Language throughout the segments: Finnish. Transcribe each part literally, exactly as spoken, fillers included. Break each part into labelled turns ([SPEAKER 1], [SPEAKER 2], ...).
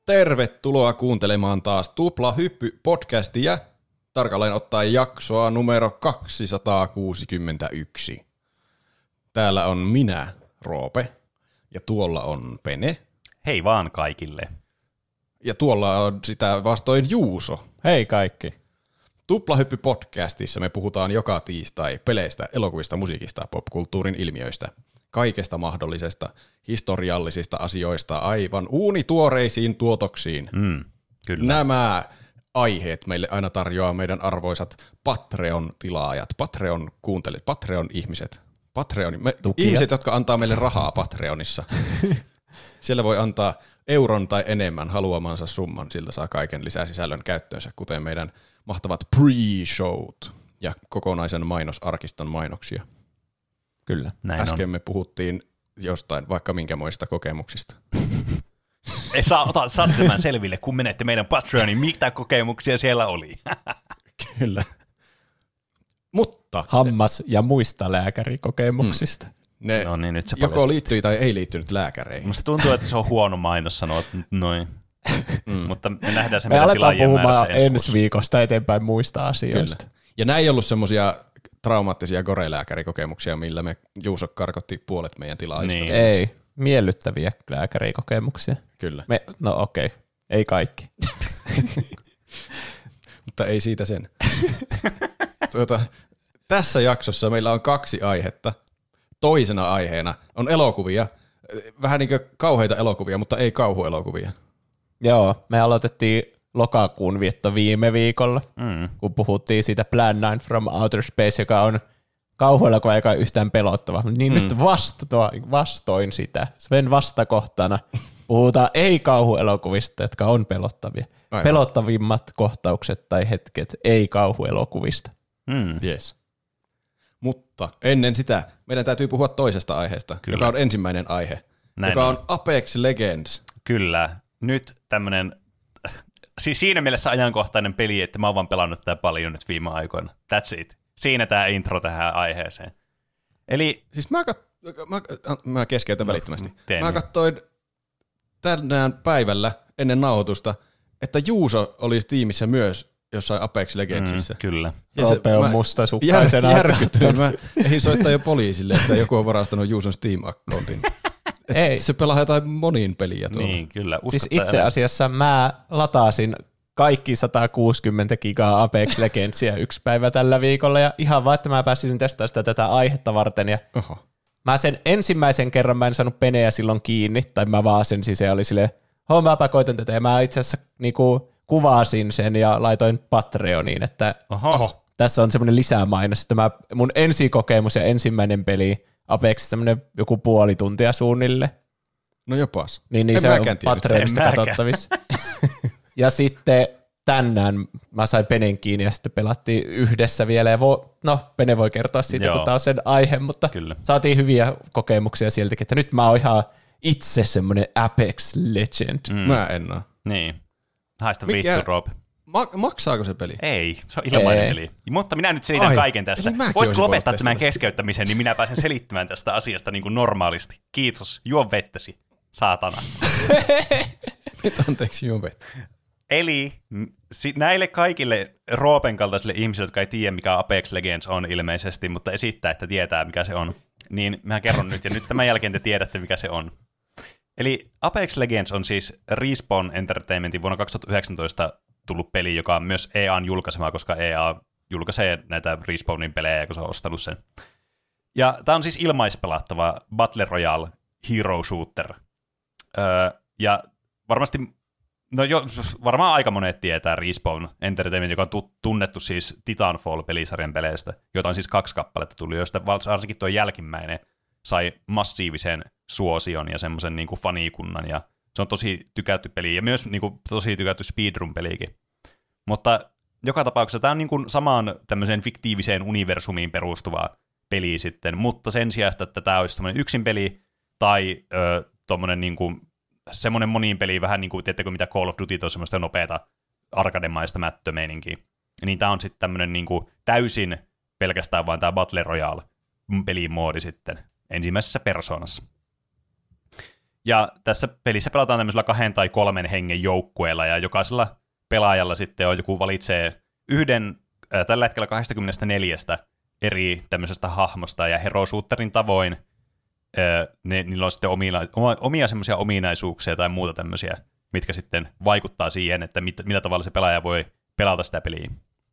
[SPEAKER 1] Tervetuloa kuuntelemaan taas Tupla Hyppy-podcastia, tarkalleen ottaen jaksoa numero kaksisataakuusikymmentäyksi. Täällä on minä, Roope, ja tuolla on Pene.
[SPEAKER 2] Hei vaan kaikille.
[SPEAKER 1] Ja tuolla on sitä vastoin Juuso.
[SPEAKER 3] Hei kaikki.
[SPEAKER 1] Tuplahyppy-podcastissa me puhutaan joka tiistai peleistä, elokuvista, musiikista, popkulttuurin ilmiöistä, kaikesta mahdollisesta, historiallisista asioista aivan uunituoreisiin tuotoksiin.
[SPEAKER 2] Mm, kyllä.
[SPEAKER 1] Nämä aiheet meille aina tarjoaa meidän arvoisat Patreon-tilaajat, Patreon-kuuntelijat, Patreon-ihmiset, Patreon, me, ihmiset, jotka antaa meille rahaa Patreonissa. Siellä voi antaa euron tai enemmän haluamansa summan, siltä saa kaiken lisäsisällön käyttöönsä, kuten meidän mahtavat pre-showt ja kokonaisen mainosarkiston mainoksia.
[SPEAKER 3] Kyllä.
[SPEAKER 2] Näin
[SPEAKER 1] Äsken
[SPEAKER 2] on.
[SPEAKER 1] me puhuttiin jostain vaikka minkämoista kokemuksista.
[SPEAKER 2] Ei saa ottaa saa tämän selville, kun menette meidän Patreoniin, mitä kokemuksia siellä oli.
[SPEAKER 1] Kyllä. Mutta
[SPEAKER 3] Hammas- ja muista lääkärikokemuksista.
[SPEAKER 1] ne
[SPEAKER 2] No niin, nyt se
[SPEAKER 1] joko
[SPEAKER 2] paljastettiin.
[SPEAKER 1] liittyy tai ei liittynyt lääkäreihin.
[SPEAKER 2] Musta tuntuu, että se on huono mainos sanoa, että noin. Mm. Mutta me nähdään se
[SPEAKER 3] Me
[SPEAKER 2] meidän
[SPEAKER 3] aletaan
[SPEAKER 2] tilaajien määrässä
[SPEAKER 3] puhumaan ensi viikosta eteenpäin muista asioista.
[SPEAKER 1] Kyllä. Ja nämä ei ollut semmoisia traumaattisia gore-lääkärikokemuksia, millä me Juuso karkotti puolet meidän tilaajista.
[SPEAKER 2] Niin.
[SPEAKER 3] Ei, miellyttäviä lääkärikokemuksia.
[SPEAKER 1] Kyllä.
[SPEAKER 3] Me, no okei, okay. Ei kaikki.
[SPEAKER 1] Mutta ei siitä sen. tuota, tässä jaksossa meillä on kaksi aihetta. Toisena aiheena on elokuvia, vähän niin kuin kauheita elokuvia, mutta ei kauhuelokuvia.
[SPEAKER 3] Joo, me aloitettiin lokakuun vietto viime viikolla,
[SPEAKER 2] Mm.
[SPEAKER 3] kun puhuttiin siitä Plan nine from Outer Space, joka on kauhuelokuva, joka on yhtään pelottava. Niin mm. nyt vasto, vastoin sitä, Sven vastakohtana, puhutaan ei-kauhuelokuvista, jotka on pelottavia.
[SPEAKER 1] Aivan.
[SPEAKER 3] Pelottavimmat kohtaukset tai hetket ei-kauhuelokuvista.
[SPEAKER 2] Mm.
[SPEAKER 1] Yes. Mutta ennen sitä meidän täytyy puhua toisesta aiheesta,
[SPEAKER 2] Kyllä.
[SPEAKER 1] joka on ensimmäinen aihe,
[SPEAKER 2] Näin
[SPEAKER 1] joka
[SPEAKER 2] on.
[SPEAKER 1] on Apex Legends.
[SPEAKER 2] Kyllä. Nyt tämmönen, siis siinä mielessä ajankohtainen peli, että mä oon vaan pelannut tää paljon nyt viime aikoina. That's it. Siinä tää intro tähän aiheeseen. Eli
[SPEAKER 1] Siis mä, kat... mä, mä keskeytän no, välittömästi.
[SPEAKER 2] tee
[SPEAKER 1] Mä
[SPEAKER 2] niin.
[SPEAKER 1] katsoin tänään päivällä ennen nauhoitusta, että Juuso olisi tiimissä myös jossain Apex Legendsissa.
[SPEAKER 2] Mm, kyllä.
[SPEAKER 1] Ja se-
[SPEAKER 3] Roope on
[SPEAKER 1] mä
[SPEAKER 3] mustasukkaisena.
[SPEAKER 1] Jär, järkytyin. Mä ehdin soittaa jo poliisille, että joku on varastanut Juuson Steam-accountin. Et
[SPEAKER 3] Ei.
[SPEAKER 1] Se pelaa jotain monin peliä tuolla.
[SPEAKER 2] Niin, kyllä.
[SPEAKER 3] Siis
[SPEAKER 2] Usko tai
[SPEAKER 3] itse
[SPEAKER 2] älä.
[SPEAKER 3] asiassa mä latasin kaikki sata kuusikymmentä gigaa Apex Legendsia yksi päivä tällä viikolla, ja ihan vaan, että mä pääsisin testaamaan sitä tätä aihetta varten, ja
[SPEAKER 1] Oho.
[SPEAKER 3] mä sen ensimmäisen kerran mä en saanut Peneä silloin kiinni, tai mä vaan sen siis, ja oli silleen, hoo, mäpä koitan tätä, ja mä itse asiassa niinku kuvasin sen ja laitoin Patreoniin, että
[SPEAKER 2] Oho. Oho.
[SPEAKER 3] tässä on semmoinen lisämainos, että mä, mun ensikokemus ja ensimmäinen peli Apex semmoinen joku puoli tuntia suunnilleen.
[SPEAKER 1] No jopas.
[SPEAKER 3] Niin, niin
[SPEAKER 1] En
[SPEAKER 3] se on
[SPEAKER 1] mäkään tiennyt.
[SPEAKER 3] Patreonista
[SPEAKER 2] En mäkään.
[SPEAKER 3] katsottavissa. Ja sitten tänään mä sain Penen kiinni ja sitten pelattiin yhdessä vielä. Ja vo, no, Pene voi kertoa siitä,
[SPEAKER 2] Joo.
[SPEAKER 3] kun tää on sen aihe, mutta
[SPEAKER 2] Kyllä.
[SPEAKER 3] saatiin hyviä kokemuksia sieltäkin, että nyt mä oon ihan itse semmoinen Apex Legend.
[SPEAKER 2] Mm.
[SPEAKER 1] Mä en oo.
[SPEAKER 2] Niin. Haista
[SPEAKER 1] Mikä-
[SPEAKER 2] vittu, Rob.
[SPEAKER 1] Ma- maksaako se peli?
[SPEAKER 2] Ei, se on ilmainen
[SPEAKER 3] Ei.
[SPEAKER 2] peli. Mutta minä nyt selitän
[SPEAKER 1] Ai,
[SPEAKER 2] kaiken tässä.
[SPEAKER 1] eli mäkin
[SPEAKER 2] Voisitko
[SPEAKER 1] olisin
[SPEAKER 2] lopettaa
[SPEAKER 1] voinut
[SPEAKER 2] tämän
[SPEAKER 1] testata sitä.
[SPEAKER 2] keskeyttämisen, niin minä pääsen selittämään tästä asiasta niin kuin normaalisti. Kiitos, juo vettäsi, saatana.
[SPEAKER 1] Nyt anteeksi juvet.
[SPEAKER 2] Eli m, si- näille kaikille Roopen kaltaisille ihmisille, jotka ei tiedä, mikä Apex Legends on ilmeisesti, mutta esittää, että tietää, mikä se on, niin mä kerron nyt, ja nyt tämän jälkeen te tiedätte, mikä se on. Eli Apex Legends on siis Respawn Entertainmentin vuonna kaksituhattayhdeksäntoista tullut peli, joka on myös E A:n julkaisema, koska E A julkaisee näitä Respawnin pelejä, kun se on ostanut sen. Ja tämä on siis ilmaispelattava Battle Royale Hero Shooter. Öö, ja varmasti, no jo, varmaan aika monet tietää Respawn Entertainment, joka on tu- tunnettu siis Titanfall-pelisarjan peleistä, joita on siis kaksi kappaletta tullut, joista varsinkin tuo jälkimmäinen sai massiivisen suosion ja semmoisen niin kuin fanikunnan, ja se on tosi tykätty peli, ja myös niin kuin, tosi tykätty speedrun-pelikin. Mutta joka tapauksessa tämä on niin kuin samaan tämmöiseen fiktiiviseen universumiin perustuva peli sitten, mutta sen sijaan, että tämä olisi tämmöinen yksin peli, tai ö, tommonen niin kuin, semmoinen moniin peli, vähän niin kuin, tiedättekö mitä Call of Duty on semmoista nopeata arcade-maista mättömeininkiä. Niin tämä on sitten tämmöinen niin kuin täysin pelkästään vain tämä Battle Royale pelimoodi sitten ensimmäisessä persoonassa. Ja tässä pelissä pelataan tämmöisellä kahden tai kolmen hengen joukkueella, ja jokaisella pelaajalla sitten on joku valitsee yhden äh, tällä hetkellä kaksikymmentäneljä eri tämmöisestä hahmosta, ja Hero Shooterin tavoin äh, ne, niillä on sitten omina, oma, omia semmoisia ominaisuuksia tai muuta tämmöisiä, mitkä sitten vaikuttaa siihen, että mit, millä tavalla se pelaaja voi pelata sitä peliä.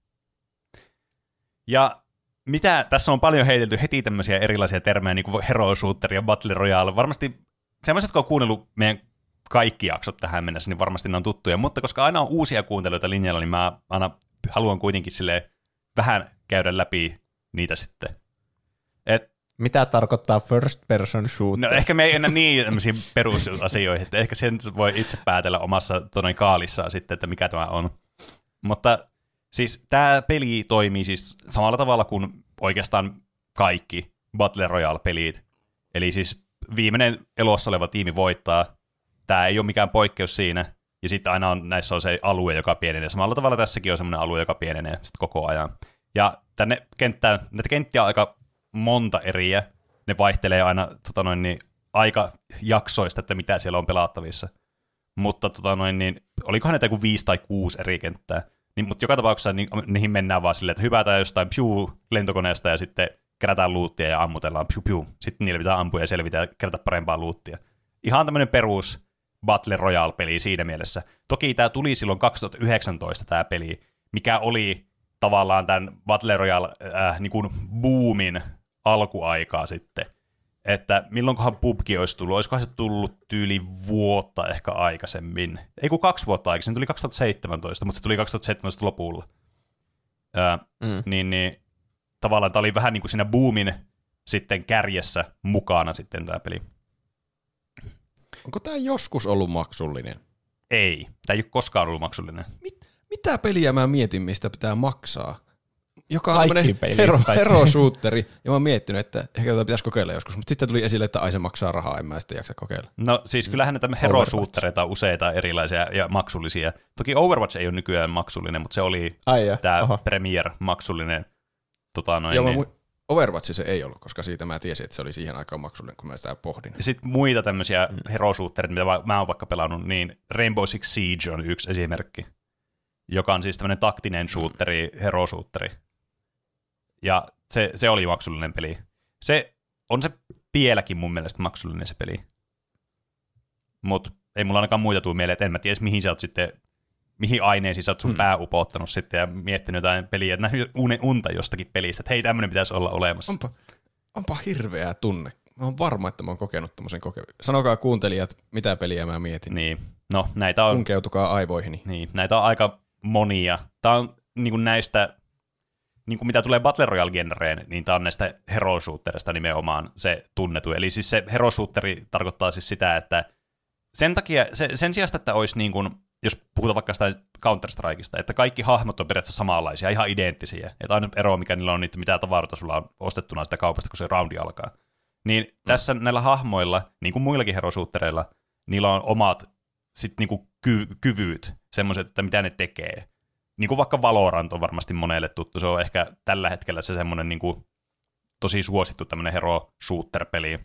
[SPEAKER 2] Ja mitä, tässä on paljon heitelty heti tämmöisiä erilaisia termejä, niin kuin Hero Shooter ja Battle Royale. Varmasti sellaiset, jotka on kuunnellut meidän kaikki jaksot tähän mennessä, niin varmasti ne on tuttuja. Mutta koska aina on uusia kuuntelijoita linjalla, niin mä aina haluan kuitenkin silleen vähän käydä läpi niitä sitten. Et,
[SPEAKER 3] mitä tarkoittaa first person shooter?
[SPEAKER 2] No ehkä me ei enää niin tämmöisiin perusasioihin, että ehkä sen voi itse päätellä omassa toinen kaalissaan sitten, että mikä tämä on. Mutta siis tämä peli toimii siis samalla tavalla kuin oikeastaan kaikki Battle Royale-pelit. Eli siis viimeinen elossa oleva tiimi voittaa. Tämä ei ole mikään poikkeus siinä. Ja sitten aina on, näissä on se alue, joka pienenee. Samalla tavalla tässäkin on semmoinen alue, joka pienenee sitten koko ajan. Ja tänne kenttään, näitä kenttiä on aika monta eriä. Ne vaihtelee aina tota noin, niin, aika jaksoista, että mitä siellä on pelattavissa. Mutta tota noin, niin, olikohan näitä joku viisi tai kuusi eri kenttää. Niin, mutta joka tapauksessa niin, niihin mennään vaan silleen, että hypätään jostain piu lentokoneesta ja sitten kerätään luuttia ja ammutellaan piu piu. Sitten niillä pitää ampua ja selvitä ja kerätä parempaa luuttia. Ihan tämmöinen perus Battle Royale-peli siinä mielessä. Toki tämä tuli silloin kaksituhattayhdeksäntoista tämä peli, mikä oli tavallaan tämän Battle Royale äh, niin kuin boomin alkuaikaa sitten. Että milloinkohan P U B G olisi tullut, olisikohan se tullut tyyli vuotta ehkä aikaisemmin. Ei kun kaksi vuotta aikaisemmin, tuli kaksituhattaseitsemäntoista, mutta se tuli kaksituhattaseitsemäntoista lopulla. Ää, mm. niin, niin tavallaan tämä oli vähän niin kuin siinä boomin sitten kärjessä mukana sitten tämä peli.
[SPEAKER 1] Onko tämä joskus ollut maksullinen?
[SPEAKER 2] Ei, tämä ei ole koskaan ollut maksullinen.
[SPEAKER 1] Mit, mitä peliä mä mietin, mistä pitää maksaa? Joka on
[SPEAKER 3] kaikki
[SPEAKER 1] tämmöinen hero, hero shooteri, ja mä oon miettinyt, että ehkä tätä pitäisi kokeilla joskus, mutta sitten tuli esille, että ai se maksaa rahaa, en mä sitten jaksa kokeilla.
[SPEAKER 2] No siis kyllähän näitä hero shootereita on useita erilaisia ja maksullisia. Toki Overwatch ei ole nykyään maksullinen, mutta se oli tämä Premier maksullinen. Tota noin,
[SPEAKER 1] Joo,
[SPEAKER 2] niin.
[SPEAKER 1] mu- Overwatch se ei ollut, koska siitä mä tiesin, että se oli siihen aikaan maksullinen, kun mä sitä pohdin.
[SPEAKER 2] Sitten muita tämmöisiä mm. hero shootereita, mitä mä, mä oon vaikka pelannut, niin Rainbow Six Siege on yksi esimerkki, joka on siis tämmöinen taktinen shooteri, mm. hero shooteri. Ja se, se oli maksullinen peli. Se on se vieläkin mun mielestä maksullinen se peli. Mutta ei mulla ainakaan muita tule mieleen, että en mä tiedä, mihin sä oot sitten, mihin aineisiin sä oot sun hmm. pää upottanut sitten ja miettinyt jotain peliä, että nähnyt unta jostakin pelistä, että hei, tämmöinen pitäisi olla olemassa.
[SPEAKER 1] Onpa, onpa hirveä tunne. Mä oon varma, että mä oon kokenut tommosen kokemuksen. Sanokaa kuuntelijat, mitä peliä mä mietin.
[SPEAKER 2] Niin, no näitä on.
[SPEAKER 1] Tunkeutukaa aivoihini.
[SPEAKER 2] Niin, näitä on aika monia. Tää on niin kuin näistä, niin kuin mitä tulee Battle Royale-genreen, niin tää on näistä hero shooterista nimenomaan se tunnetu. Eli siis se hero shooteri tarkoittaa siis sitä, että sen takia, se, sen sijasta, että olisi niin kuin, jos puhutaan vaikka sitä Counter-Strikeista, että kaikki hahmot on periaatteessa samanlaisia, ihan identtisiä. Että aina ero, mikä niillä on, niitä mitä tavaroita sulla on ostettuna sitä kaupasta, kun se roundi alkaa. Niin mm. tässä näillä hahmoilla, niin kuin muillakin hero shootereilla, niillä on omat sit niinku ky- kyvyt, semmoiset, että mitä ne tekee. Niin kuin vaikka Valorant on varmasti monelle tuttu, se on ehkä tällä hetkellä se semmoinen niin kuin tosi suosittu tämmöinen hero shooter-peli.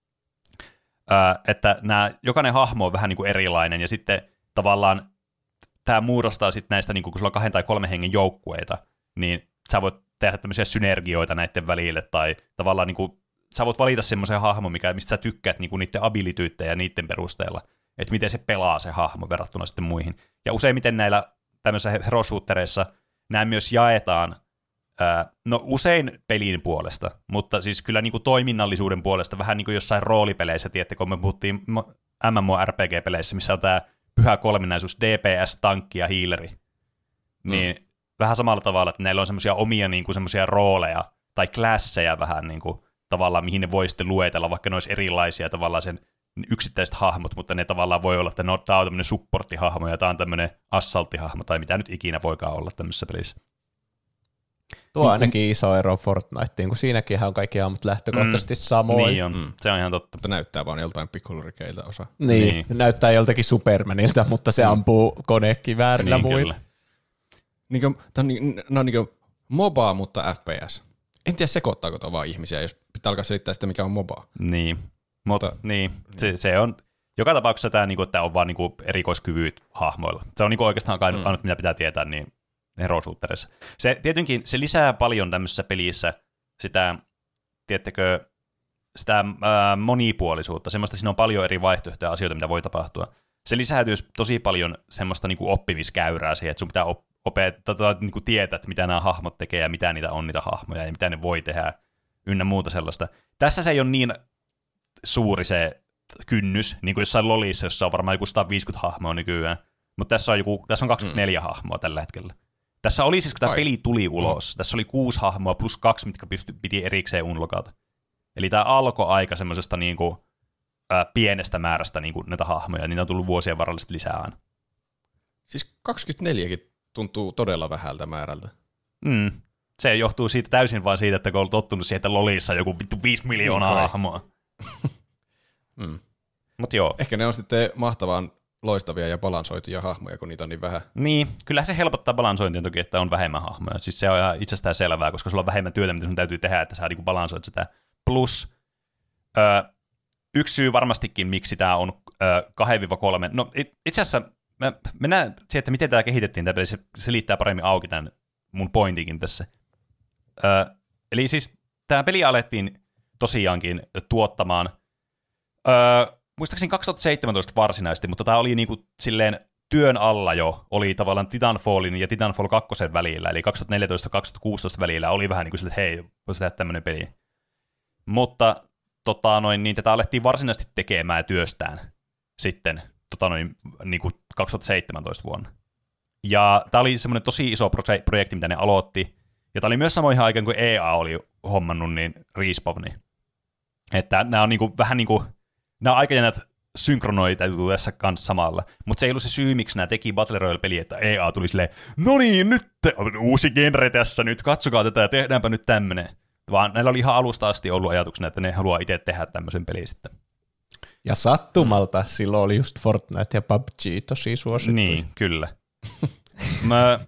[SPEAKER 2] Ää, että nämä, jokainen hahmo on vähän niin kuin erilainen, ja sitten tavallaan tämä muodostaa sitten näistä, niin kuin, kun sulla on kahden tai kolmen hengen joukkueita, niin sä voit tehdä tämmöisiä synergioita näiden välille, tai tavallaan niin kuin, sä voit valita semmoisen hahmon, mikä, mistä sä tykkäät niin kuin niiden abilityyttejä ja niiden perusteella, että miten se pelaa se hahmo verrattuna sitten muihin. Ja useimmiten näillä tämmöisissä hero shootereissa nämä myös jaetaan, ää, no usein pelin puolesta, mutta siis kyllä niin kuin toiminnallisuuden puolesta, vähän niin kuin jossain roolipeleissä, tiedätte, kun me puhuttiin M M O R P G-peleissä, missä on tämä pyhä kolminaisuus, D P S, tankki ja healeri, mm. niin vähän samalla tavalla, että näillä on semmoisia omia niin kuin semmoisia rooleja tai klasseja vähän niin kuin tavallaan, mihin ne voi sitten luetella, vaikka ne olisi erilaisia tavallaan sen yksittäiset hahmot, mutta ne tavallaan voi olla, että no, tämä on tämmöinen supporttihahmo ja tämä on tämmöinen assalttihahmo tai mitä nyt ikinä voikaan olla tämmöisessä pelissä.
[SPEAKER 3] Tuo on ainakin iso ero Fortniteen, kun siinäkin on kaikki hahmot lähtökohtaisesti mm, samoin.
[SPEAKER 2] Niin on, mm. se on ihan totta.
[SPEAKER 1] Mutta näyttää vaan joltain pikkulurikeilta osa.
[SPEAKER 3] Niin, niin, näyttää joltakin Supermanilta, mutta se mm. ampuu konekiväärillä niin, muille.
[SPEAKER 1] Niin kuin, tämä on niin, no, niin kuin MOBA, mutta F P S. En tiedä sekoittaako tuo vaan ihmisiä, jos pitää alkaa selittää sitä, mikä on MOBA.
[SPEAKER 2] Niin. Mutta niin, se, se on, joka tapauksessa tämä, niinku, tämä on vaan niinku, erikoiskyvyt hahmoilla. Se on niinku, oikeastaan ainut, mm. ainut, mitä pitää tietää niin Hero Shooterissa. Se tietenkin se lisää paljon tämmöisessä pelissä sitä, tiedättekö, sitä ää, monipuolisuutta, semmoista, siinä on paljon eri vaihtoehtoja asioita, mitä voi tapahtua. Se lisää tosi paljon semmoista niinku oppimiskäyrää siihen, että sun pitää op- opettaa, niinku tietää, että mitä nämä hahmot tekee ja mitä niitä on, niitä hahmoja ja mitä ne voi tehdä ynnä muuta sellaista. Tässä se ei ole niin suuri se kynnys, niin kuin jossain LoLissa, jossa on varmaan joku sata viisikymmentä hahmoa nykyään, mutta tässä on, joku, tässä on kaksikymmentäneljä mm. hahmoa tällä hetkellä. Tässä oli siis, kun tämä Ai. peli tuli ulos, mm. tässä oli kuusi hahmoa plus kaksi, mitkä pysty, piti erikseen unlokata. Eli tämä alkoi aika semmoisesta niinku, ää, pienestä määrästä niinku, näitä hahmoja, niitä on tullut vuosien varrella lisää aina.
[SPEAKER 1] Siis kaksikymmentäneljäkin tuntuu todella vähältä määrältä.
[SPEAKER 2] Mm. Se johtuu siitä täysin vaan siitä, että kun on tottunut siihen, että LoLissa joku vittu viisi miljoonaa mm, hahmoa.
[SPEAKER 1] mm.
[SPEAKER 2] Mut joo.
[SPEAKER 1] Ehkä ne on sitten mahtavan loistavia ja balansoituja hahmoja, kun niitä on niin vähän.
[SPEAKER 2] Niin, kyllä se helpottaa balansointia toki, että on vähemmän hahmoja. Siis se on ihan itsestään selvää, koska sulla on vähemmän työtä, mitä sun täytyy tehdä, että sä niinku balansoit sitä. Plus, ö, yksi syy varmastikin, miksi tämä on kaksi kolme. No itse asiassa mä, mennään siihen, että miten tämä kehitettiin, tämä se selittää paremmin auki tämän mun pointikin tässä. Ö, eli siis tämä peli alettiin tosiaankin tuottamaan, ö, muistaakseni kaksituhattaseitsemäntoista varsinaisesti, mutta tämä oli niinku silleen työn alla jo, oli tavallaan Titanfallin ja Titanfall kaksi välillä, eli kaksituhattaneljätoista kaksituhattakuusitoista välillä oli vähän niin kuin sille, että hei, voisi tehdä tämmöinen peli. Mutta tota, noin, niin tätä alettiin varsinaisesti tekemään työstään sitten tota, noin, niin kuin kaksituhattaseitsemäntoista vuonna. Ja tämä oli semmoinen tosi iso proje- projekti, mitä ne aloitti, ja tämä oli myös samoihin aikaan kuin E A oli hommannut niin Respawni. Että nämä on niin kuin, vähän niin kuin, nämä aikajänät synkronoitu tässä kanssa samalla, mutta se ei ollut se syy, miksi nämä teki Battle Royale-peliä, että E A tuli silleen, no niin, nyt on uusi genre tässä, nyt katsokaa tätä ja tehdäänpä nyt tämmöinen. Vaan näillä oli ihan alusta asti ollut ajatuksena, että ne haluaa itse tehdä tämmöisen pelin sitten.
[SPEAKER 3] Ja sattumalta mm. silloin oli just Fortnite ja P U B G tosi suosittu.
[SPEAKER 2] Niin, kyllä. Mä,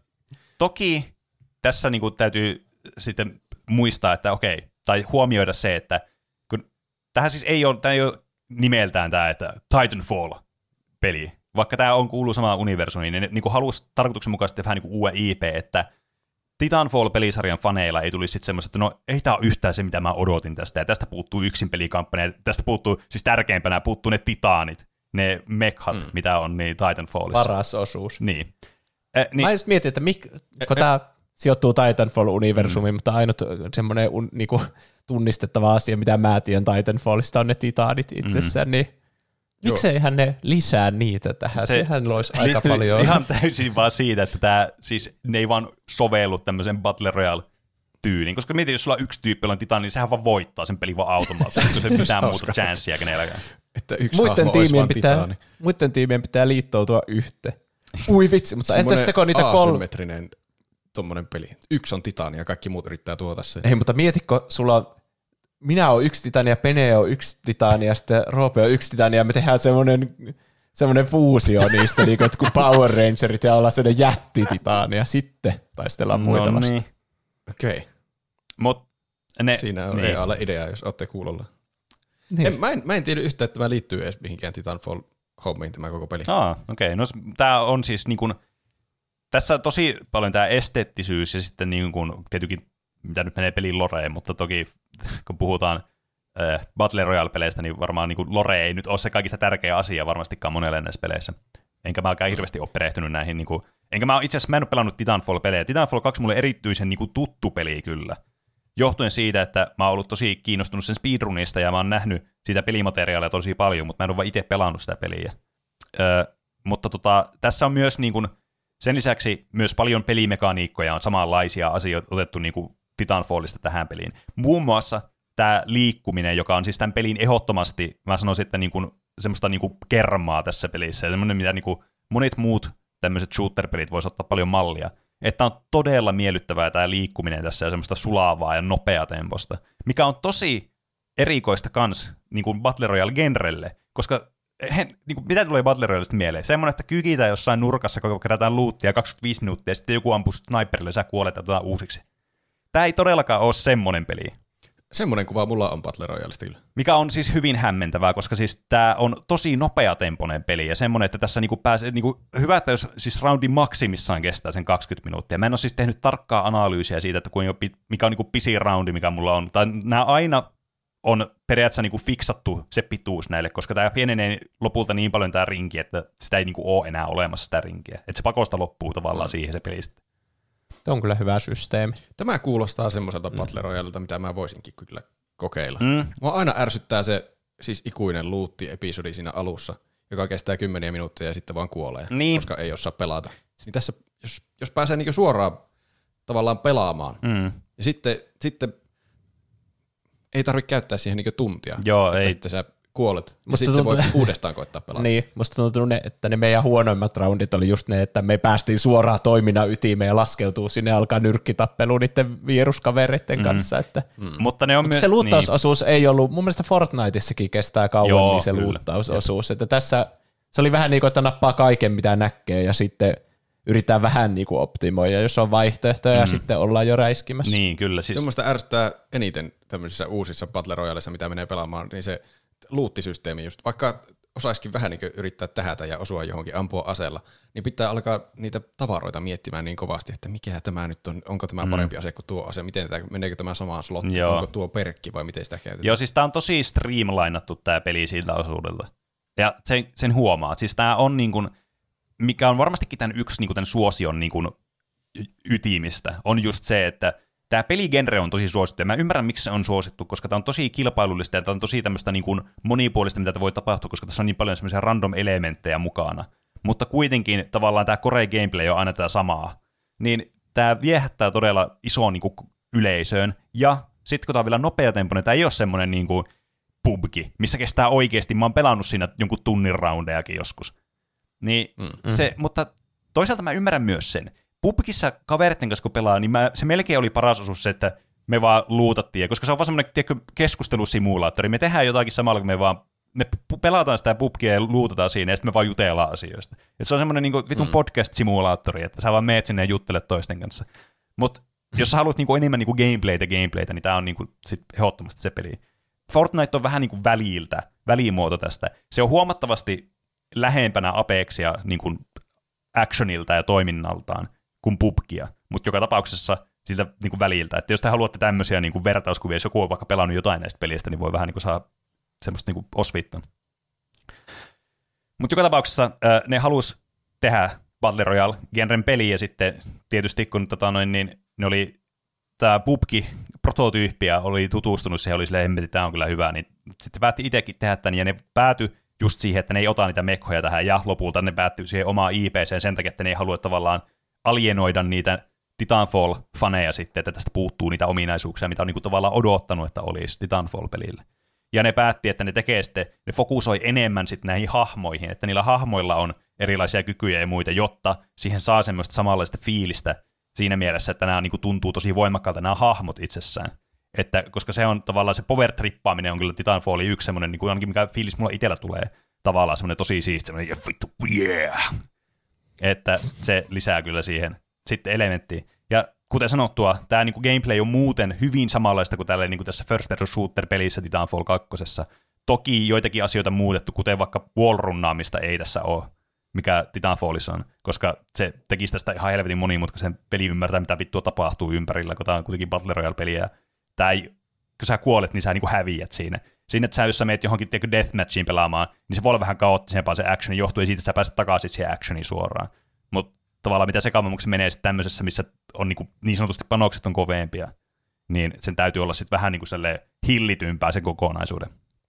[SPEAKER 2] toki tässä niinku täytyy sitten muistaa, että okei, tai huomioida se, että kun tähän siis ei ole, tämä ei ole nimeltään tämä, että Titanfall-peli, vaikka tämä on kuuluu samaan universumiin, niin ne niinku halusi tarkoituksenmukaisesti vähän niinku uuden I P, että Titanfall-pelisarjan faneilla ei tulisi sitten semmoista, että no ei tämä ole yhtään se, mitä mä odotin tästä, ja tästä puuttuu yksin pelikampanja, ja tästä puuttuu, siis tärkeimpänä puuttuu ne titaanit, ne mekhat, mm. mitä on niin Titanfallissa.
[SPEAKER 3] Paras osuus.
[SPEAKER 2] Niin. Eh, niin.
[SPEAKER 3] Mä just mietin, että mik, kun tämä sijoittuu Titanfall-universumiin, mm. mutta ainut semmoinen un, niinku, tunnistettava asia, mitä mä tiedän Titanfallista, on ne titaanit itsessään, mm. niin mikseihän ne lisää niitä tähän? Se Sehän loisi aika paljon.
[SPEAKER 2] Ihan täysin vaan siitä, että tää, siis, ne ei vaan sovellu tämmöisen Battle Royale-tyyliin. Koska mietin, jos sulla on yksi tyyppi, jolla on titaani, niin sehän vaan voittaa sen pelin vaan automaattisesti. Se ei mitään muuta chanssia kenelläkään.
[SPEAKER 1] Että yksi
[SPEAKER 3] muiden
[SPEAKER 1] hahmo olisi vaan
[SPEAKER 3] pitää,
[SPEAKER 1] titaani.
[SPEAKER 3] Muiden tiimien pitää liittoutua yhteen. Ui vitsi, mutta entä sitten kun niitä kolme...
[SPEAKER 1] asymmetrinen tommonen peli. Yksi on titaani ja kaikki muut yrittää tuota sen.
[SPEAKER 3] Ei, mutta mietitkö, sulla on... Minä olen yksi titaani ja Pene on yksi titaani ja sitten Roope on yksi titaani ja me tehdään semmoinen, semmoinen fuusio niistä, niin kuin, kuin Power Rangerit ja ollaan semmoinen jättititaani ja sitten taistellaan
[SPEAKER 2] no
[SPEAKER 3] muita vastaan.
[SPEAKER 2] Niin.
[SPEAKER 1] Okei. Okay.
[SPEAKER 2] Mut ne,
[SPEAKER 1] siinä on
[SPEAKER 2] niin.
[SPEAKER 1] E A:lla idea, jos olette kuulolla.
[SPEAKER 3] Niin.
[SPEAKER 1] En, mä, en, mä en tiedä yhtään, että mä liittyy edes mihinkään Titanfall-hommiin tämä koko peli.
[SPEAKER 2] Ah, okei. Okay. No tää on siis niin kuin, tässä on tosi paljon tämä esteettisyys ja sitten niin kuin, tietenkin mitä nyt menee pelin loreen, mutta toki kun puhutaan äh, Battle Royale-peleistä, niin varmaan niin kuin lore ei nyt ole se kaikista tärkeä asia varmastikaan monelle näissä peleissä. Enkä mä oikein hirveästi ole perehtynyt näihin. Niin kuin, enkä mä itse asiassa mä en ole pelannut Titanfall-pelejä. Titanfall kaksi mulle erityisen niin kuin tuttu peli kyllä. Johtuen siitä, että mä oon ollut tosi kiinnostunut sen speedrunista ja mä oon nähnyt siitä pelimateriaalia tosi paljon, mutta mä en ole vaan itse pelannut sitä peliä. Ö, mutta tota, tässä on myös niin kuin, sen lisäksi myös paljon pelimekaniikkoja on samanlaisia asioita otettu niin kuin Titanfallista tähän peliin. Muun muassa tämä liikkuminen, joka on siis tämän pelin ehdottomasti, mä sanoisin, että niin kuin, semmoista niin kuin kermaa tässä pelissä, ja semmoinen, mitä niin kuin monet muut tämmöiset shooter-pelit voisi ottaa paljon mallia, että on todella miellyttävää tämä liikkuminen tässä ja semmoista sulavaa ja nopeatemposta, mikä on tosi erikoista kans niin kuin Battle Royale-genrelle, koska he, niin kuin, mitä tulee Battle Royalesta mieleen? Semmoinen, että kykitään jossain nurkassa, kun kerätään luuttia kaksikymmentäviisi minuuttia, ja sitten joku ampuu sniperille, sä kuolet ja otetaan uusiksi. Tämä ei todellakaan ole semmoinen peli.
[SPEAKER 1] Semmoinen kuva mulla on Battle Royaleista kyllä.
[SPEAKER 2] Mikä on siis hyvin hämmentävää, koska siis tämä on tosi nopeatempoinen peli ja semmoinen, että tässä niinku pääsee, niinku, hyvä, että jos siis roundin maksimissaan kestää sen kaksikymmentä minuuttia. Mä en ole siis tehnyt tarkkaa analyysiä siitä, että kuinka, mikä on niinku pisin roundi, mikä mulla on. Tai nämä aina on periaatteessa niinku fiksattu se pituus näille, koska tämä pienenee lopulta niin paljon tämä rinki, että sitä ei niinku ole enää olemassa sitä rinkiä. Että se pakosta loppuu tavallaan mm. siihen se pelistä.
[SPEAKER 3] Tämä on kyllä hyvä systeemi.
[SPEAKER 1] Tämä kuulostaa semmoiselta mm. Battle Royalelta, mitä mä voisinkin kyllä kokeilla. Mm. Mua aina ärsyttää se siis ikuinen luutti-episodi siinä alussa, joka kestää kymmeniä minuuttia ja sitten vaan kuolee, niin. koska ei osaa pelata. Niin tässä, jos, jos pääsee niinku suoraan tavallaan pelaamaan, mm. ja sitten, sitten ei tarvitse käyttää siihen niinku tuntia.
[SPEAKER 2] Joo, ei.
[SPEAKER 1] Sitten sä kuolet, ja sitten tuntuu, voit uudestaan koittaa pelata.
[SPEAKER 3] Niin, musta tuntuu, ne, että ne meidän huonoimmat roundit oli just ne, että me päästiin suoraan toiminnan ytimeen ja laskeutuu sinne, alkaa nyrkkitappelu niiden viruskavereiden mm. kanssa. Että.
[SPEAKER 2] Mm. Mutta ne on
[SPEAKER 3] Mutta
[SPEAKER 2] myös,
[SPEAKER 3] se luuttausosuus niin. ei ollut, mun mielestä Fortniteissakin kestää kauan Joo, niin se kyllä. luuttausosuus. Että tässä se oli vähän niin kuin, että nappaa kaiken mitä näkee ja sitten yritetään vähän niin kuin optimoida, jos on vaihtoehtoja mm. ja sitten ollaan jo räiskimässä.
[SPEAKER 2] Niin, kyllä. Siis.
[SPEAKER 1] Semmoista ärsyttää eniten tämmöisissä uusissa Battle Royaleissa, mitä menee pelaamaan, niin se luuttisysteemi just, vaikka osaisikin vähän niin yrittää tähätä ja osua johonkin ampua aseella, niin pitää alkaa niitä tavaroita miettimään niin kovasti, että mikä tämä nyt on, onko tämä parempi mm. ase kuin tuo ase, miten tämä, meneekö tämä samaan slottiin, Joo. onko tuo perkki vai miten sitä käytetään.
[SPEAKER 2] Joo, siis tämä on tosi streamlinattu tämä peli siltä osuudelta. Ja sen, sen huomaa, siis tämä on niin kuin, mikä on varmastikin tämän yksi niin kuin tämän suosion niin kuin ytimistä, on just se, että tämä peligenre on tosi suosittu, ja mä ymmärrän, miksi se on suosittu, koska tämä on tosi kilpailullista, ja tämä on tosi tämmöistä niin kuin monipuolista, mitä voi tapahtua, koska tässä on niin paljon semmoisia random elementtejä mukana. Mutta kuitenkin tavallaan tämä core gameplay on aina tätä samaa. Niin tämä viehättää todella isoon niin kuin yleisöön, ja sitten kun tämä on vielä nopeatempoinen, tämä ei ole semmoinen niin kuin P U B G, missä kestää oikeasti, mä oon pelannut siinä jonkun tunnin roundejakin joskus. Niin mm-hmm. se, mutta toisaalta mä ymmärrän myös sen. P U B Gissa kavereiden kanssa kun pelaa, niin mä, se melkein oli paras osuus se, että me vaan luutattiin, koska se on vaan semmoinen keskustelusimulaattori. Me tehdään jotakin samalla, kun me vaan me pelataan sitä P U B Gia ja luutataan siinä, ja sitten me vaan jutellaan asioista. Et se on semmoinen niinku vitun mm. podcast-simulaattori, että sä vaan meet sinne ja juttelet toisten kanssa. Mutta jos sä haluat niinku enemmän niinku gameplaytä gameplaytä, niin tää on niinku sit ehdottomasti se peli. Fortnite on vähän niinku väliltä, välimuoto tästä. Se on huomattavasti lähempänä Apexia niinku actionilta ja toiminnaltaan kuin P U B Gia, mutta joka tapauksessa siltä niinku väliltä. Että jos te haluatte tämmöisiä niinku vertauskuvia, jos joku on vaikka pelannut jotain näistä pelistä, niin voi vähän niinku saada semmoista niinku osviittaa. Mutta joka tapauksessa äh, ne halus tehdä Battle Royale-genren peliä, ja sitten tietysti kun tota noin, niin ne oli tämä P U B G-prototyyppiä oli tutustunut siihen, oli silleen, että tämä on kyllä hyvä, niin sitten päätti itsekin tehdä tämän, ja ne päätyi just siihen, että ne ei ota niitä mekkoja tähän, ja lopulta ne päättyy siihen omaan I P:seen sen takia, että ne ei halua tavallaan alienoida niitä Titanfall-faneja sitten, että tästä puuttuu niitä ominaisuuksia, mitä on niinku tavallaan odottanut, että olisi Titanfall-pelille. Ja ne päätti, että ne tekee sitten, ne fokusoi enemmän sitten näihin hahmoihin, että niillä hahmoilla on erilaisia kykyjä ja muita, jotta siihen saa semmoista samanlaista fiilistä siinä mielessä, että nämä niinku tuntuu tosi voimakkaalta nämä hahmot itsessään. Että, koska se on tavallaan se power-trippaaminen on kyllä Titanfallin yksi semmoinen, niin kuin ainakin mikä fiilis mulla itsellä tulee, tavallaan semmoinen tosi siisti, semmoinen vittu, yeah! Että se lisää kyllä siihen sitten elementtiin. Ja kuten sanottua, tämä niin kuin gameplay on muuten hyvin samanlaista kuin, tälle, niin kuin tässä first person shooter-pelissä Titanfall kaksi. Toki joitakin asioita muutettu, kuten vaikka wall-runnaamista ei tässä ole, mikä Titanfallissa on, koska se tekisi tästä ihan helvetin monimutkaisen peli ymmärtää, mitä vittua tapahtuu ympärillä, kun tämä on kuitenkin Battle Royale-peliä. Tämä ei, kun sä kuolet, niin sä niin kuin häviät siinä. Siinä, että sä, jos sä meet johonkin deathmatchiin pelaamaan, niin se voi olla vähän kaoottisempaa se action, johtuen siitä, että sä pääset takaisin siihen actioniin suoraan. Mutta tavallaan mitä sekavammaksi menee sitten tämmöisessä, missä on niin, kuin, niin sanotusti panokset on kovempia, niin sen täytyy olla sitten vähän niin kuin hillitympää sen kokonaisuuden.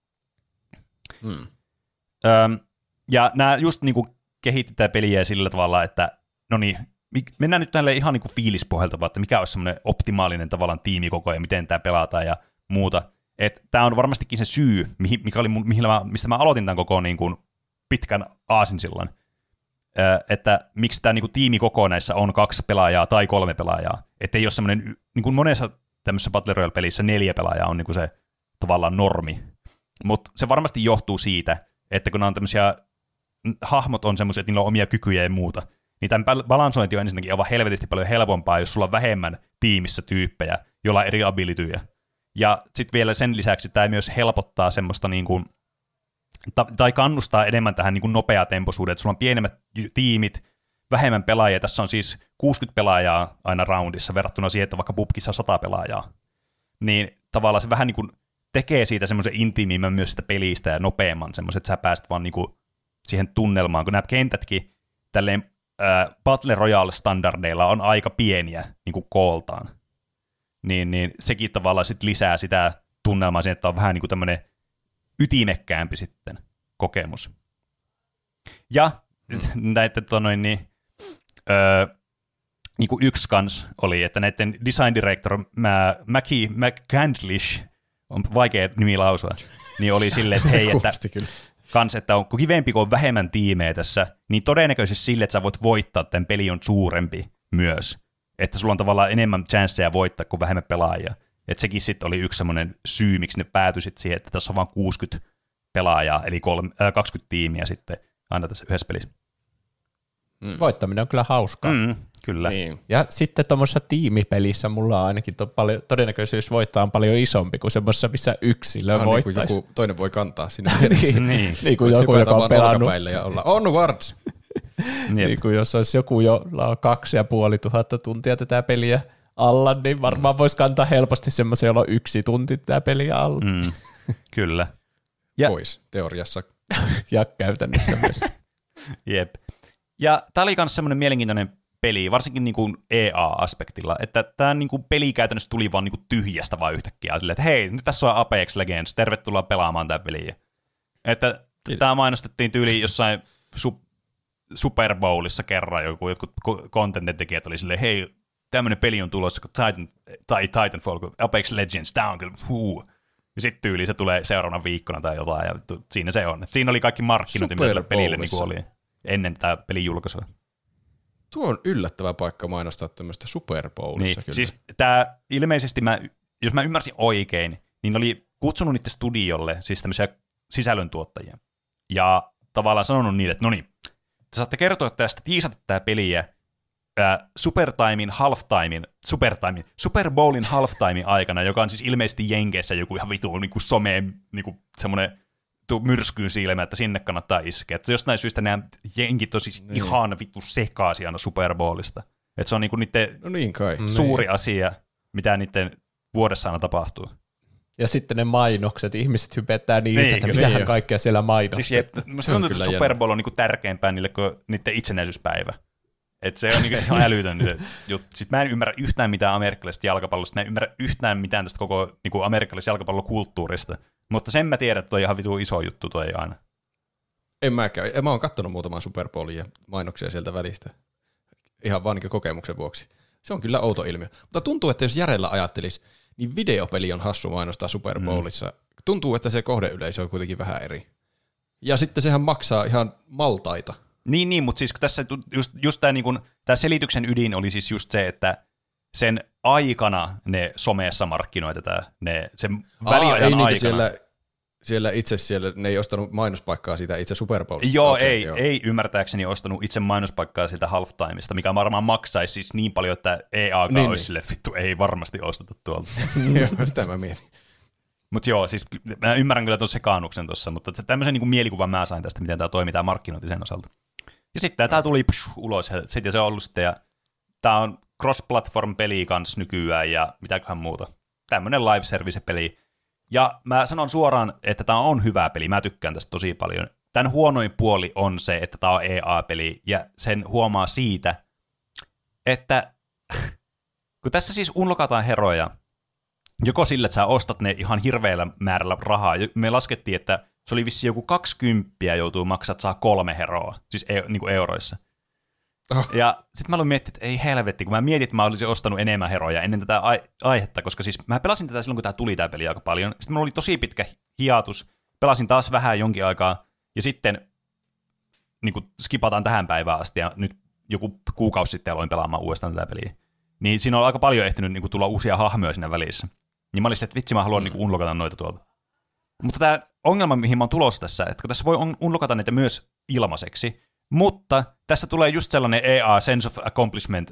[SPEAKER 2] Hmm. Öm, ja nämä just niin kuin kehitti tämä peliä sillä tavalla, että no niin, mennään nyt tälle ihan niin kuin fiilispohjalta, että mikä olisi semmoinen optimaalinen tavallaan tiimikoko ja miten tämä pelataan ja muuta. Tämä on varmastikin se syy, mikä oli, mihin mä, mistä mä aloitin tämän koko niin kuin pitkän aasinsillan, että miksi tämä niin kuin tiimikoko näissä on kaksi pelaajaa tai kolme pelaajaa. Että ei ole semmoinen, niin kuin monessa tämmöisessä Battle Royale-pelissä neljä pelaajaa on niin kuin se tavallaan normi. Mutta se varmasti johtuu siitä, että kun nämä on tämmöisiä, hahmot on semmoisia, että niillä on omia kykyjä ja muuta, niin tämän balansointi on ensinnäkin aivan helvetisti paljon helpompaa, jos sulla on vähemmän tiimissä tyyppejä, joilla on eri abilityjä. Ja sitten vielä sen lisäksi tämä myös helpottaa semmoista niin kuin, tai kannustaa enemmän tähän niin kuin nopeatempoisuuteen, että sulla on pienemmät tiimit, vähemmän pelaajia. Tässä on siis kuusikymmentä pelaajaa aina roundissa verrattuna siihen, että vaikka pubkissa on sata pelaajaa. Niin tavallaan se vähän niin kuin tekee siitä semmoisen intiimimmän myös sitä pelistä ja nopeamman semmoisen, että sä pääset vaan niin kuin siihen tunnelmaan, kun nämä kentätkin tälleen äh, Battle Royale-standardeilla on aika pieniä niin kuin kooltaan. Niin, niin sekin tavallaan sit lisää sitä tunnelmaa siihen, että on vähän niin kuin tämmöinen ytimekkäämpi sitten kokemus. Ja mm. näiden tonoin, niin, öö, niin kuin yksi kans oli, että näiden design director Mackie McCandlish, on vaikea nimi lausua, niin oli silleen, että hei, että kans, että on kivempi, kun on vähemmän tiimejä tässä, niin todennäköisesti sille, että sä voit voittaa, tämän peli on suurempi myös. Että sulla on tavallaan enemmän chanceja voittaa kuin vähemmän pelaajia. Että sekin sitten oli yksi semmoinen syy, miksi ne päätyi siihen, että tässä on vain kuusikymmentä pelaajaa, eli kolme, äh, kaksikymmentä tiimiä sitten aina tässä yhdessä pelissä.
[SPEAKER 3] Mm. Voittaminen on kyllä hauskaa.
[SPEAKER 2] Mm, kyllä.
[SPEAKER 3] Niin. Ja sitten tuommoisessa tiimipelissä mulla on ainakin to paljon, todennäköisyys voittaa on paljon isompi kuin semmoisessa, missä yksilö
[SPEAKER 1] ah,
[SPEAKER 3] voittaisi.
[SPEAKER 1] Niin kuin joku toinen voi kantaa sinne.
[SPEAKER 3] niin, niin. niin kuin joku, joka on pelannut.
[SPEAKER 1] Ja olla onwards.
[SPEAKER 3] Niin kuin jos olisi joku, jolla on kaksi ja puoli tuhatta tuntia tätä peliä alla, niin varmaan voisi kantaa helposti semmoisen, jolla on yksi tunti tätä peliä alla.
[SPEAKER 2] Mm, kyllä.
[SPEAKER 1] Ja, Pois, teoriassa.
[SPEAKER 3] Ja käytännössä myös.
[SPEAKER 2] Jep. Ja tämä oli myös semmoinen mielenkiintoinen peli, varsinkin niin kuin E A-aspektilla, että tämä niin kuin peli käytännössä tuli vaan niin kuin tyhjästä vaan yhtäkkiä. Silleen, että hei, nyt tässä on Apex Legends, tervetuloa pelaamaan tämä peliä. Että tämä mainostettiin tyyliin jossain su- Super Bowlissa kerran, joku, jotkut contentin tekijät oli silleen, hei, tämmöinen peli on tulossa, kun Titan, tai Titanfall, kun Apex Legends, tämä on kyllä, huu. Ja sitten tyyliin se tulee seuraavana viikkona tai jotain, ja siinä se on. Et siinä oli kaikki markkinointi, mitä tälle pelille niin kuin oli ennen tätä pelin julkaisua.
[SPEAKER 1] Tuo on yllättävä paikka mainostaa tämmöistä Super Bowlissa.
[SPEAKER 2] Niin,
[SPEAKER 1] kyllä.
[SPEAKER 2] siis tämä ilmeisesti, mä, jos mä ymmärsin oikein, niin oli kutsunut niiden studiolle, siis tämmöisiä sisällöntuottajia, ja tavallaan sanonut niille, että no niin, te saatte kertoa tästä, tiisata tämä peliä äh, Supertimein, Halftimein, Supertimein, Super Bowlin Halftimein aikana, joka on siis ilmeisesti Jenkeissä joku ihan vitu niin kuin someen, niin kuin semmoinen myrskyyn silmä, että sinne kannattaa iskeä. Että jostain syystä nämä jenkit on siis niin. ihan vittu sekaisin aina Super Bowlista. Että se on niinku niiden
[SPEAKER 1] no niin kai.
[SPEAKER 2] suuri
[SPEAKER 3] niin.
[SPEAKER 2] asia, mitä niiden vuodessa aina tapahtuu.
[SPEAKER 3] Ja sitten ne mainokset, ihmiset hypettää niitä, niin, että mitähän niin kaikkea siellä mainostaa.
[SPEAKER 2] Siis musta tuntuu, että Super Bowl on niinku tärkeämpää niille kuin niiden itsenäisyyspäivä. Että se on niinku ihan älytön juttu. Sitten mä en ymmärrä yhtään mitään amerikkalaisesta jalkapallosta, mä en ymmärrä yhtään mitään tästä koko niinku amerikkalaisesta jalkapallokulttuurista. Mutta sen mä tiedän, että toi on ihan vitu iso juttu toi aina.
[SPEAKER 1] En mäkään. Mä oon kattonut muutaman Super Bowlin ja mainoksia sieltä välistä. Ihan vaan niin kokemuksen vuoksi. Se on kyllä outo ilmiö. Mutta tuntuu, että jos järjellä ajattelisi, niin videopeli on hassu mainostaa Super Bowlissa. Mm. Tuntuu, että se kohdeyleisö on kuitenkin vähän eri. Ja sitten sehän maksaa ihan maltaita.
[SPEAKER 2] Niin, niin, mutta siis tässä just, just tämä niin selityksen ydin oli siis just se, että sen aikana ne somessa markkinoi tätä, ne, sen väliajan
[SPEAKER 1] Aa, ei
[SPEAKER 2] aikana.
[SPEAKER 1] Niin siellä, siellä itse siellä, ne ei ostanut mainospaikkaa siitä itse Super Bowlista.
[SPEAKER 2] Joo,
[SPEAKER 1] okay,
[SPEAKER 2] ei,
[SPEAKER 1] joo.
[SPEAKER 2] ei ymmärtääkseni ostanut itse mainospaikkaa siltä Halftimeista, mikä varmaan maksaisi siis niin paljon, että E A niin, olisi niin. Sille, vittu, ei varmasti osteta tuolta.
[SPEAKER 1] Joo, sitä mä mietin.
[SPEAKER 2] Mutta joo, siis mä ymmärrän kyllä tuon sekaannuksen tuossa, mutta tämmöisen niin mielikuvan mä sain tästä, miten tämä toimii, tämä markkinointi sen osalta. Ja sitten tämä tuli psh, ulos, ja sitten se on ollut sitten, ja tämä on cross-platform-peli kanssa nykyään, ja mitäköhän muuta. Tämmöinen live service-peli. Ja mä sanon suoraan, että tämä on hyvä peli, mä tykkään tästä tosi paljon. Tämän huonoin puoli on se, että tämä on E A-peli, ja sen huomaa siitä, että kun tässä siis unlokataan heroja, joko sillä, että sä ostat ne ihan hirveällä määrällä rahaa. Me laskettiin, että se oli vissiin joku kaksikymmentä joutuu maksaa, että saa kolme heroa, siis e- niin kuin euroissa. Oh. Ja sitten mä aloin miettiä, että ei helvetti, kun mä mietin, että mä olisin ostanut enemmän heroja ennen tätä ai- aihetta, koska siis mä pelasin tätä silloin, kun tää tuli tää peli aika paljon. Sitten mulla oli tosi pitkä hiatus, pelasin taas vähän jonkin aikaa, ja sitten niin kuin skipataan tähän päivään asti, ja nyt joku kuukausi sitten aloin pelaamaan uudestaan tätä peliä. Niin siinä on aika paljon ehtinyt niin kuin tulla uusia hahmoja siinä välissä. Niin mä olisin, että vitsi, mä haluan mm. niin kuin unlokata noita tuolta. Mutta tämä ongelma, mihin mä oon tulossa tässä, että tässä voi unlokata niitä myös ilmaiseksi, mutta tässä tulee just sellainen E A sense of accomplishment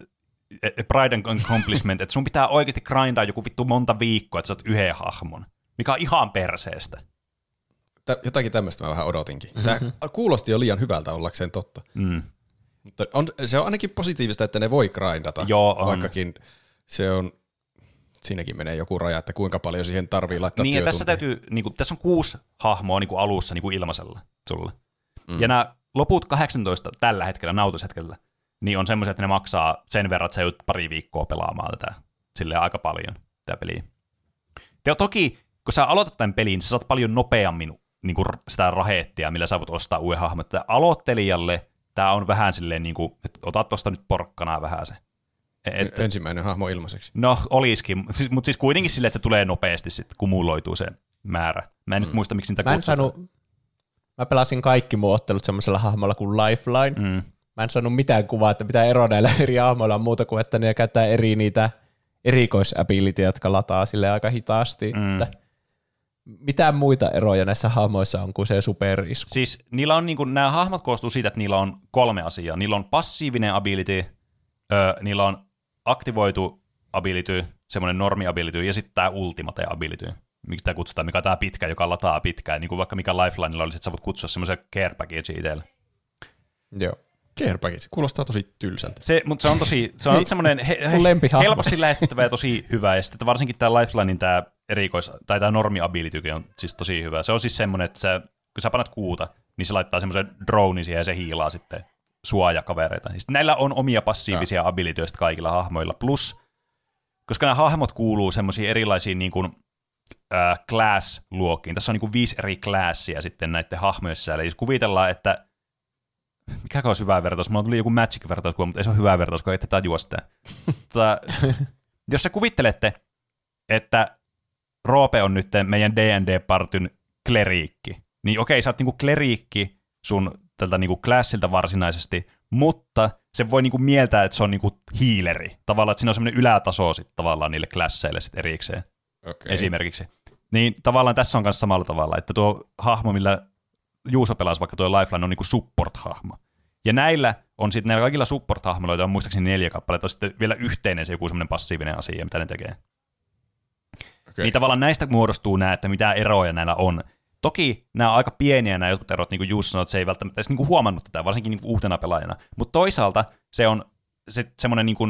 [SPEAKER 2] pride and accomplishment, että sun pitää oikeasti grindaa joku vittu monta viikkoa, että sä oot yhden hahmon, mikä on ihan perseestä.
[SPEAKER 1] Jotakin tämmöistä mä vähän odotinkin. Tämä kuulosti jo liian hyvältä ollakseen totta.
[SPEAKER 2] Mm.
[SPEAKER 1] Mutta on, se on ainakin positiivista, että ne voi grindata,
[SPEAKER 2] Joo, on.
[SPEAKER 1] vaikkakin se on, siinäkin menee joku raja, että kuinka paljon siihen tarvii laittaa
[SPEAKER 2] niin,
[SPEAKER 1] työtuntia.
[SPEAKER 2] Tässä, täytyy, niin kuin, tässä on kuusi hahmoa niin kuin alussa niin kuin ilmaisella sulle. Mm. Ja nämä loput kahdeksantoista tällä hetkellä, nautushetkellä, niin on semmoisia, että ne maksaa sen verran, että sä joudut pari viikkoa pelaamaan tätä. Silleen aika paljon, tämä peli. Te toki, kun sä aloitat tämän pelin, niin sä saat paljon nopeammin niin kuin sitä rahettia, millä sä voit ostaa uuden hahmon. Tämä aloittelijalle tämä on vähän silleen, niin kuin, että ota tuosta nyt porkkanaa vähän se. Et,
[SPEAKER 1] Ensimmäinen hahmo ilmaiseksi.
[SPEAKER 2] No olisikin, siis, mutta siis kuitenkin silleen, että se tulee nopeasti, sitten kumuloituu se määrä. Mä en mm. nyt muista, miksi niitä
[SPEAKER 3] mä
[SPEAKER 2] kutsutaan.
[SPEAKER 3] Saanut, mä pelasin kaikki mun ottelut semmoisella hahmolla kuin Lifeline. Mm. Mä en saanut mitään kuvaa, että mitä eroa näillä eri hahmoilla on muuta kuin, että ne käyttää eri niitä erikoisabilityjä, jotka lataa sille aika hitaasti. Mm. Että mitään muita eroja näissä hahmoissa on kuin se superisku.
[SPEAKER 2] Siis niillä on, niin kuin, nämä hahmot koostuu siitä, että niillä on kolme asiaa. Niillä on passiivinen ability, öö, niillä on aktivoitu ability, semmoinen normi ability, ja sitten tämä ultimate ability, miksi tämä kutsutaan, mikä on tämä pitkä, joka lataa pitkään, niin kuin vaikka mikä Lifelinella olisi, että sä voit kutsua semmoisen care package itselle.
[SPEAKER 1] Joo. Care package, kuulostaa tosi tylsältä.
[SPEAKER 2] Se, mutta se on tosi, se on semmoinen he, he, helposti lähestyttävä ja tosi hyvä, ja sitten varsinkin tämä Lifelinin tämä erikois, tai tämä normi ability on siis tosi hyvä. Se on siis semmoinen, että sä, kun sä panat kuuta, niin se laittaa semmoisen dronein siihen ja se hiilaa sitten suojakavereita. Sitten näillä on omia passiivisia ja. abilityjä kaikilla hahmoilla. Plus, koska nämä hahmot kuuluu semmoisiin erilaisiin niin kuin, äh, class-luokkiin. Tässä on niin kuin viisi eri classia sitten näiden hahmojen sisällä. Jos kuvitellaan, että mikä olisi hyvä vertaus? Mulla tuli joku Magic-vertauskuva, mutta ei se ole hyvä vertaus, kun ette tajua sitä. tota, jos sä kuvittelette, että Roope on nyt meidän D and D-partyn kleriikki, niin okei, sä oot niinku kleriikki sun tältä niinku klassilta varsinaisesti, mutta se voi niinku mieltää, että se on niinku healeri. Tavallaan, että siinä on semmoinen ylätaso sit tavallaan niille klasseille sit erikseen. Okay. Esimerkiksi. Niin tavallaan tässä on myös samalla tavalla, että tuo hahmo, millä Juuso pelasi, vaikka tuo Lifeline, on niinku support-hahmo. Ja näillä on sitten, näillä kaikilla support-hahmoilla, joita on muistaakseni neljä kappaletta, on sitten vielä yhteinen se joku semmoinen passiivinen asia, mitä ne tekee. Okay. Niin tavallaan näistä muodostuu nämä, että mitä eroja näillä on. Toki nämä on aika pieniä nämä jotkut erot, niin kuin Juuso sanoi, että se ei välttämättä edes niinku huomannut tätä, varsinkin niinku uutena pelaajana. Mutta toisaalta se on se, semmoinen, niinku,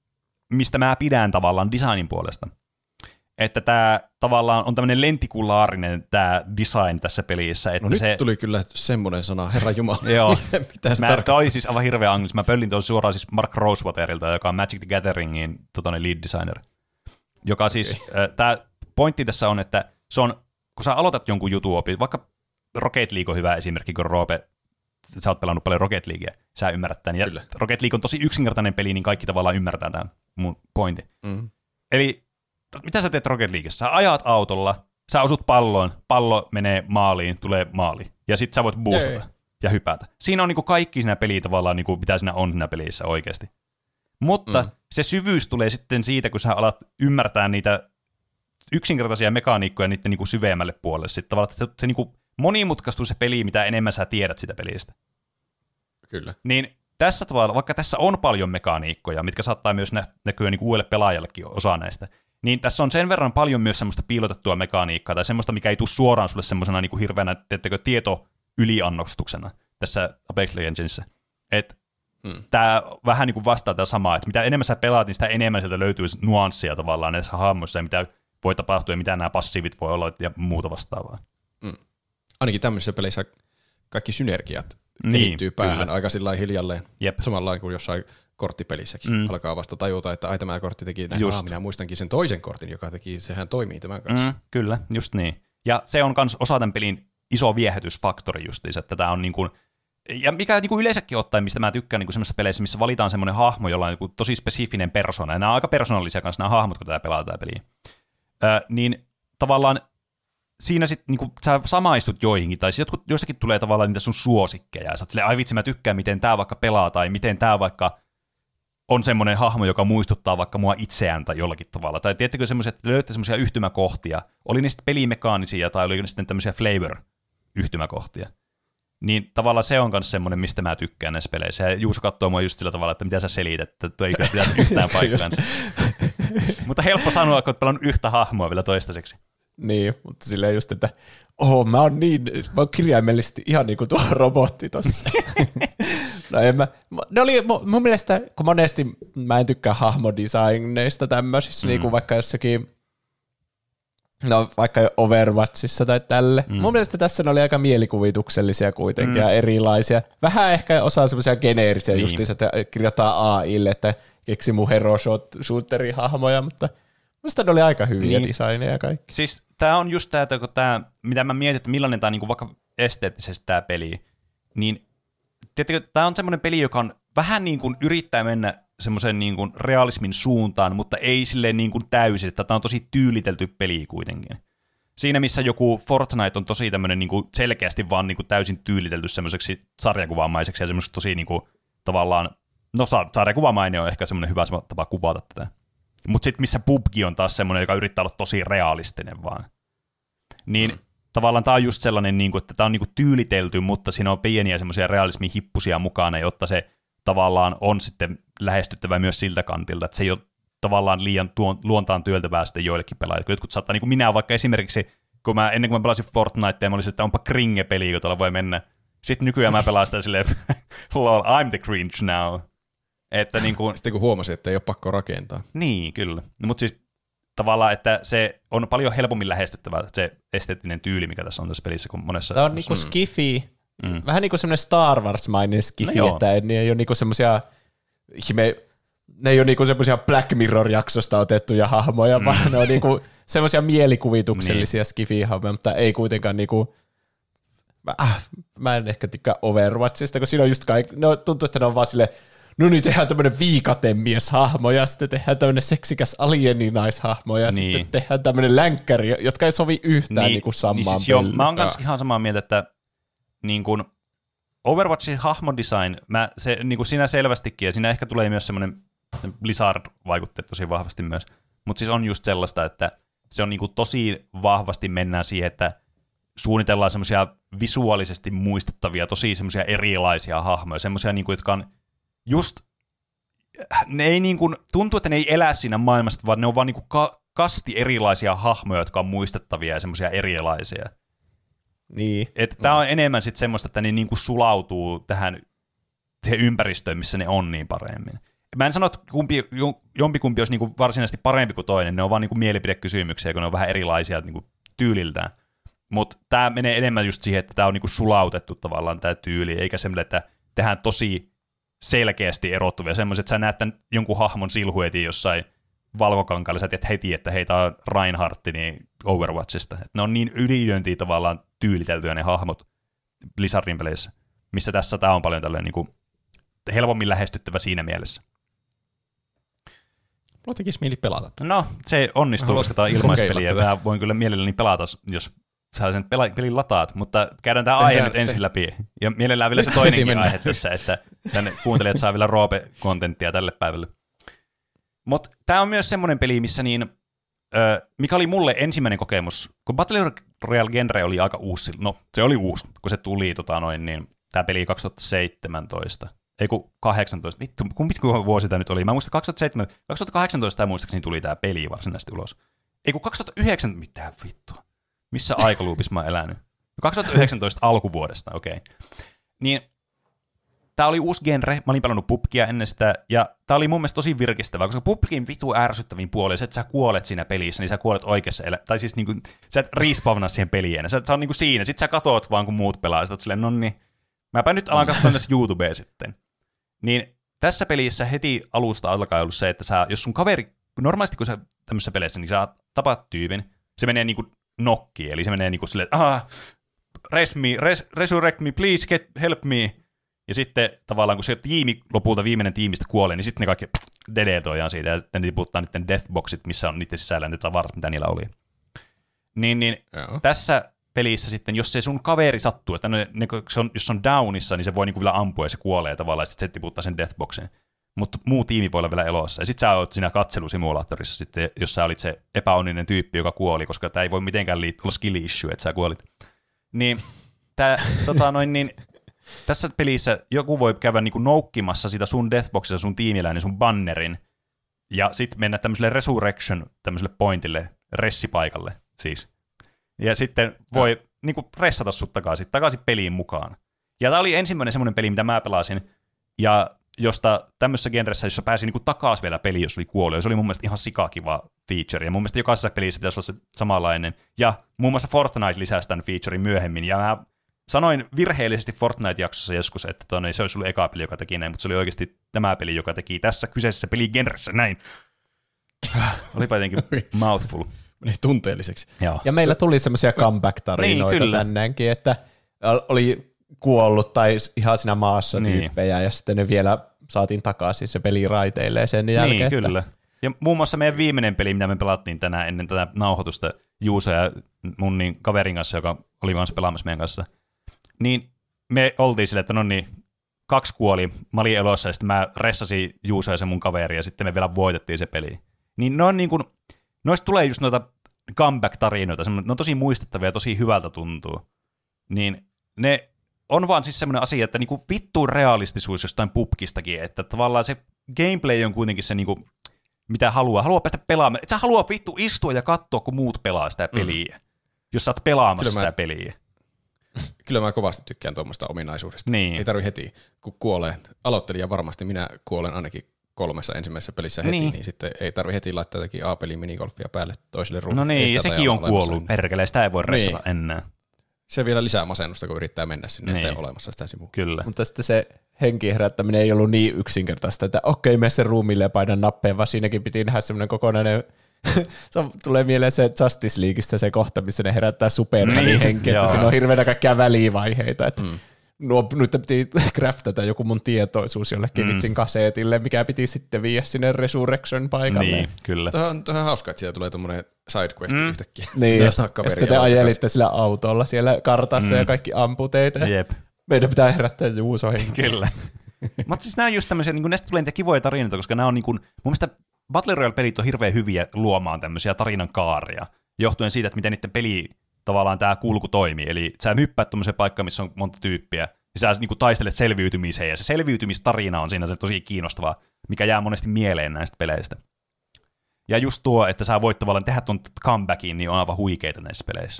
[SPEAKER 2] mistä mä pidän tavallaan designin puolesta. Että tämä tavallaan on tämmöinen lentikulaarinen tämä design tässä pelissä. Että
[SPEAKER 1] no nyt
[SPEAKER 2] se
[SPEAKER 1] tuli kyllä semmoinen sana, herra jumala.
[SPEAKER 2] Joo.
[SPEAKER 1] Mitä se
[SPEAKER 2] tarkoittaa? Tämä oli siis aivan hirveä anglis. Mä pöllin tuon suoraan siis Mark Rosewaterilta, joka on Magic the Gatheringin totone lead designer. Joka okay. siis, äh, tämä pointti tässä on, että se on, kun sä aloitat jonkun jutun opin, vaikka Rocket League on hyvä esimerkki, kun Roope, sä oot pelannut paljon Rocket Leaguea, sä ymmärrät tämän. Ja kyllä. Rocket League on tosi yksinkertainen peli, niin kaikki tavallaan ymmärtää tämän mun pointti. Mm. Eli mitä sä teet Rocket Leaguessa? Sä ajat autolla, sä osut palloon, pallo menee maaliin, tulee maali. Ja sit sä voit boostata Jee. ja hypätä. Siinä on niinku kaikki siinä peliä tavallaan, niinku, mitä siinä on siinä pelissä oikeasti. Mutta mm. se syvyys tulee sitten siitä, kun sä alat ymmärtää niitä yksinkertaisia mekaniikkoja niiden niinku syvemmälle puolelle. Sitten tavallaan se, se niinku monimutkaistuu se peli, mitä enemmän sä tiedät sitä pelistä.
[SPEAKER 1] Kyllä.
[SPEAKER 2] Niin tässä tavalla, vaikka tässä on paljon mekaniikkoja, mitkä saattaa myös nä- näkyä niinku uudelle pelaajallekin osa näistä, niin tässä on sen verran paljon myös semmoista piilotettua mekaniikkaa tai semmoista, mikä ei tule suoraan sulle semmoisena niinku hirveänä, teettekö, tieto-yliannostuksena tässä Apex Legendsissa. Että hmm. tämä vähän niinku vastaa tätä samaa, että mitä enemmän sä pelaat, niin sitä enemmän sieltä löytyy nuanssia tavallaan näissä hahmoissa ja mitä voi tapahtua ja mitä nämä passiivit voi olla ja muuta vastaavaa.
[SPEAKER 1] Hmm. Ainakin tämmöisissä peleissä kaikki synergiat niin, liittyy päähän kyllä. aika sillä hiljalleen. Jep. Samalla kuin jossain korttipelissäkin mm. alkaa vasta tajuta, että ai tämä kortti teki näin, ah, minä muistankin sen toisen kortin, joka teki, sehän toimii tämän kanssa. Mm,
[SPEAKER 2] kyllä, just niin. Ja se on myös osa tämän pelin iso viehätysfaktori justiinsa, että tämä on niin kuin, ja mikä niin kuin yleensäkin ottaen, mistä mä tykkään niin semmoisissa peleissä, missä valitaan semmoinen hahmo, jolla on niin kuin tosi spesifinen persona, ja nämä on aika persoonallisia kanssa nämä hahmot, kun tätä pelaa tätä peliä, Ö, niin tavallaan siinä sitten niinku, sä samaistut joihinkin, tai jotkut, jostakin tulee tavallaan niitä sun suosikkeja, ja sä oot silleen, ai vitsi, mä tykkään, miten tää vaikka pelaa, tai miten tää vaikka on semmoinen hahmo, joka muistuttaa vaikka mua itseään tai jollakin tavalla. Tai tiedättekö semmoisia, että löydätte semmoisia yhtymäkohtia, oli ne sitten pelimekaanisia, tai oli ne sitten tämmöisiä flavor-yhtymäkohtia. Niin tavallaan se on myös semmoinen, mistä mä tykkään näissä peleissä. Ja Juuso katsoo mua just sillä tavalla, että mitä sä selität, että tuo ei kyllä pitää yhtään paikkaansa. Mutta helppo sanoa, kun oot pelannut yhtä hahmoa vielä toistaiseksi.
[SPEAKER 3] Niin, mutta silleen just, että oho, mä oon niin, mä oon kirjaimellisesti ihan niin kuin tuo robotti tossa. No en mä, ne oli mun mielestä, kun monesti mä en tykkää hahmodesigneista tämmöisissä, mm. niin kuin vaikka jossakin, no vaikka Overwatchissa tai tälle. Mm. Mun mielestä tässä ne oli aika mielikuvituksellisia kuitenkin mm. ja erilaisia. Vähän ehkä osaa semmoisia geneerisiä niin. Justiinsa, että kirjoittaa A I:lle, että keksi mun hero shooterihahmoja, mutta musta ne oli aika hyviä niin. Designeja ja kaikki.
[SPEAKER 2] Siis tää on just tää, että kun tää, mitä mä mietin, että millainen tää on niin vaikka esteettisesti tää peli, niin tietysti tää on semmoinen peli, joka on vähän niin kuin yrittää mennä semmoisen niin kuin realismin suuntaan, mutta ei silleen niin kuin täysin, että tää on tosi tyylitelty peli kuitenkin. Siinä missä joku Fortnite on tosi tämmöinen niin kuin selkeästi vaan niin kuin täysin tyylitelty semmoiseksi sarjakuvamaiseksi ja semmoiseksi tosi niin kuin tavallaan, no sarjakuvamainen on ehkä semmoinen hyvä tapa kuvata tätä. Mutta sitten missä P U B G on taas semmoinen, joka yrittää olla tosi realistinen vaan. Niin mm. tavallaan tämä on just sellainen, niin kuin, että tämä on niin kuin tyylitelty, mutta siinä on pieniä semmoisia realismin hippusia mukana, jotta se tavallaan on sitten lähestyttävä myös siltä kantilta, että se ei ole tavallaan liian tuon, luontaan työltävää sitten joillekin pelaajille. Jotkut saattaa, niin kuin minä vaikka esimerkiksi, kun mä, ennen kuin mä pelasin Fortnitea, mä olisin, että onpa cringe-peli, kun tuolla voi mennä. Sitten nykyään mä pelaan sitä silleen, lol, I'm the cringe now. Että niin kuin,
[SPEAKER 1] sitten kun huomasin, että ei ole pakko rakentaa.
[SPEAKER 2] Niin, kyllä. No, mutta siis tavallaan, että se on paljon helpommin lähestyttävää, se esteettinen tyyli, mikä tässä on tässä pelissä, kuin monessa.
[SPEAKER 3] Tämä on niinku mm. skifi, mm. vähän niin kuin semmoinen Star Wars-mainen skifi, no että ne ei ole niinku semmoisia, ne ei ole niinku semmoisia Black Mirror-jaksosta otettuja hahmoja, mm. vaan ne on niinku semmoisia mielikuvituksellisia niin. Skifi-hahmoja, mutta ei kuitenkaan niinku, äh, mä en ehkä tykkää Overwatchista, kun siinä on just kaikki, no tuntuu, että ne on vaan silleen, no niin, tehdään tämmöinen viikatemies-hahmo, ja sitten tehdään tämmöinen seksikäs alieninaishahmo, ja niin. Sitten tehdään tämmöinen länkkäri, jotka ei sovi yhtään niin, niin kuin samaan niin siis
[SPEAKER 2] joo, mä oon kanssa ihan samaa mieltä, että niin kuin Overwatchin hahmodesign, mä, se, niin kuin siinä selvästikin, ja siinä ehkä tulee myös semmoinen Blizzard-vaikutteet tosi vahvasti myös, mutta siis on just sellaista, että se on niin kuin tosi vahvasti mennään siihen, että suunnitellaan semmoisia visuaalisesti muistettavia, tosi semmoisia erilaisia hahmoja, semmoisia, niin kuin, jotka on just, ne ei niin kuin, tuntuu, että ne ei elä siinä maailmassa, vaan ne on vaan niin kuin ka- kasti erilaisia hahmoja, jotka on muistettavia ja semmoisia erilaisia.
[SPEAKER 3] Niin.
[SPEAKER 2] Että mm. tää on enemmän sitten semmoista, että ne niin kuin sulautuu tähän ympäristöön, missä ne on niin paremmin. Mä en sano, että kumpi, jompikumpi olisi niin kuin varsinaisesti parempi kuin toinen, ne on vaan niin kuin mielipidekysymyksiä, kun ne on vähän erilaisia niin kuin tyyliltään. Mutta tää menee enemmän just siihen, että tää on niin kuin sulautettu tavallaan tää tyyli, eikä semmoinen, että tehdään tosi selkeästi erottuvia. Semmoiset, että sä näet tämän jonkun hahmon silhuetin jossain valkokankaalla, sä tiedät heti, että heitä on Reinhardt niin Overwatchista. Että ne on niin ylilyöntiä tavallaan tyyliteltyjä ne hahmot Blizzardin peleissä, missä tässä tää on paljon tällainen niin kuin helpommin lähestyttävä siinä mielessä.
[SPEAKER 1] Mulla tekisi mieli pelata.
[SPEAKER 2] No, se onnistuu, koska tämä on ilmaispeliä. Mä voin kyllä mielelläni pelata, jos sä sen pelin lataat, mutta käydään tämä aihe nyt ensin läpi. Ja mielellään vielä se toinenkin aihe tässä, että tänne kuuntelijat saa vielä Roope-kontenttia tälle päivälle. Mutta tämä on myös semmoinen peli, missä niin, ö, mikä oli mulle ensimmäinen kokemus, kun Battle Royale-genre oli aika uusi, no se oli uusi, kun se tuli tota noin, niin tämä peli kaksituhattaseitsemäntoista, ei kun kahdeksantoista, vittu, kumpi vuosi tämä nyt oli, mä muistan kaksituhattaseitsemäntoista, kaksituhattakahdeksantoista muistaakseni tuli tämä peli varsinaisesti ulos. Ei kun kaksituhattayhdeksäntoista, mitä vittua. Missä aikaluupissa mä oon elänyt? kaksituhattayhdeksäntoista alkuvuodesta, okei. Okay. Niin, tää oli uusi genre, mä olin pelannut P U B Gia ennen sitä, ja tää oli mun mielestä tosi virkistävää, koska P U B Gin vitu ärsyttävin puoli on se, että sä kuolet siinä pelissä, niin sä kuolet oikeassa elä... Tai siis niinku, sä et respawnaa siihen peliin enää, sä, sä on niinku siinä, sit sä katoat vaan kun muut pelaa, ja sä oot silleen, no niin, mäpä nyt alan katsoa tässä YouTubea sitten. Niin, tässä pelissä heti alusta alkaa ollut se, että sä, jos sun kaveri, normaalisti kun sä tämmöisessä peleissä, niin sä tapaat tyypin, se menee niinku nokki, eli se menee niinku silleen, että ah, res me, res, resurrect me, please get, help me. Ja sitten tavallaan, kun se tiimi, lopulta viimeinen tiimistä kuolee, niin sitten ne kaikki deletoidaan siitä, ja sitten ne tiputtaa niiden deathboxit, missä on niiden sisällä ne tavarat, mitä niillä oli. Niin, niin tässä pelissä sitten, jos se sun kaveri sattuu, että ne, ne, se on, jos se on downissa, niin se voi niinku vielä ampua, ja se kuolee tavallaan, ja sitten se tiputtaa sen deathboxin. Mutta muu tiimi voi olla vielä elossa. Ja sit sä oot siinä katselusimulaattorissa sitten, jos sä olit se epäonninen tyyppi, joka kuoli, koska tää ei voi mitenkään liittyä, olla skill issue, että sä kuolit. Niin, tää, tota noin, niin Tässä pelissä joku voi käydä niinku noukkimassa sitä sun deathboxissa sun tiimiläinen, sun bannerin, ja sitten mennä tämmöiselle resurrection, tämmöiselle pointille, ressipaikalle siis. Ja sitten voi no. niinku ressata sut takaisin, takaisin peliin mukaan. Ja tää oli ensimmäinen semmoinen peli, mitä mä pelasin, ja josta tämmöisessä genressä, jossa pääsi niinku takaisin vielä peli, jos oli kuollut. Se oli mun mielestä ihan sikakiva feature, ja mun mielestä jokaisessa pelissä pitäisi olla se samanlainen. Ja muun muassa Fortnite lisäsi tämän featurein myöhemmin, ja mä sanoin virheellisesti Fortnite-jaksossa joskus, että tonne, se olisi ollut eka peli, joka teki näin, mutta se oli oikeasti tämä peli, joka teki tässä kyseisessä peligenressä näin. Olipa jotenkin mouthful.
[SPEAKER 1] Meni tunteelliseksi.
[SPEAKER 3] Joo. Ja meillä tuli semmoisia comeback-tarinoita niin, tänneänkin, että oli kuollut tai ihan siinä maassa niin. tyyppejä, ja sitten ne vielä saatiin takaisin se peli raiteilleen sen jälkeen.
[SPEAKER 2] Niin, kyllä. Ja muun muassa meidän viimeinen peli, mitä me pelattiin tänään ennen tätä nauhoitusta Juuso ja mun niin kaverin kanssa, joka oli myös pelaamassa meidän kanssa, niin me oltiin silleen, että no niin, kaksi kuoli, mä olin elossa, ja sitten mä ressasin Juuso ja se mun kaveri, ja sitten me vielä voitettiin se peli. Niin ne on niin kuin, noista tulee just noita comeback-tarinoita, ne on tosi muistettavia ja tosi hyvältä tuntuu. Niin ne on vaan siis semmoinen asia, että niinku vittuun realistisuus jostain pubkistakin, että tavallaan se gameplay on kuitenkin se, niinku, mitä haluaa. Haluaa päästä pelaamaan. Et sä haluaa vittu istua ja katsoa, kun muut pelaa sitä peliä, mm. jos sä oot pelaamassa Kyllä sitä mä... peliä.
[SPEAKER 1] Kyllä mä kovasti tykkään tuommoista ominaisuudesta.
[SPEAKER 2] Niin.
[SPEAKER 1] Ei tarvi heti, kun kuolee. Aloittelija varmasti, minä kuolen ainakin kolmessa ensimmäisessä pelissä heti, niin, niin sitten ei tarvi heti laittaa jotakin A-pelin minigolfia päälle toiselle ruudulle.
[SPEAKER 2] No niin, ja sekin on kuollut, perkele, sitä ei voi ressata niin. enää.
[SPEAKER 1] Se vielä lisää masennusta, kun yrittää mennä sinne, niin. ja sitä ei olemassa sitä sivua.
[SPEAKER 2] Kyllä.
[SPEAKER 3] Mutta sitten se henki herättäminen ei ollut niin yksinkertaista, että okei, mene sen ruumille ja painan nappeja, vaan siinäkin piti nähdä semmoinen kokonainen. Se tulee mieleen se Justice Leagueista se kohta, missä ne herättää Supermanin henki, että siinä on hirveänä kaikkia välivaiheita, että mm. nuo, nyt piti craftata joku mun tietoisuus jollekin mm. vitsin kaseetille, mikä piti sitten viedä sinne Resurrection paikalle.
[SPEAKER 2] Niin, kyllä.
[SPEAKER 1] Tuo on, tuo on hauska, että siitä tulee tommonen sidequest mm. yhtäkkiä.
[SPEAKER 3] Niin, ja sitten te ajelitte sillä autolla siellä kartassa mm. ja kaikki ampuu teitä.
[SPEAKER 2] Jep.
[SPEAKER 3] Meidän pitää herättää Juuso henki.
[SPEAKER 2] Kyllä. Mutta siis nämä on just tämmöisiä, niin näistä tulee niitä kivoja tarinoita, koska nämä on niin kuin, mun mielestä Battle Royale-pelit on hirveän hyviä luomaan tämmöisiä tarinan kaaria, johtuen siitä, että miten niiden peli tavallaan tämä kulku toimii. Eli sä hyppäät tuommoiseen paikkaan, missä on monta tyyppiä, ja sä niin kuin taistelet selviytymiseen, ja se selviytymistarina on siinä se tosi kiinnostavaa, mikä jää monesti mieleen näistä peleistä. Ja just tuo, että sä voit tavallaan tehdä tuon comebackin, niin on aivan huikeita näissä peleissä.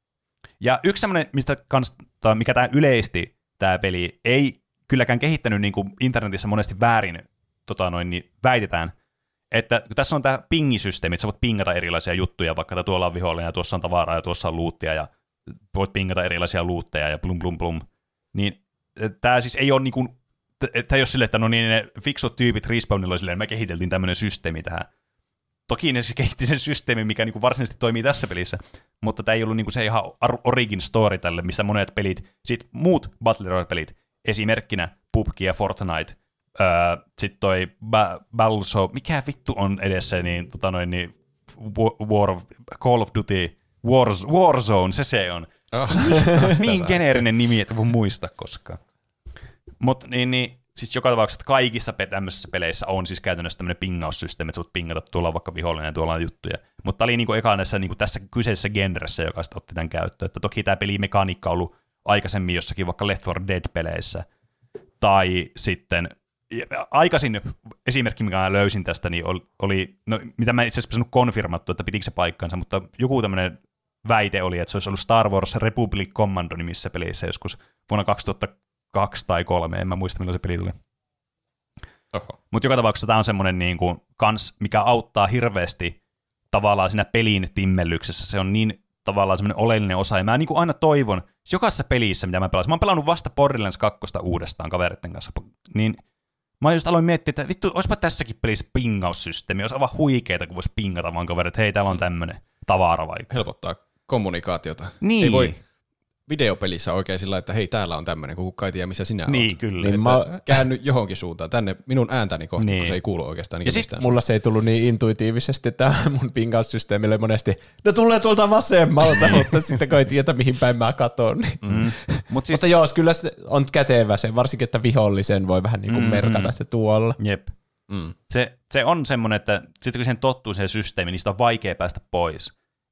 [SPEAKER 2] Ja yksi semmoinen, mistä kans, mikä tämä yleisti, tämä peli, ei kylläkään kehittänyt niin kuin internetissä monesti väärin tota noin, niin väitetään, että tässä on tämä pingisysteemi, että sä voit pingata erilaisia juttuja, vaikka että tuolla on vihollinen ja tuossa on tavaraa ja tuossa on luuttia ja voit pingata erilaisia luutteja ja blum blum blum. Niin tämä siis ei ole niin kuin, tämä ei ole silleen, että no niin ne fiksut tyypit Respawnilla silleen, me kehiteltiin tämmöinen systeemi tähän. Toki ne siis kehitti sen systeemin, mikä niin kuin varsinaisesti toimii tässä pelissä, mutta tämä ei ollut niin kuin se ihan origin story tälle, missä monet pelit, sit muut Battle Royale-pelit, esimerkkinä P U B G ja Fortnite, öö, sitten toi ba- Balso, mikä vittu on edessä, niin, tota noin, niin War, Call of Duty, Wars, Warzone, se se on. Oh, niin geneerinen nimi, että voi muistaa koskaan. Mutta niin, niin, siis joka tapauksessa kaikissa tämmöisissä peleissä on siis käytännössä tämmöinen pingaussysteemi, että sä voit pingata, tuolla on vaikka vihollinen ja tuolla on juttuja. Mutta tämä oli niinku eka näissä, niinku tässä kyseisessä genressä, joka sitten otti tämän käyttöön. Että toki tämä pelimekaniikka on ollut aikaisemmin jossakin vaikka Left four Dead-peleissä. Tai sitten aikaisin esimerkki, mikä mä löysin tästä, niin oli, no, mitä mä itse asiassa sanonut konfirmattu, että pitikö se paikkansa, mutta joku tämmöinen väite oli, että se olisi ollut Star Wars Republic Commando nimissä pelissä joskus vuonna kaksituhattakaksi tai kolme, en mä muista milloin se peli tuli. Mutta joka tapauksessa tämä on semmoinen niin kuin, kans, mikä auttaa hirveästi tavallaan siinä pelin timmellyksessä. Se on niin tavallaan semmoinen oleellinen osa, ja mä niin kuin aina toivon, jokaisessa pelissä, mitä mä pelasin, mä oon pelannut vasta Borderlands kaksi uudestaan kaveritten kanssa, niin mä just aloin miettiä, että vittu, olisipa tässäkin pelissä pingaussysteemi, olisi aivan huikeeta, kun voisi pingata vaan kaverit, että hei, täällä on tämmöinen tavara vaikka.
[SPEAKER 1] Helpottaa kommunikaatiota.
[SPEAKER 2] Niin.
[SPEAKER 1] Ei voi videopelissä oikein sillä, että hei, täällä on tämmöinen, kun kukaan ei tiedä, missä sinä
[SPEAKER 2] niin,
[SPEAKER 1] olet.
[SPEAKER 2] Kyllä.
[SPEAKER 1] Niin, mä käänny johonkin suuntaan, tänne minun ääntäni kohti, niin. kun se ei kuulu oikeastaan. Niin
[SPEAKER 3] ja sitten mulla se ei tullut niin intuitiivisesti, että mun pingaussysteemille monesti, ne tulee tuolta vasemmalta, mutta sitten kun ei tiedä, mihin päin mä katon. Niin. Mm. Mut siis, mutta joo, kyllä se on kätevä se, varsinkin, että vihollisen voi vähän niin kuin mm, merkata, että tuolla.
[SPEAKER 2] Jep. Mm. Se, se on semmoinen, että sitten kun siihen tottuu siihen systeemiin, niin sitä on vaikea päästä pois.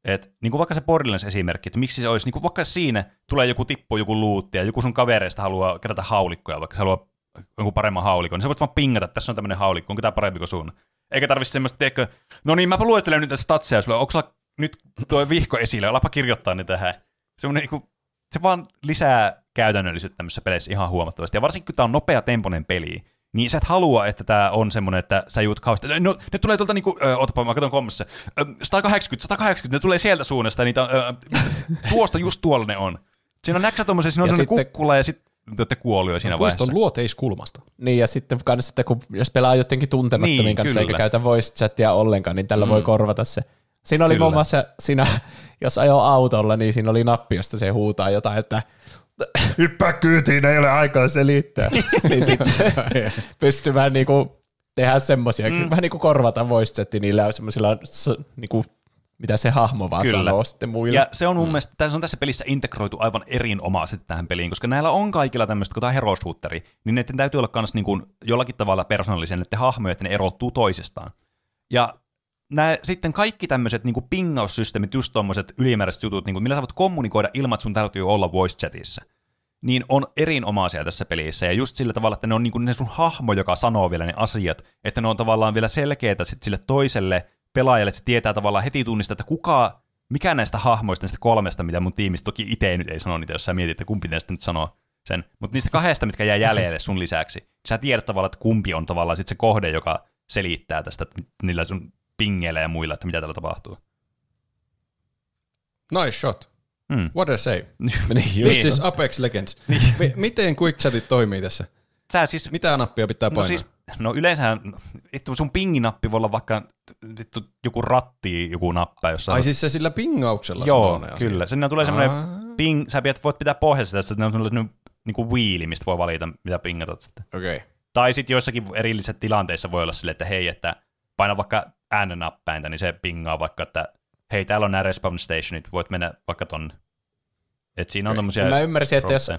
[SPEAKER 2] Et, niin kuin vaikka se Borderlands-esimerkki, että miksi se olisi, niin kuin vaikka siinä tulee joku tippu, joku luutti, ja joku sun kavereista haluaa kerätä haulikkoja, vaikka se haluaa jonkun paremman haulikon, niin sä voit vaan pingata, että tässä on tämmöinen haulikko, onko tämä parempi kuin sun? Eikä tarvitse semmoista, tiedätkö, no niin, mäpä luettelen nyt tässä statseja sulle, onko sulla nyt tuo vihko esille, alapa kirjoittaa ne tähän. Semmoinen, niin kuin, se vaan lisää käytännöllisyyttä tämmöisessä peleissä ihan huomattavasti, ja varsinkin kun tämä on nopea tempoinen peli, niin sä et halua, että tämä on semmoinen, että sä juut kauheasti. No, ne tulee tuolta niinku, ö, otapa, mä katson kommassa, sata kahdeksankymmentä, sata kahdeksankymmentä, ne tulee sieltä suunnasta, niitä on, ö, tuosta just tuolla ne on. Siinä on näksä tommosia, siinä on sitten, kukkula ja sitten te olette kuollut jo siinä vaiheessa.
[SPEAKER 1] Puiston luoteiskulmasta.
[SPEAKER 3] Niin, ja sitten kans, että kun, jos pelaa jotenkin tuntemattomien niin, kanssa, kyllä. eikä käytä voice chattia ollenkaan, niin tällä mm. voi korvata se. Siinä oli kyllä. muun muassa, siinä, jos ajoo autolla, niin siinä oli nappi, josta se huutaa jotain, että hyppää kyytiin, ei ole aikaa selittää. Niin sitten pystyy vähän niinku tehdä semmosia, mm. vähän niinku korvata voice chatti niillä semmoisilla, niinku, mitä se hahmo vaan Kyllä. sanoo sitten muille.
[SPEAKER 2] Ja se on mun mm. mielestä, tässä on tässä pelissä integroitu aivan erinomaisesti tähän peliin, koska näillä on kaikilla tämmöistä, kun tämä on hero shooteri, niin näiden täytyy olla myös niinku jollakin tavalla persoonallisia näiden hahmoja, että ne erottuu toisestaan. Ja nämä, sitten kaikki tämmöiset niinku pingaussysteemit, just tommoset ylimääräiset jutut, niinku, millä sä voit kommunikoida ilman, että sun täytyy olla voice chatissa, niin on erinomaisia tässä pelissä, ja just sillä tavalla, että ne on niinku ne sun hahmo, joka sanoo vielä ne asiat, että ne on tavallaan vielä selkeitä sit sille toiselle pelaajalle, että se tietää tavallaan heti tunnistaa, että kuka, mikä näistä hahmoista, näistä kolmesta, mitä mun tiimistä, toki itse nyt ei sano niitä, jos sä mietit, että kumpi näistä nyt sanoo sen, mutta niistä kahdesta, mitkä jää jäljelle sun lisäksi, sä tiedät tavallaan, että kumpi on tavallaan sit se kohde, joka selittää tästä niillä sun pingeillä ja muilla, että mitä täällä tapahtuu.
[SPEAKER 1] Nice shot.
[SPEAKER 2] Mm.
[SPEAKER 1] What a save. This is Apex Legends. M- miten quick chatit toimii tässä?
[SPEAKER 2] Sä siis,
[SPEAKER 1] mitä nappia pitää painaa?
[SPEAKER 2] No, siis, no yleensähän vittu sun pinginappi voi olla vaikka vittu, joku ratti, joku nappa jossain.
[SPEAKER 1] Ai siis se sillä pingauksella
[SPEAKER 2] Joo, kyllä. Sinne tulee semmoinen ping, sä voit pitää pohjassa tästä, että ne on semmoinen niinku wheeli, mistä voi valita, mitä pingatat sitten.
[SPEAKER 1] Okei. Okay.
[SPEAKER 2] Tai sitten joissakin erillisissä tilanteissa voi olla silleen, että hei, että paina vaikka N-nappäintä, niin se pingaa vaikka, että hei, täällä on nämä respawn stationit, voit mennä vaikka tonne. Että siinä on tommosia...
[SPEAKER 3] Mä ymmärsin, että jos,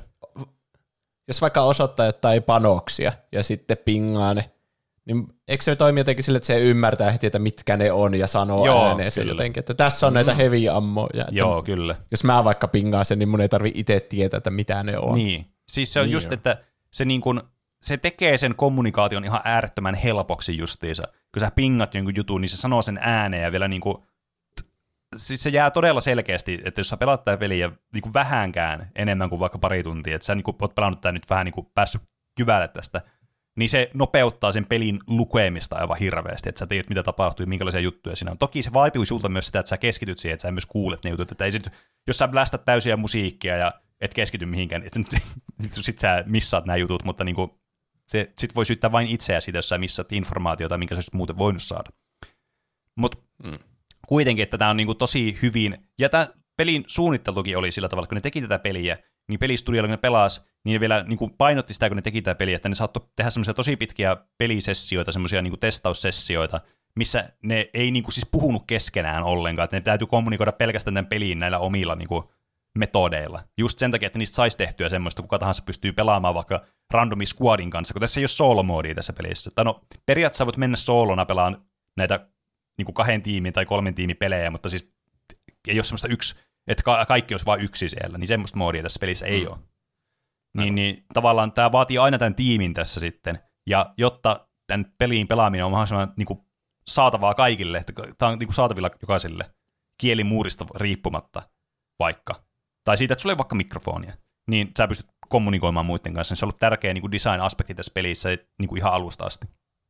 [SPEAKER 3] jos vaikka osoittaa jotain panoksia ja sitten pingaa ne, niin eikö se toimi jotenkin sille, että se ymmärtää heti, että mitkä ne on ja sanoo Joo, ääneen sen jotenkin, että tässä on mm. näitä heavy ammoja.
[SPEAKER 2] Joo,
[SPEAKER 3] että
[SPEAKER 2] kyllä.
[SPEAKER 3] Jos mä vaikka pingaan sen, niin mun ei tarvitse itse tietää, että mitä ne on.
[SPEAKER 2] Niin, siis se on niin just, jo. että se, niin kun, se tekee sen kommunikaation ihan äärettömän helpoksi justiinsa. Kun sä pingat jonkun jutun, niin se sanoo sen ääneen ja vielä niin kuin siis se jää todella selkeästi, että jos sä pelaat tää peliä niin kuin vähänkään enemmän kuin vaikka pari tuntia, että sä niin kuin, oot pelannut tää nyt vähän niin kuin päässyt jyvälle tästä, niin se nopeuttaa sen pelin lukemista aivan hirveästi, että sä tiedät, mitä tapahtuu ja minkälaisia juttuja siinä on. Toki se vaatii sulta myös sitä, että sä keskityt siihen, että sä myös kuulet ne jutut, että ei sit, jos sä blästät täysiä musiikkia ja et keskity mihinkään, niin sit sä missaat nämä jutut, mutta niin kuin, se, sit voi syyttää vain itseä siitä, jos sä missaat informaatiota, minkä sä olisit muuten voinut saada. Mutta mm. kuitenkin, että tämä on niinku tosi hyvin, ja tämä pelin suunnittelukin oli sillä tavalla, kun ne teki tätä peliä, niin pelistudiolla, kun ne pelasi, niin ne vielä niinku painotti sitä, kun ne teki tätä peliä, että ne saattoi tehdä semmoisia tosi pitkiä pelisessioita, semmoisia niinku testaussessioita, missä ne ei niinku siis puhunut keskenään ollenkaan, että ne täytyy kommunikoida pelkästään tämän peliin näillä omilla niinku metodeilla. Just sen takia, että niistä saisi tehtyä semmoista, kuka tahansa pystyy pelaamaan vaikka randomi squadin kanssa, kun tässä ei ole solo-moodia tässä pelissä. Tai no, periaatteessa voit mennä soolona pelaan näitä niin kuin kahden tiimin tai kolmen tiimin pelejä, mutta siis ei ole semmoista yksi, että ka- kaikki olisi vain yksi siellä, niin semmoista moodia tässä pelissä ei mm. ole. Niin, niin tavallaan tämä vaatii aina tämän tiimin tässä sitten, ja jotta tämän pelin pelaaminen on mahdollisimman niin kuin saatavaa kaikille, että tämä on niin kuin saatavilla jokaiselle kielimuurista riippumatta vaikka, tai siitä, että sulla ei vaikka mikrofonia, niin sä pystyt kommunikoimaan muiden kanssa, niin se on ollut tärkeä niin kuin design-aspekti tässä pelissä niin kuin ihan alusta asti.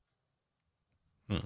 [SPEAKER 2] Hmm.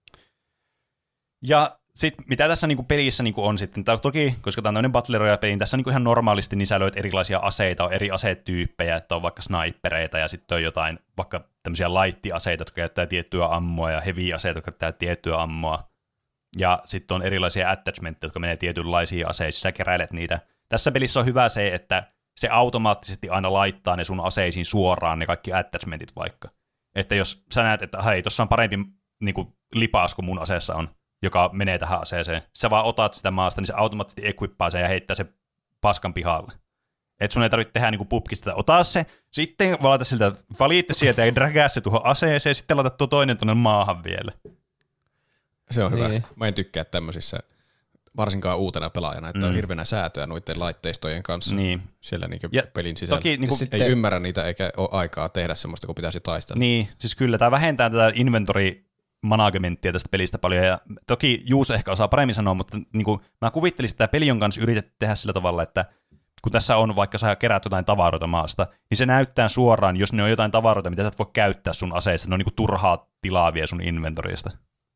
[SPEAKER 2] Ja sitten mitä tässä niinku pelissä niinku on sitten, toki, koska tämä on tämmöinen Battle Royale-peli, niin tässä niinku ihan normaalisti niin sä löydät erilaisia aseita, on eri asetyyppejä, että on vaikka snipereita ja sitten on jotain vaikka tämmöisiä light-aseita, jotka käyttää tiettyä ammoa ja heavy-aseita, jotka käyttää tiettyä ammoa. Ja sitten on erilaisia attachmentteja, jotka menee tietynlaisiin aseisiin, sä keräilet niitä. Tässä pelissä on hyvä se, että se automaattisesti aina laittaa ne sun aseisiin suoraan ne kaikki attachmentit vaikka. Että jos sä näet, että hei, tuossa on parempi niinku lipaus kuin mun aseessa on, joka menee tähän aseeseen. Sä vaan otat sitä maasta, niin se automaattisesti equippaa sen ja heittää se paskan pihalle. Et sun ei tarvitse tehdä niinku pupkista, ota se, sitten valita siltä, valitte sieltä ja dragää se tuohon aseeseen ja sitten laita tuo toinen tuonne maahan vielä.
[SPEAKER 1] Se on hyvä. Niin. Mä en tykkää tämmöisissä varsinkaan uutena pelaajana, että mm. on hirveänä säätöä noiden laitteistojen kanssa
[SPEAKER 2] niin.
[SPEAKER 1] siellä niinku
[SPEAKER 2] ja
[SPEAKER 1] pelin sisällä.
[SPEAKER 2] Toki, niinku,
[SPEAKER 1] sitten, ei ymmärrä niitä eikä ole aikaa tehdä semmoista, kun pitäisi taistella.
[SPEAKER 2] Niin, siis kyllä tämä vähentää tätä inventory managementtia tästä pelistä paljon, ja toki Juus ehkä osaa paremmin sanoa, mutta niin kuin, mä kuvittelisin, että tämä peli on kanssa yritetty tehdä sillä tavalla, että kun tässä on vaikka sä kerät jotain tavaroita maasta, niin se näyttää suoraan, jos ne on jotain tavaroita, mitä sä et voi käyttää sun aseissa, ne on niin kuin turhaa tilaa vie sun inventorista.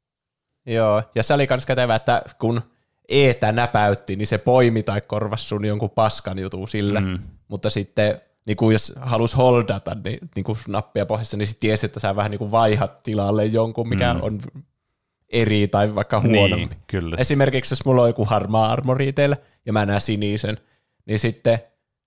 [SPEAKER 3] Joo, ja se oli kans kätevä, että kun Eetä näpäytti, niin se poimi tai korvasi sun jonkun paskan jutun sillä, mm. mutta sitten niin kuin jos halus holdata niin, niin kuin nappia pohjassa, niin sitten tiesi, että sä vähän niin kuin vaihat tilalle jonkun, mikä mm. on eri tai vaikka huonompi.
[SPEAKER 2] Niin, kyllä.
[SPEAKER 3] Esimerkiksi jos mulla on joku harmaa armori teillä, ja mä näen sinisen, niin sitten,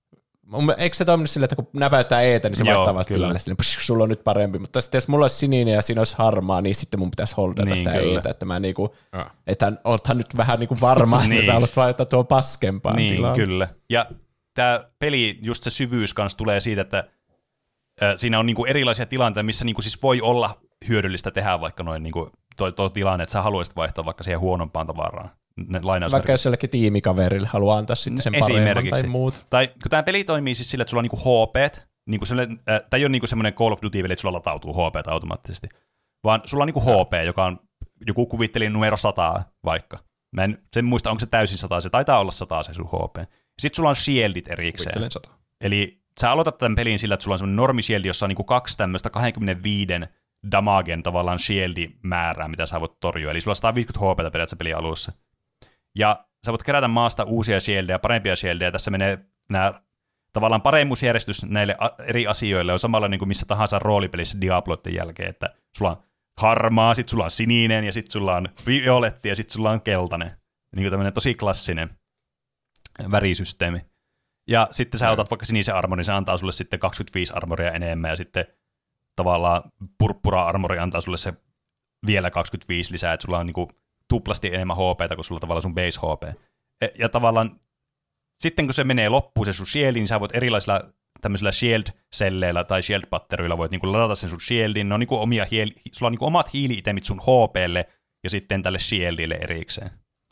[SPEAKER 3] eikö se toiminut sille, että kun näpäyttää Eetä, niin se Joo, vaihtaa vasta tilalle, niin psh, sulla on nyt parempi. Mutta sitten jos mulla olisi sininen ja siinä olisi harmaa, niin sitten mun pitäisi holdata niin, sitä kyllä. Eetä, että mä niinku, ah. että oothan nyt vähän niinku varma, että niin. sä haluat vaihtaa tuo paskempaan
[SPEAKER 2] niin,
[SPEAKER 3] tilaan.
[SPEAKER 2] Niin, kyllä. Ja tämä peli, just se syvyys kanssa tulee siitä, että äh, siinä on niinku erilaisia tilanteita, missä niinku siis voi olla hyödyllistä tehdä vaikka noin niinku tuo, tuo tilanne, että sä haluaisit vaihtaa vaikka siihen huonompaan tavaraan.
[SPEAKER 3] Vaikka jos jollekin tiimikaverille haluaa antaa sitten sen paremman tai muut.
[SPEAKER 2] Tai kun tämä peli toimii siis sillä, että sulla on niinku H P, niinku äh, tämä ei ole niinku semmoinen Call of Duty-peli, että sulla latautuu H P automaattisesti, vaan sulla on niinku H P, joka on, joku kuvitteli numero sata vaikka. Mä en sen muista, onko se täysin sata, se taitaa olla sata se sun H P. Sitten sulla on shieldit erikseen.
[SPEAKER 1] sata.
[SPEAKER 2] Eli sä aloitat tämän pelin sillä, että sulla on semmoinen normishieldi, jossa on niinku kaksi tämmöistä kaksikymmentäviisi damagen tavallaan shieldi-määrää, mitä sä voit torjua. Eli sulla on sata viisikymmentä H P:tä periaatteessa pelin alussa. Ja sä voit kerätä maasta uusia shieldeja, parempia shieldeja. Tässä menee nämä tavallaan paremmuusjärjestys näille eri asioille on samalla niin kuin missä tahansa roolipelissä Diabloiden jälkeen, että sulla on harmaa, sit sulla on sininen ja sit sulla on violetti ja sit sulla on keltainen. Niin kuin tämmöinen tosi klassinen värisysteemi. Ja sitten sä otat vaikka sinisen armorin, se antaa sulle sitten kaksikymmentäviisi armoria enemmän ja sitten tavallaan purppura-armori antaa sulle se vielä kaksikymmentäviisi lisää, että sulla on niin kuin tuplasti enemmän H P:tä kuin sulla tavallaan sun base H P. Ja tavallaan sitten kun se menee loppuun se sun shieldi, niin sä voit erilaisilla tämmöisillä shield-selleillä tai shield-patteruilla voit niinku ladata sen sun shieldin. Ne on niinku omia hieli, sulla on niinku omat hiili-itemit sun H P:lle ja sitten tälle shieldille erikseen.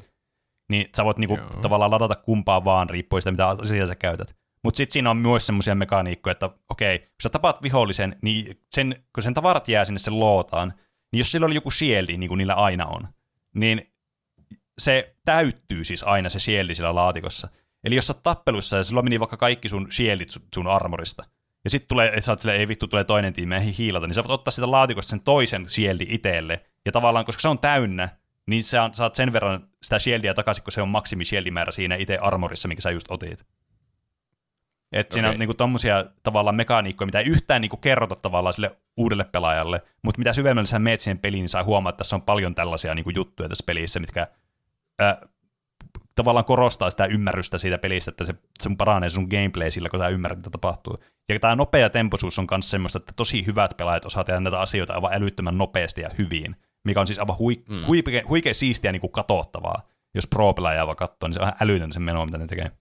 [SPEAKER 2] Niin sä voit niinku tavallaan ladata kumpaa vaan, riippuen sitä, mitä asiaa sä käytät. Mutta sitten siinä on myös semmoisia mekaniikkoja, että okei, kun sä tapaat vihollisen, niin sen, kun sen tavarat jää sinne sen lootaan, niin jos sillä oli joku shieldi, niin kuin niillä aina on, niin se täyttyy siis aina se shieldi siellä laatikossa. Eli jos sä oot tappelussa ja silloin meni vaikka kaikki sun shieldit sun armorista, ja sitten tulee, sä oot silleen, ei vittu, tulee toinen tiimi, ei hiilata, niin sä voit ottaa sitä laatikosta sen toisen shieldi itselle, ja tavallaan, koska se on täynnä, niin sä saat sen verran sitä shieldia takaisin, kun se on maksimi shieldimäärä siinä itse armorissa, minkä sä just otit. Että okay. Siinä on niinku tommosia tavallaan mekaniikkoja, mitä ei yhtään niinku kerrota tavallaan sille uudelle pelaajalle, mutta mitä syvemmälle sä meet siihen peliin, niin sä huomaat, että tässä on paljon tällaisia niinku juttuja tässä pelissä, mitkä äh, tavallaan korostaa sitä ymmärrystä siitä pelistä, että se, se paranee sun gameplay sillä, kun sä ymmärrät, mitä tapahtuu. Ja tämä nopea tempoisuus on myös semmoista, että tosi hyvät pelaajat osaa tehdä näitä asioita aivan älyttömän nopeasti ja hyvin, mikä on siis aivan hui, mm. huikea, huikea siistiä niin kuin katsottavaa. Jos pro-pelaajaa vaan katsoo, niin se on ihan älytön se meno, mitä ne tekee.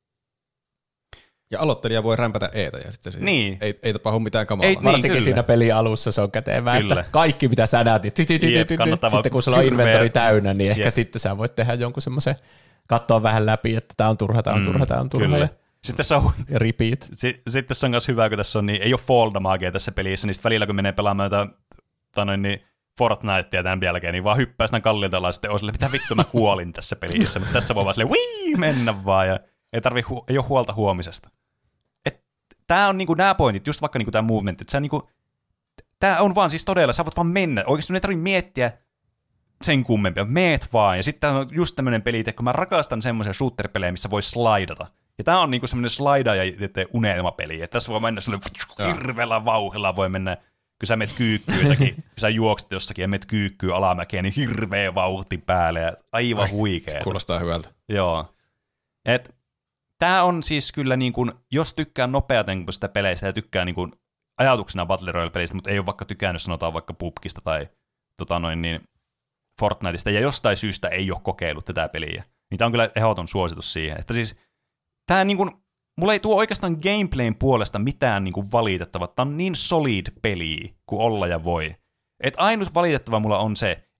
[SPEAKER 1] Ja aloittelija voi rämpätä eetä ja sitten
[SPEAKER 2] niin.
[SPEAKER 1] ei, ei tapahdu mitään kamalaa.
[SPEAKER 3] Ei, varsinkin niin, siinä pelin alussa se on kätevää, että kaikki mitä sä näet, niin sitten kun sulla on inventori täynnä, niin ehkä Jep. sitten sä voit tehdä jonkun semmoisen, katsoa vähän läpi, että tää on turha, tää on turha, tää on turha. Ja,
[SPEAKER 2] sitten se on,
[SPEAKER 3] ja repeat.
[SPEAKER 2] Sitten se on myös hyvä, kun tässä on, niin ei ole fall damagea tässä pelissä, niin sitten välillä kun menee pelaamaan jotain niin Fortnitea tämän jälkeen, niin vaan hyppää sinä kallilta alas, sitten on silleen, mitä vittu mä kuolin tässä pelissä, mutta tässä voi vaan silleen, wii, mennä vaan, ja ei, tarvi, ei ole huolta huomisesta. Tämä on niinku nämä pointit, just vaikka niinku tämä movement, että niinku, tämä on vaan siis todella, sä voit vaan mennä. Oikeasti ei tarvitse miettiä sen kummempia, meet vaan. Ja sitten on just tämmöinen peli, että kun mä rakastan semmoisia shooter-pelejä, missä voi slaidata. Ja tämä on niinku semmoinen slaidaaja unelmapeli, että tässä voi mennä sulle hirveällä vauhdilla, voi mennä, kun sä menet kyykkyyn, kun sä juokset jossakin ja menet kyykkyyn alamäkeen, niin hirveä vauhti päälle ja aivan Ai, huikeeta.
[SPEAKER 1] Se kuulostaa hyvältä.
[SPEAKER 2] Joo. Et tämä on siis kyllä, niin kuin, jos tykkää nopeatempoisista peleistä ja tykkää niin kuin, ajatuksena Battle Royale-pelistä, mutta ei ole vaikka tykännyt, sanotaan vaikka P U B Gista tai tota noin, niin, Fortniteista, ja jostain syystä ei ole kokeillut tätä peliä, niin tämä on kyllä ehdoton suositus siihen. Että siis, tämä niin kuin, mulla ei tuo oikeastaan gameplayn puolesta mitään niin kuin valitettavaa. Tämä on niin solid peli kuin olla ja voi. Et ainut valitettava mulla on se,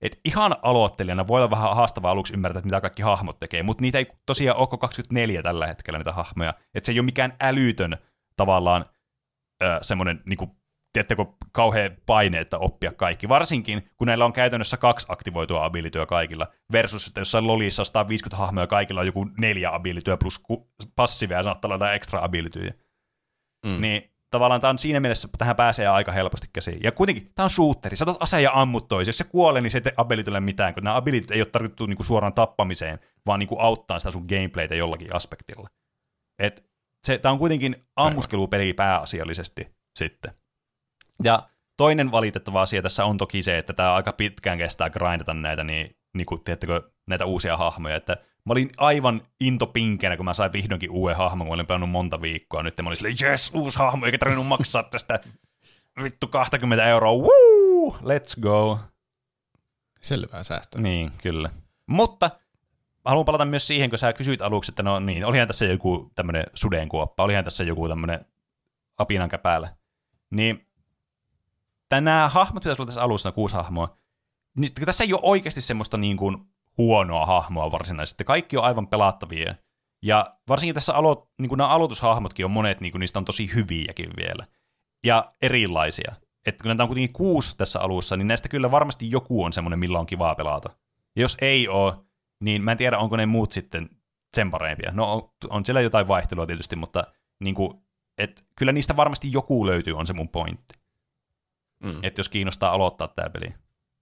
[SPEAKER 2] että ihan aloittelijana voi olla vähän haastavaa aluksi ymmärtää, että mitä kaikki hahmot tekee, mutta niitä ei tosiaan ole kaksikymmentäneljä tällä hetkellä niitä hahmoja, että se ei ole mikään älytön tavallaan äh, semmoinen, niin kuin, tiedättekö, kauhea paine, että oppia kaikki, varsinkin kun näillä on käytännössä kaksi aktivoitua abilityä kaikilla, versus että jossain lolissa on sata viisikymmentä hahmoja kaikilla on joku neljä abilityä plus ku- passiivia ja saattaa olla jotain extra abilityjä. Mm. Niin tavallaan tämä on siinä mielessä, että tähän pääsee aika helposti käsiin. Ja kuitenkin, tämä on shooteri. Sä otat aseen ja ammut toisen. Jos se kuolee, niin se ei tee abilitylle mitään, kun nämä abilityt ei ole tarkoitettu niinku suoraan tappamiseen, vaan niinku auttaa sitä sun gameplaytä jollakin aspektilla. Et se, tämä on kuitenkin ammuskelupeli pääasiallisesti sitten. Ja toinen valitettava asia tässä on toki se, että tämä aika pitkään kestää grindata näitä, niin, niin kuin, tiedättekö, näitä uusia hahmoja. Että mä olin aivan intopinkenä, kun mä sain vihdoinkin uuden hahmon, kun olin pelannut monta viikkoa. Nyt mä olin silleen, jes, uusi hahmo, eikä tarvinnut maksaa tästä vittu kaksikymmentä euroa. Woo! Let's go.
[SPEAKER 1] Selvää säästöä.
[SPEAKER 2] Niin, kyllä. Mutta haluan palata myös siihen, kun sä kysyit aluksi, että no niin, olihan tässä joku tämmöinen sudenkuoppa, olihan tässä joku tämmöinen apinankäpäällä. Niin nämä hahmot, mitä sulla tässä alussa on kuusi hahmoa, niin tässä ei ole oikeasti semmoista niin kuin huonoa hahmoa varsinaisesti. Kaikki on aivan pelattavia. Ja varsinkin tässä alo- niin kuin nämä aloitushahmotkin on monet, niin kuin niistä on tosi hyviäkin vielä. Ja erilaisia. Että kun näitä on kuitenkin kuusi tässä alussa, niin näistä kyllä varmasti joku on semmoinen, millä on kivaa pelata. Ja jos ei ole, niin mä en tiedä, onko ne muut sitten sen parempia. No on, on siellä jotain vaihtelua tietysti, mutta niin kuin, et, kyllä niistä varmasti joku löytyy, on se mun pointti. Mm. Että jos kiinnostaa aloittaa tämä peli.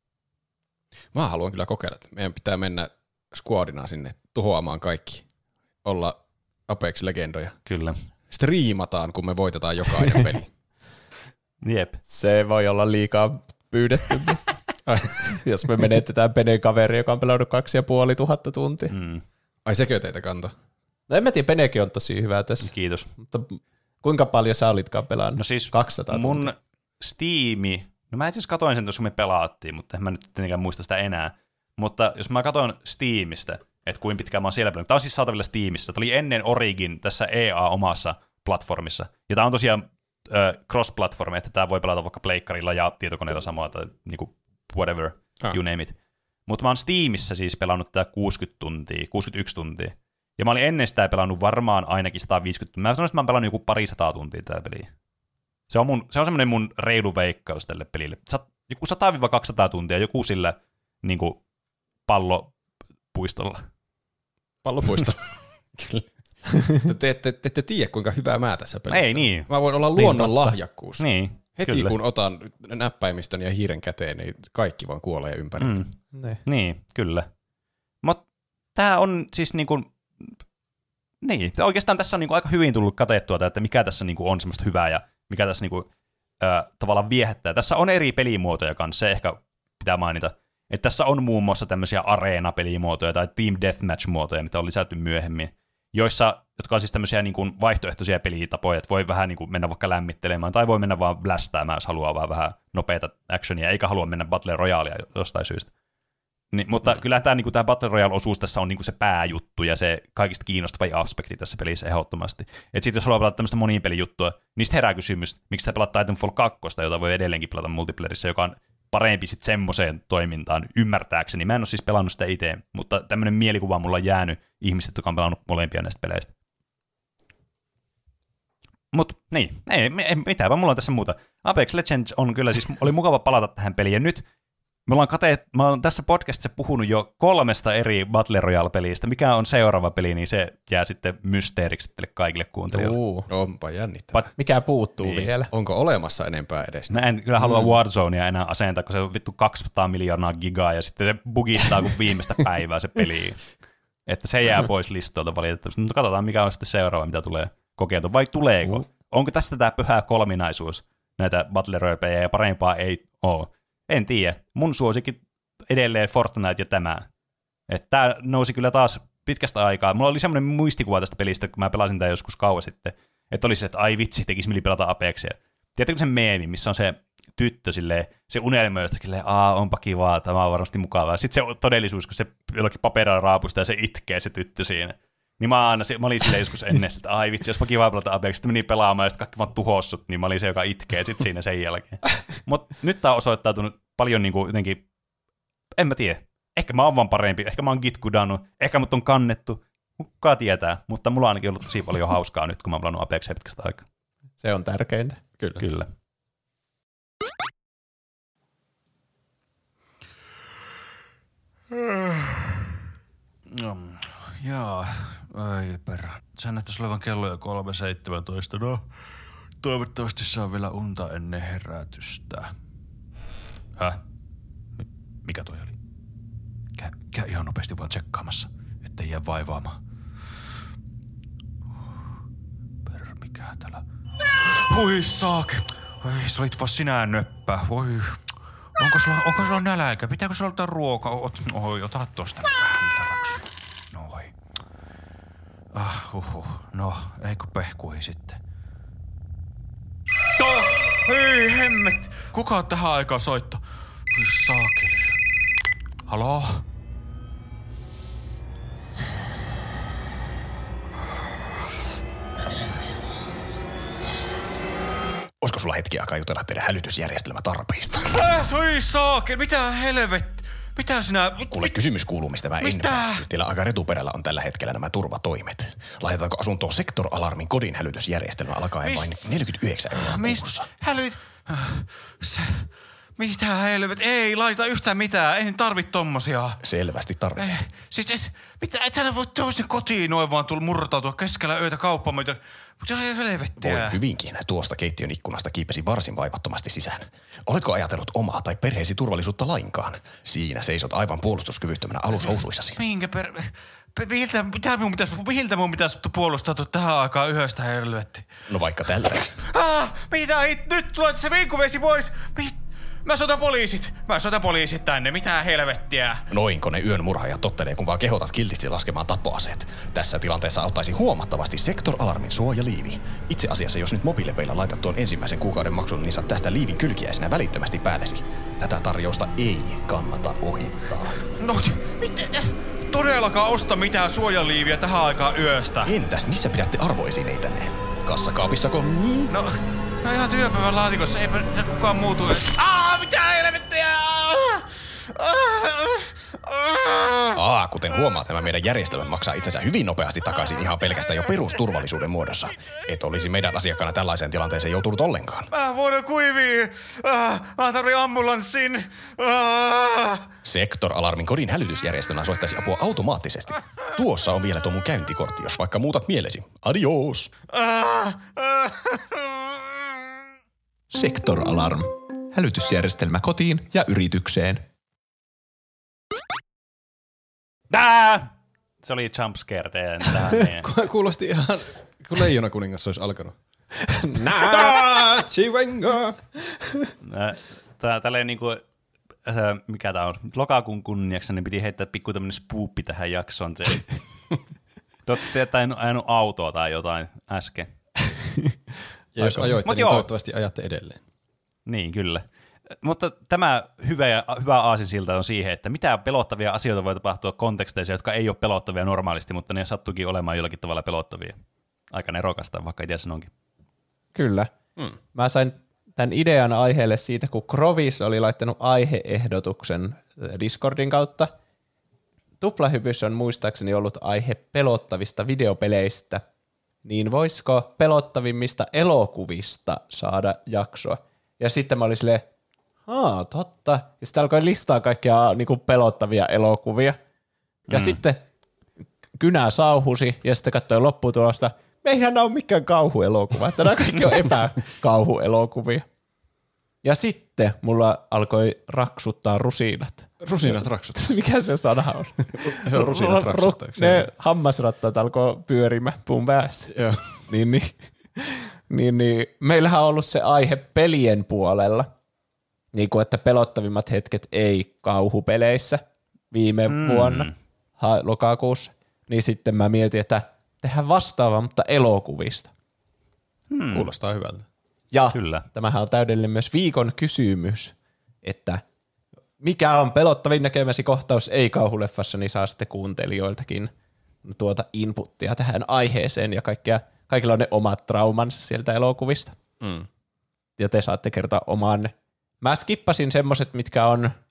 [SPEAKER 1] Mä haluan kyllä kokeilla, että meidän pitää mennä squadina sinne tuhoamaan kaikki. Olla Apex-legendoja.
[SPEAKER 2] Kyllä.
[SPEAKER 1] Striimataan, kun me voitetaan jokainen peli.
[SPEAKER 2] Jep.
[SPEAKER 3] Se voi olla liikaa pyydetty. Jos me menetetään Penen kaveri, joka on pelannut kaksi ja puoli tuhatta tuntia. Mm.
[SPEAKER 1] Ai sekö teitä kantaa?
[SPEAKER 3] No en mä tiedä, Penekin on tosi hyvä tässä.
[SPEAKER 2] Kiitos.
[SPEAKER 3] Mutta kuinka paljon sä olitkaan pelannut?
[SPEAKER 2] No siis
[SPEAKER 3] kaksisataa
[SPEAKER 2] mun
[SPEAKER 3] tuntia.
[SPEAKER 2] Steami, no mä itse asiassa katoin sen tuossa, kun me pelaattiin, mutta en mä nyt tietenkään muista sitä enää. Mutta jos mä katoin Steamista, että kuinka pitkään mä oon siellä pelannut. Tämä on siis saatavilla Steamissa. Tämä oli ennen Origin tässä E A-omassa platformissa. Ja tämä on tosiaan äh, cross-platformi, että tämä voi pelata vaikka pleikkarilla ja tietokoneella samoa, tai niinku whatever, ah. you name it. Mutta mä oon Steamissa siis pelannut tätä kuusikymmentä tuntia, kuusikymmentäyksi tuntia. Ja mä olin ennen sitä pelannut varmaan ainakin sata viisikymmentä tuntia. Mä sanoisin, että mä oon pelannut joku parisataa tuntia tätä peliä. Se on, mun, se on semmoinen mun reilu veikkaus tälle pelille. Sat, joku sata kaksisataa tuntia, joku sillä niin kuin pallopuistolla.
[SPEAKER 1] Pallopuistolla? Kyllä. Te, te, te, te ette tiedä, kuinka hyvää mä tässä pelissä.
[SPEAKER 2] Ei niin.
[SPEAKER 1] Mä voin olla luonnon niin, lahjakkuus.
[SPEAKER 2] Niin,
[SPEAKER 1] heti
[SPEAKER 2] kyllä.
[SPEAKER 1] kun otan näppäimistön ja hiiren käteen, niin kaikki vaan kuolee ympäriltä. Mm.
[SPEAKER 2] Niin, kyllä. Mutta tää on siis niin kuin, niin, oikeastaan tässä on niin kuin aika hyvin tullut katettua, että mikä tässä niin kuin on semmoista hyvää ja mikä tässä niin kuin, äh, tavallaan viehättää. Tässä on eri pelimuotoja kanssa, se ehkä pitää mainita. Että tässä on muun muassa tämmöisiä areena-pelimuotoja tai Team Deathmatch-muotoja, mitä on lisätty myöhemmin, joissa, jotka on siis tämmöisiä niin kuin vaihtoehtoisia pelitapoja, että voi vähän niin kuin mennä vaikka lämmittelemään, tai voi mennä vaan blästäämään, jos haluaa vaan vähän nopeata actionia, eikä halua mennä Battle Royalea jostain syystä. Niin, mutta mm. kyllä tämä, niin kuin, tämä Battle Royale-osuus tässä on niin kuin se pääjuttu ja se kaikista kiinnostava aspekti tässä pelissä ehdottomasti. Että sitten jos haluaa pelata tämmöistä monipelijuttua, niin sitten herää kysymys, miksi sä pelaat Titanfall kaksi, jota voi edelleenkin pelata multiplayerissa, joka on parempi sitten semmoiseen toimintaan ymmärtääkseni. Mä en ole siis pelannut sitä itse, mutta tämmöinen mielikuva mulla on jäänyt ihmiset, jotka on pelannut molempia näistä peleistä. Mutta niin, ei, ei mitään, vaan mulla on tässä muuta. Apex Legends on kyllä siis, oli mukava palata tähän peliin, ja nyt me ollaan kate, mä oon tässä podcastissa puhunut jo kolmesta eri Battle Royale-pelistä. Mikä on seuraava peli, niin se jää sitten mysteeriksi teille kaikille kuuntelijoille.
[SPEAKER 1] Uu, onpa jännittävää.
[SPEAKER 3] But, mikä puuttuu
[SPEAKER 1] niin.
[SPEAKER 3] vielä?
[SPEAKER 1] Onko olemassa enempää edes?
[SPEAKER 2] Mä en kyllä halua mm. Warzonea enää asentaa, kun se on vittu kaksisataa miljoonaa gigaa, ja sitten se bugittaa kuin viimeistä päivää se peli. Että se jää pois listoilta valitettavasti. Mutta katsotaan, mikä on sitten seuraava, mitä tulee kokeiltua. Vai tuleeko? Uh. Onko tästä tämä pyhä kolminaisuus näitä Battle Royale-pelejä, ja parempaa ei ole? En tiedä. Mun suosikin edelleen Fortnite ja tämä. Että tämä nousi kyllä taas pitkästä aikaa. Mulla oli semmoinen muistikuva tästä pelistä, kun mä pelasin tämän joskus kauan sitten, että oli se, että ai vitsi, tekisi mieli pelata Apexia. Tiedättekö sen meemi, missä on se tyttö silleen, se unelma jostakin silleen, aa, onpa kivaa, tämä on varmasti mukavaa. Sitten se todellisuus, kun se jollakin paperilla raapusta ja se itkee se tyttö siinä. Niin mä, aina, mä olin silleen joskus ennen, että ai vitsi, jospa kivaa pelata Apexia. Sitten meni pelaamaan ja sitten kaikki vaan tuhossut, niin mä olin se, joka itkee sitten siinä sen jälkeen. Mutta nyt tää on osoittautunut paljon niin kuin jotenkin En mä tiedä. Ehkä mä oon vaan parempi, ehkä mä oon gitkudannut, ehkä mut on kannettu. Kuka tietää, mutta mulla on ainakin ollut tosi paljon hauskaa nyt, kun mä oon pelannut Apexia pitkästä aikaa.
[SPEAKER 3] Se on tärkeintä.
[SPEAKER 1] Kyllä.
[SPEAKER 2] Kyllä.
[SPEAKER 4] No, jaa, ai perä. Sä näyttäisi olevan kello jo kolme seitsemäntoista. No, toivottavasti saa vielä unta ennen herätystä.
[SPEAKER 2] Häh? Mikä toi oli?
[SPEAKER 4] Käy, käy ihan nopeasti vaan tsekkaamassa, ettei jää vaivaamaan. Perä, mikä täällä? Hui saak! Oi, sä olit vaan sinä nöppä. Voi. Onko sulla, onko sulla nälkä? Pitääkö sulla ottaa ruokaa? Ot, oi, ota tosta vähän niitä raksuja. Noi. Ah, uhuh. No, eikö pehkui sitten? To! Hei, hemmet! Kuka on tähän aikaan soitto? Oi saakeli. Haloo?
[SPEAKER 1] Olisiko sulla hetki aikaa jutella teidän hälytysjärjestelmätarpeista?
[SPEAKER 4] Äh, oi saakeli, mitä helvetti? Mitä sinä...
[SPEAKER 1] Kuule, kysymys kuuluu, mistä mä en
[SPEAKER 4] Mitä?
[SPEAKER 1] päässyt. Teillä aika retuperällä on tällä hetkellä nämä turvatoimet. Laitetaanko asuntoon Sector Alarmin kodin hälytysjärjestelmä alkaen
[SPEAKER 4] Mist-
[SPEAKER 1] vain neljäkymmentäyhdeksän euroa
[SPEAKER 4] Mist?
[SPEAKER 1] kuussa?
[SPEAKER 4] Hälyt... Se... Mitä helvet? Ei laita yhtään mitään. Ei tarvit tommosia.
[SPEAKER 1] Selvästi tarvitset.
[SPEAKER 4] Eh, siis et, mitä, et hän voi toisen kotiin noin vaan tulla murtautua keskellä öitä kauppaan. Mitä, mitä helvettiä?
[SPEAKER 1] Voi hyvinkin. Tuosta keittiön ikkunasta kiipesi varsin vaivattomasti sisään. Oletko ajatellut omaa tai perheesi turvallisuutta lainkaan? Siinä seisot aivan puolustuskyvyttömänä alushousuissasi.
[SPEAKER 4] Minkä per... pe- Miltä, mitä mun pitäisi, miltä mun pitäisi puolustautua tähän aikaan yhdestä helvetti?
[SPEAKER 1] No vaikka tältä.
[SPEAKER 4] Ah, mitä it, nyt tulet se vinkuvesi pois? Mit, mä soitan poliisit. Mä soitan poliisit tänne. Mitä helvettiä?
[SPEAKER 1] Noinko ne yön murhaajat tottelee, kun vaan kehotat kiltisti laskemaan tappoaseet. Tässä tilanteessa auttaisi huomattavasti Sector Alarmin suojaliivi. Itse asiassa, jos nyt mobiilepeillä laitat tuon ensimmäisen kuukauden maksun, niin saat tästä liivin kylkiäisenä välittömästi päällesi. Tätä tarjousta ei kannata ohittaa.
[SPEAKER 4] No, mitä? Todellakaan osta mitään suojaliiviä tähän aikaan yöstä.
[SPEAKER 1] Entäs, missä pidätte arvoesineitänne? Kassakaapissako?
[SPEAKER 4] No, no ihan työpäivän laatikossa. Eipä kukaan muutu. Ah, mitä helvettiä?
[SPEAKER 1] Aa, kuten huomaat, nämä meidän järjestelmät maksaa itsensä hyvin nopeasti takaisin ihan pelkästään jo perusturvallisuuden muodossa. Et olisi meidän asiakkaana tällaiseen tilanteeseen joutunut ollenkaan.
[SPEAKER 4] Mä vuoden kuiviin. Ah, mä tarvin ambulanssin. Ah.
[SPEAKER 1] Sector Alarmin kodin hälytysjärjestelmä soittaisi apua automaattisesti. Tuossa on vielä tuo mun käyntikortti, jos vaikka muutat mielesi. Adios!
[SPEAKER 4] Ah. Ah.
[SPEAKER 3] Sector Alarm. Hälytysjärjestelmä kotiin ja yritykseen.
[SPEAKER 2] Tää! Se oli jumpscare teidän tähän meidän.
[SPEAKER 1] Kuulosti ihan, kun Leijona kuningas olisi alkanut. Nää, chiwenga.
[SPEAKER 2] Tää tälleen niinku, äh, mikä tää on, lokakuun kunniaksi, niin piti heittää pikku tämmönen spooppi tähän jaksoon. Toivottavasti et ajanut, ajanut autoa tai jotain äsken.
[SPEAKER 1] Ja jos ajoitte,
[SPEAKER 2] Mut
[SPEAKER 1] niin
[SPEAKER 2] joo.
[SPEAKER 1] toivottavasti ajatte edelleen.
[SPEAKER 2] Niin, kyllä. Mutta tämä hyvä, ja, hyvä aasinsilta on siihen, että mitä pelottavia asioita voi tapahtua konteksteissa, jotka ei ole pelottavia normaalisti, mutta ne sattuukin olemaan jollakin tavalla pelottavia. Aika nerokasta, vaikka itse asiassa onkin.
[SPEAKER 3] Kyllä. Hmm. Mä sain tämän idean aiheelle siitä, kun Krovis oli laittanut aiheehdotuksen Discordin kautta. Tuplahypyssä on muistaakseni ollut aihe pelottavista videopeleistä, niin voisiko pelottavimmista elokuvista saada jaksoa? Ja sitten mä olin silleen, aa, totta. Ja sitten alkoi listaa kaikkia niin kuin pelottavia elokuvia. Ja mm. sitten kynä sauhusi ja sitten katsoi lopputulosta. Eihän nämä ole mikään kauhuelokuva, että nämä kaikki on epäkauhuelokuvia. Ja sitten mulla alkoi raksuttaa rusinat.
[SPEAKER 1] Rusinat raksuttaa.
[SPEAKER 3] Mikä se sana on?
[SPEAKER 1] Se on rusinat raksuttaa.
[SPEAKER 3] Ne hammasrattaat alkoi pyörimään puun päässä.
[SPEAKER 1] Joo.
[SPEAKER 3] Niin, niin. Niin, niin, meillähän on ollut se aihe pelien puolella, niin kuin että pelottavimmat hetket ei kauhupeleissä viime mm. vuonna ha, lokakuussa, niin sitten mä mietin, että tehdään vastaava, mutta elokuvista.
[SPEAKER 1] Hmm. Kuulostaa hyvältä.
[SPEAKER 3] Ja
[SPEAKER 2] Kyllä.
[SPEAKER 3] Tämähän on täydellinen myös viikon kysymys, että mikä on pelottavin näkemäsi kohtaus ei kauhuleffassa, niin saa sitten kuuntelijoiltakin tuota inputtia tähän aiheeseen ja kaikkea. Kaikilla on ne omat traumansa sieltä elokuvista. Mm. Ja te saatte kertoa omanne. Mä skippasin semmoset, mitkä on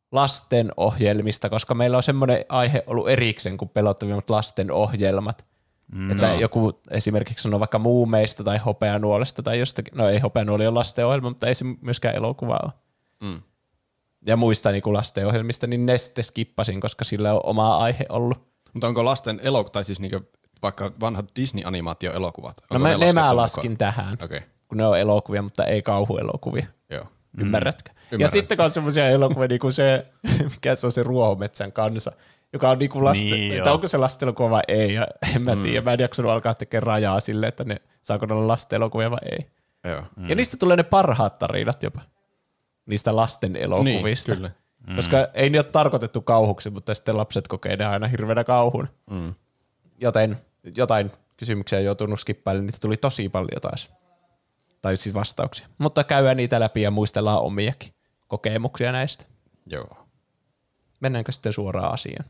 [SPEAKER 3] lastenohjelmista, koska meillä on semmoinen aihe ollut erikseen kuin pelottavimmat lastenohjelmat. Mm, että no. joku esimerkiksi sanoo vaikka muumeista tai hopeanuolesta tai jostakin, no ei hopeanuoli ole lastenohjelma, mutta ei se myöskään elokuva ole. Mm. Ja muista niin kuin lastenohjelmista, niin ne sitten skippasin, koska sillä on oma aihe ollut.
[SPEAKER 1] Mutta onko lasten elokuva, tai siis niinku vaikka vanhat Disney-animaatio-elokuvat?
[SPEAKER 3] No mä, ne, ne mä laskin
[SPEAKER 1] mukaan?
[SPEAKER 3] tähän,
[SPEAKER 1] okay.
[SPEAKER 3] kun ne on elokuvia, mutta ei kauhuelokuvia.
[SPEAKER 1] Joo.
[SPEAKER 3] Ymmärrätkö?
[SPEAKER 1] Mm.
[SPEAKER 3] Ja sitten kun on semmoisia elokuvia, niin kuin se, mikä se on se Ruohometsän kansa, joka on niin kuin lasten, niin, että onko se lastenelokuva vai ei, ja en mä tiedä, mm. mä en jaksanut alkaa tekemään rajaa sille, että ne saako ne olla lastenelokuvia vai ei.
[SPEAKER 1] Joo. Mm.
[SPEAKER 3] Ja niistä tulee ne parhaat tarinat jopa, niistä lasten elokuvista.
[SPEAKER 1] Niin, kyllä.
[SPEAKER 3] Mm. Koska ei ne ole tarkoitettu kauhuksi, mutta sitten lapset kokee ne aina hirveänä kauhun. Mm. Joten jotain kysymyksiä on joutunut skippailemaan, niitä tuli tosi paljon taas. Tai siis vastauksia. Mutta käydään niitä läpi ja muistellaan omiakin kokemuksia näistä.
[SPEAKER 1] Joo.
[SPEAKER 3] Mennäänkö sitten suoraan asiaan?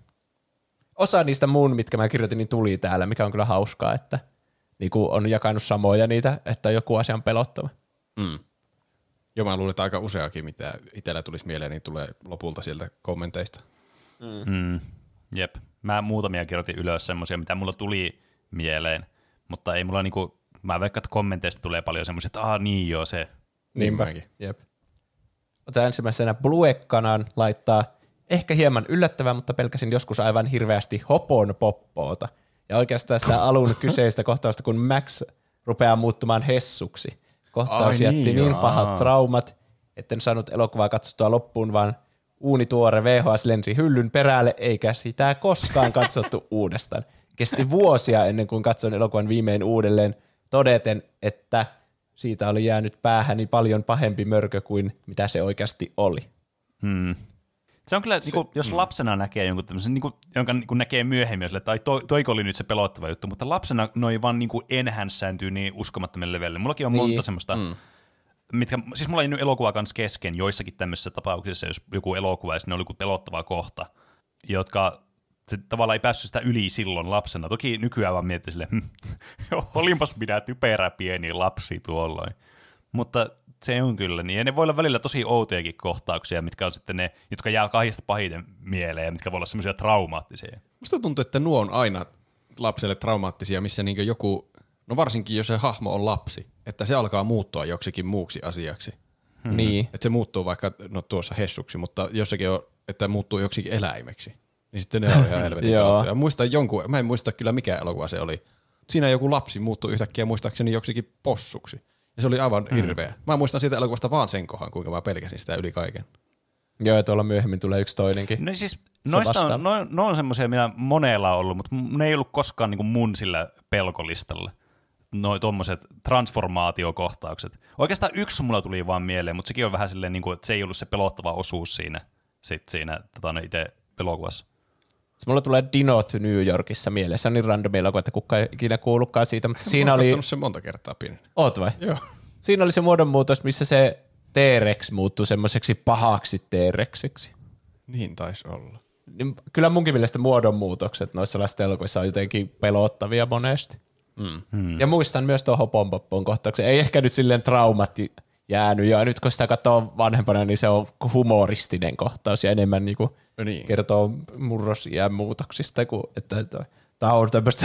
[SPEAKER 3] Osa niistä mun, mitkä mä kirjoitin, niin tuli täällä, mikä on kyllä hauskaa, että niinku on jakanut samoja niitä, että joku asia on pelottava.
[SPEAKER 1] Mm. Joo, mä luulen, että aika useakin, mitä itsellä tulisi mieleen, niin tulee lopulta sieltä kommenteista.
[SPEAKER 2] Mm. Mm. Jep. Mä muutamia kirjoitin ylös semmoisia, mitä mulla tuli mieleen, mutta ei mulla niinku, mä vaikka kommenteista tulee paljon semmoisia, että aah niin joo se.
[SPEAKER 3] Niinpä. Jep. Otetaan ensimmäisenä Bluekanan laittaa ehkä hieman yllättävää, mutta pelkäsin joskus aivan hirveästi hopon poppoota. Ja oikeastaan sitä alun kyseistä kohtausta, kun Max rupeaa muuttumaan hessuksi. Kohtaus Ai jätti niin, niin pahat traumat, etten saanut elokuvaa katsottua loppuun, vaan uunituore V H S lensi hyllyn perälle, eikä sitä koskaan katsottu uudestaan. Kesti vuosia ennen kuin katsoin elokuvan viimein uudelleen, todeten, että siitä oli jäänyt päähäni paljon pahempi mörkö kuin mitä se oikeasti oli.
[SPEAKER 2] Hmm. Se on kyllä, se, niin kuin, jos mm. lapsena näkee jonkun tämmöisen, niin kuin, jonka niin kuin näkee myöhemmin, sille, tai to, toiko oli nyt se pelottava juttu, mutta lapsena noi vaan niin kuin enhänssääntyy niin uskomattomille leveille. Mullakin on niin. monta semmoista, mm. mitkä, siis mulla ei nyt elokuva kanssa kesken joissakin tämmöisissä tapauksissa, jos joku elokuva ja sinne oli joku pelottava kohta, jotka se tavallaan ei päässyt sitä yli silloin lapsena. Toki nykyään vaan miettii silleen, hm, olinpas minä typerä pieni lapsi tuolloin. Mutta se on kyllä niin. Ja ne voi olla välillä tosi outojakin kohtauksia, mitkä on sitten ne, jotka jää kaikista pahiten mieleen ja mitkä voi olla semmoisia traumaattisia.
[SPEAKER 1] Musta tuntuu, että nuo on aina lapselle traumaattisia, missä niin joku, no varsinkin jos se hahmo on lapsi, että se alkaa muuttua joksikin muuksi asiaksi.
[SPEAKER 3] Hmm. Niin.
[SPEAKER 1] Että se muuttuu vaikka, no tuossa hessuksi, mutta jossakin on, että muuttuu joksikin eläimeksi. Niin sitten ne on ihan helvetin pelottuja. Muistan jonkun, mä en muista kyllä mikä elokuva se oli. Siinä joku lapsi muuttui yhtäkkiä muistaakseni joksikin possuksi. Ja se oli aivan mm. hirveä. Mä muistan siitä elokuvasta vaan sen kohan, kuinka mä pelkäsin sitä yli kaiken.
[SPEAKER 3] Joo, ja tuolla myöhemmin tulee yksi toinenkin.
[SPEAKER 2] No siis noista on, no, no on semmoisia, mitä monella on ollut, mutta ne ei ollut koskaan niin kuin mun sillä pelkolistalla. Noi tommoset transformaatiokohtaukset. Oikeastaan yksi mulla tuli vaan mieleen, mutta sekin on vähän silleen, niin kuin, että se ei ollut se pelottava osuus siinä, sit siinä tota, itse elokuvassa.
[SPEAKER 3] Mulla tulee Dinot New Yorkissa mieleen. Se on niin random elokuva, että kukaan ei ikinä kuullutkaan siitä. Mutta siinä oli...
[SPEAKER 1] sen monta kertaa pienen.
[SPEAKER 3] Oot vai?
[SPEAKER 1] Joo.
[SPEAKER 3] Siinä oli se muodonmuutos, missä se T-Rex muuttui semmoiseksi pahaksi T-Rexiksi.
[SPEAKER 1] Niin taisi olla.
[SPEAKER 3] Niin, kyllä munkin mielestä muodonmuutokset noissa lasten elokuvissa on jotenkin pelottavia monesti. Mm. Hmm. Ja muistan myös tuon Hopon kohtauksen. Ei ehkä nyt silleen traumatti jäänyt. Ja nyt kun sitä katsoo vanhempana, niin se on humoristinen kohtaus ja enemmän niinku no niin. kertoo murrosiän muutoksista, kuin että tämä on tämmöistä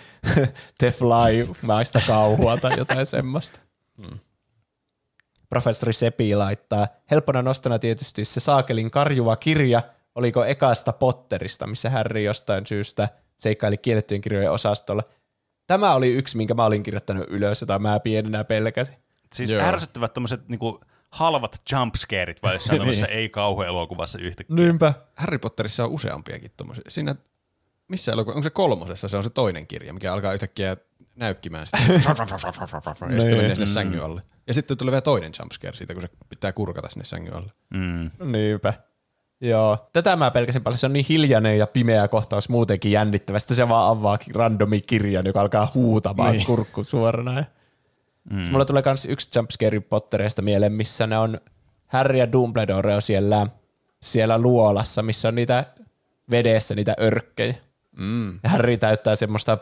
[SPEAKER 3] The Fly-maista kauhua tai jotain semmoista. Hmm. Professori Sepi laittaa, helppona nostona tietysti se saakelin karjuva kirja, oliko ekasta Potterista, missä Harry jostain syystä seikkaili kiellettyjen kirjojen osastolla. Tämä oli yksi, minkä mä olin kirjoittanut ylös, jota mä pienenä pelkäsin.
[SPEAKER 2] Siis Joo. ärsyttävät tommoset niinku halvat jumpscareit vai jossain tommoisessa ei-kauhu-elokuvassa yhtäkkiä.
[SPEAKER 3] Niinpä.
[SPEAKER 1] Harry Potterissa on useampiakin tommosia. Siinä, missä elokuva, onko se kolmosessa, se on se toinen kirja, mikä alkaa yhtäkkiä näykkimään sitä. ja sitten menee sinne sängyn alle. Ja sitten tulee vielä toinen jumpscare siitä, kun se pitää kurkata sinne sängyn alle.
[SPEAKER 3] Mm. Niinpä. Joo, tätä mä pelkäsin paljon. Se on niin hiljainen ja pimeä kohtaus muutenkin jännittävä. Sitten se vaan avaa randomi kirjan, joka alkaa huutamaan niin. kurkku suorana. Mm. Mulla tulee myös yksi jumpscare Pottereista mieleen, missä ne on Harry ja Dumbledore on siellä, siellä luolassa, missä on niitä vedessä niitä örkkejä. Mm. Ja Harry täyttää semmoista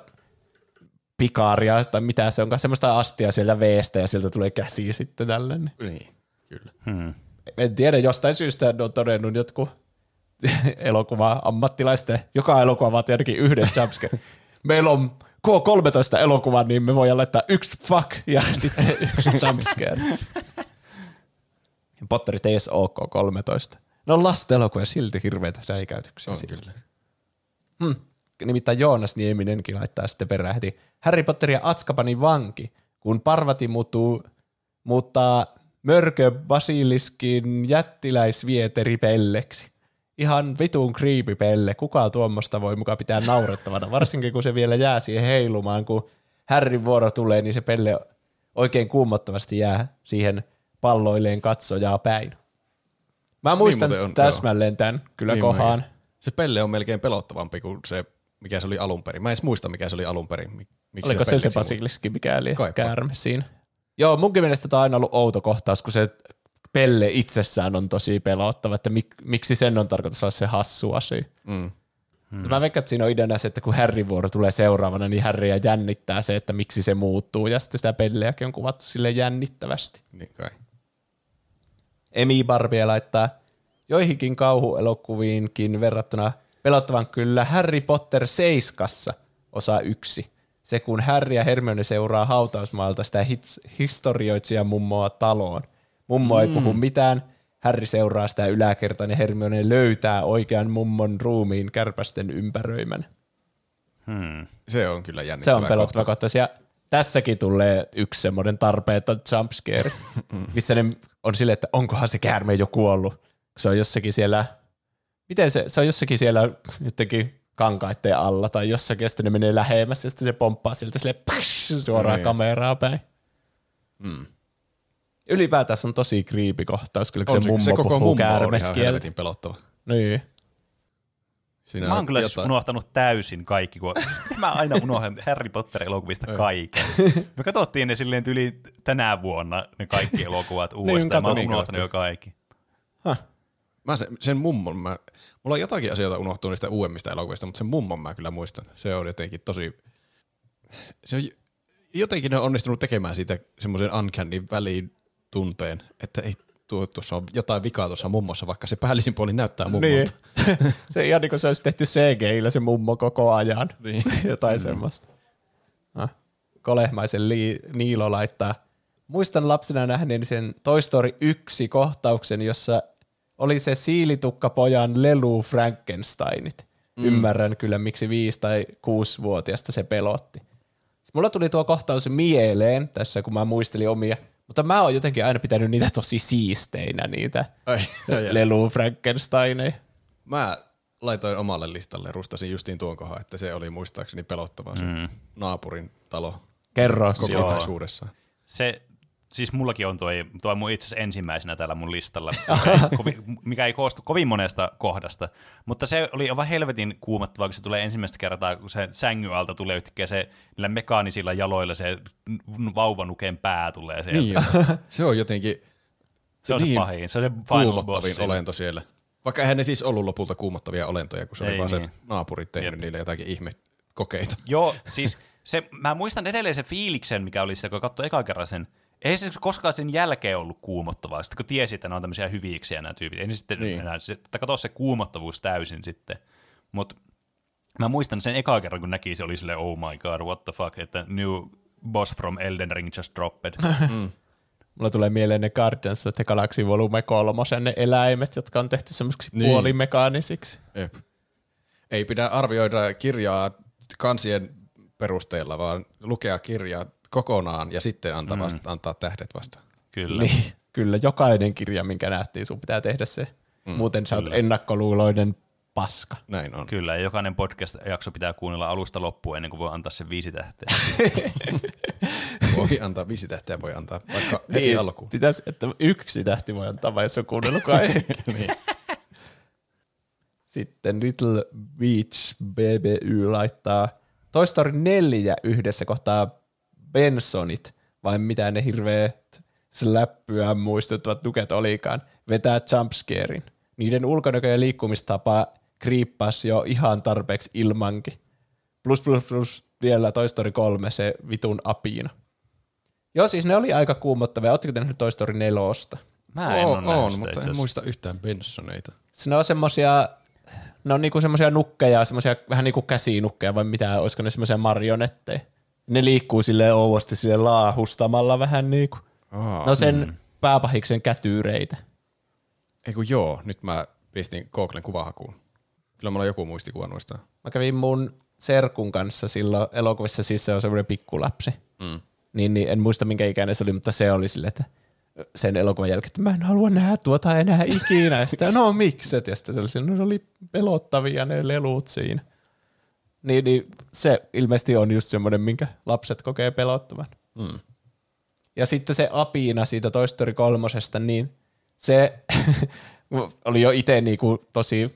[SPEAKER 3] pikaaria, tai mitä se onkaan, semmoista astia sieltä veestä, ja sieltä tulee käsi sitten tällainen.
[SPEAKER 1] Niin, kyllä.
[SPEAKER 3] Hmm. En tiedä, jostain syystä ne on todennut jotkut elokuva ammattilaisten. Joka elokuva vaatii ainakin yhden jumpscare. Meillä on K kolmetoista elokuva, niin me voidaan laittaa yksi fuck ja sitten yksi jumpscare. Potterit ei edes ole K kolmetoista. Ne on lasten elokuvia silti hirveitä säikäytyksiä.
[SPEAKER 1] On kyllä.
[SPEAKER 3] Hmm. Nimittäin Joonas Nieminenkin laittaa sitten perähti. Harry Potter ja Azkabanin vanki, kun Parvati muuttuu, muuttaa mörkö basiliskin jättiläisvieteripelleksi. Ihan vitun creepy pelle. Kuka tuommoista voi mukaan pitää naurettavana? Varsinkin kun se vielä jää siihen heilumaan, kun Harryn vuoro tulee, niin se pelle oikein kuumottavasti jää siihen palloilleen katsojaa päin. Mä muistan niin on, täsmälleen joo. tämän kyllä niin kohaan. Mäkin.
[SPEAKER 1] Se pelle on melkein pelottavampi kuin se, mikä se oli alun perin. Mä en edes muista, mikä se oli alun perin. Miksi
[SPEAKER 3] Oliko se se basiliski, mikä oli käärme siinä? Joo, munkin mielestä tämä on aina ollut outo kohtaus, kun se pelle itsessään on tosi pelottava, että mik, miksi sen on tarkoitus olla se hassu asia. Mm. Hmm. Mä veikkaan, että siinä on ideana se, että kun Harryn vuoro tulee seuraavana, niin Harryä jännittää se, että miksi se muuttuu, ja sitten sitä pelleäkin on kuvattu sille jännittävästi.
[SPEAKER 1] Niin kai.
[SPEAKER 3] Emi Barbie laittaa joihinkin kauhuelokuviinkin verrattuna pelottavan kyllä Harry Potter seiskassa osa yksi. Se kun Harry ja Hermione seuraa hautausmaalta sitä hits, historioitsija mummoa taloon. Mummo mm. ei puhu mitään, Harry seuraa sitä yläkertaan ja Hermione löytää oikean mummon ruumiin kärpästen ympäröimän.
[SPEAKER 1] Hmm. Se on kyllä jännittävä.
[SPEAKER 3] Se on pelottava kohta. Ja tässäkin tulee yksi semmoinen tarpeeton jumpscare, missä ne on silleen, että onkohan se käärme jo kuollut. Se on jossakin siellä, miten se, se on jossakin siellä jotenkin kankaitteen alla tai jossakin, ja sitten ne menee lähemmäs, ja sitten se pomppaa sieltä silleen pash, suoraan no, kameraa päin. Hmm. Ylipäätään se on tosi creepy kohtaus, kyllä kun se, se mummo se puhuu käärmeskieltä. Se koko mummo on ihan helvetin
[SPEAKER 1] pelottava.
[SPEAKER 3] Niin.
[SPEAKER 2] Siinä mä oon kyllä jotain... unohtanut täysin kaikki, kun mä aina unohdan Harry Potter-elokuvista kaiken. Me katsottiin ne silleen yli tänä vuonna, ne kaikki elokuvat uudestaan. Niin, mä oon unohtanut jo kaikki.
[SPEAKER 3] Huh.
[SPEAKER 1] Mä sen, sen mummon, mä, mulla on jotakin asioita unohtunut niistä uudemmista elokuvista, mutta sen mummon mä kyllä muistan. Se on jotenkin tosi, se on, jotenkin ne on onnistunut tekemään siitä semmoisen uncanny väliin tunteen, että ei tuo, tuossa on jotain vikaa tuossa mummossa, vaikka se päällisin puoli näyttää mummolta.
[SPEAKER 3] Niin. Se ihan niin kuin se olisi tehty C G-illä se mummo koko ajan.
[SPEAKER 1] Niin.
[SPEAKER 3] Jotain mm. semmoista. No. Kolehmaisen li- Niilo laittaa. Muistan lapsena nähneeni sen Toy Story yksi kohtauksen, jossa oli se siilitukkapojan lelu Frankensteinit. Mm. Ymmärrän kyllä, miksi viisi- tai kuusivuotiaasta se pelotti. Mulla tuli tuo kohtaus mieleen tässä, kun mä muistelin omia. Mutta mä oon jotenkin aina pitänyt niitä tosi siisteinä, niitä Ai, lelu Frankensteineja.
[SPEAKER 1] Mä laitoin omalle listalle, rustasin justiin tuon kohan, että se oli muistaakseni pelottavaa se mm. naapurin talo.
[SPEAKER 3] Kerro.
[SPEAKER 1] Kokonaisuudessaan.
[SPEAKER 2] Se, siis mullakin on toi, toi mun itse asiassa ensimmäisenä täällä mun listalla, mikä ei, kovi, mikä ei koostu kovin monesta kohdasta. Mutta se oli aivan helvetin kuumottavaa, kun se tulee ensimmäistä kertaa, kun se sängyn alta tulee yhtäkkiä se niillä mekaanisilla jaloilla se vauvanuken pää tulee sieltä.
[SPEAKER 1] Niin se on jotenkin
[SPEAKER 2] se on
[SPEAKER 1] niin
[SPEAKER 2] se pahin, se on se final boss.
[SPEAKER 1] Olento siellä. Vaikka eihän ne siis ollut lopulta kuumottavia olentoja, kun se ei oli vaan niin. Se naapurit tehnyt Jep. niille jotakin ihmekokeita.
[SPEAKER 2] Joo, siis se, mä muistan edelleen sen fiiliksen, mikä oli sitä, kun katsoi eka kerran sen. Ei se koskaan sen jälkeen ollut kuumottavaa, sitten kun tiesi, että ne on tämmöisiä hyviiksiä nämä tyypit. Ei ne sitten niin. enää, se, katso se kuumottavuus täysin sitten. Mutta mä muistan sen eka kerran, kun näki, se oli silleen, oh my god, what the fuck, että new boss from Elden Ring just dropped. mm.
[SPEAKER 3] Mulla tulee mieleen ne Guardians of the Galaxy Volume kolmosen ne eläimet, jotka on tehty semmoisiksi niin. puolimekaanisiksi.
[SPEAKER 1] Jep. Ei pidä arvioida kirjaa kansien perusteella, vaan lukea kirjaa kokonaan ja sitten antaa, vasta, mm. antaa tähdet vasta.
[SPEAKER 2] Kyllä.
[SPEAKER 3] Niin, kyllä, jokainen kirja, minkä nähtiin, sun pitää tehdä se. Mm, Muuten sä oot ennakkoluuloinen paska.
[SPEAKER 1] Näin on.
[SPEAKER 2] Kyllä, ja jokainen podcast-jakso pitää kuunnella alusta loppuun ennen kuin voi antaa sen viisi tähteä.
[SPEAKER 1] Voi antaa viisi tähteä, voi antaa vaikka heti
[SPEAKER 3] niin,
[SPEAKER 1] alkuun.
[SPEAKER 3] Pitäisi, että yksi tähti voi antaa, vai jos on kuunnellut kaikki.
[SPEAKER 1] Niin.
[SPEAKER 3] Sitten Little Beach B B Y laittaa Toy Story neljä yhdessä kohtaa Bensonit, vai mitä ne hirveät släppyä muistuttavat tuket olikaan, vetää jumpscarein. Niiden ulkonäkö ja liikkumistapa kriippas jo ihan tarpeeksi ilmankin. Plus plus plus vielä Toy Story kolme, se vitun apina. Joo, siis ne oli aika kuumottavia. Ootteko te nähnyt Toy Story nelosta?
[SPEAKER 2] Mä en ole nähnyt
[SPEAKER 1] on,
[SPEAKER 2] sitä
[SPEAKER 1] mutta en muista yhtään Bensoneita.
[SPEAKER 3] Ne on semmosia ne on niinku semmoisia nukkeja, semmoisia vähän niinku käsinukkeja vai mitä, olisiko ne semmoisia marionetteja. Ne liikkuu silleen ouvosti silleen laahustamalla vähän niinku.
[SPEAKER 1] Aa,
[SPEAKER 3] no sen
[SPEAKER 1] mm.
[SPEAKER 3] pääpahiksen kätyyreitä.
[SPEAKER 1] Eiku joo, nyt mä pistin Googlen kuvahakuun. Kyllä mulla on joku muistikuva noista.
[SPEAKER 3] Mä kävin mun serkun kanssa silloin elokuvissa, siis se on semmoinen pikkulapsi. Mm. Niin, niin en muista minkä ikäinen se oli, mutta se oli silleen, että sen elokuvan jälkeen, että mä en halua nähdä tuota enää ikinä. Ja sitten, no mikset? Ja sitten se oli, silleen, no, se oli pelottavia ne lelut siinä. Niin, niin se ilmeisesti on just semmoinen, minkä lapset kokee pelottavan. Mm. Ja sitten se apina siitä Toy Story kolmosesta, niin se oli jo itse niinku tosi,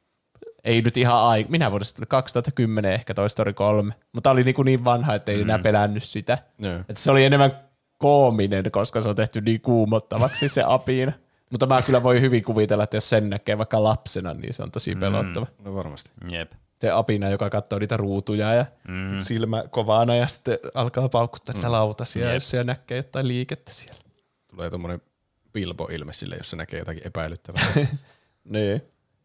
[SPEAKER 3] ei nyt ihan aika, minä vuodesta tuli kaksituhattakymmenen ehkä Toy Story kolme, mutta oli niinku niin vanha, että ei mm. enää pelännyt sitä. No. Että se oli enemmän koominen, koska se on tehty niin kuumottavaksi se apina. Mutta mä kyllä voi hyvin kuvitella, että jos sen näkee vaikka lapsena, niin se on tosi pelottava.
[SPEAKER 1] Mm. No varmasti.
[SPEAKER 2] Jep.
[SPEAKER 3] Se apina, joka katsoo niitä ruutuja ja mm. silmä kovana ja sitten alkaa paukuttaa mm. sitä lautasia, jos se näkee jotain liikettä siellä.
[SPEAKER 1] Tulee tommonen Bilbo-ilme sille, jos se näkee jotakin epäilyttävää.
[SPEAKER 3] Niin.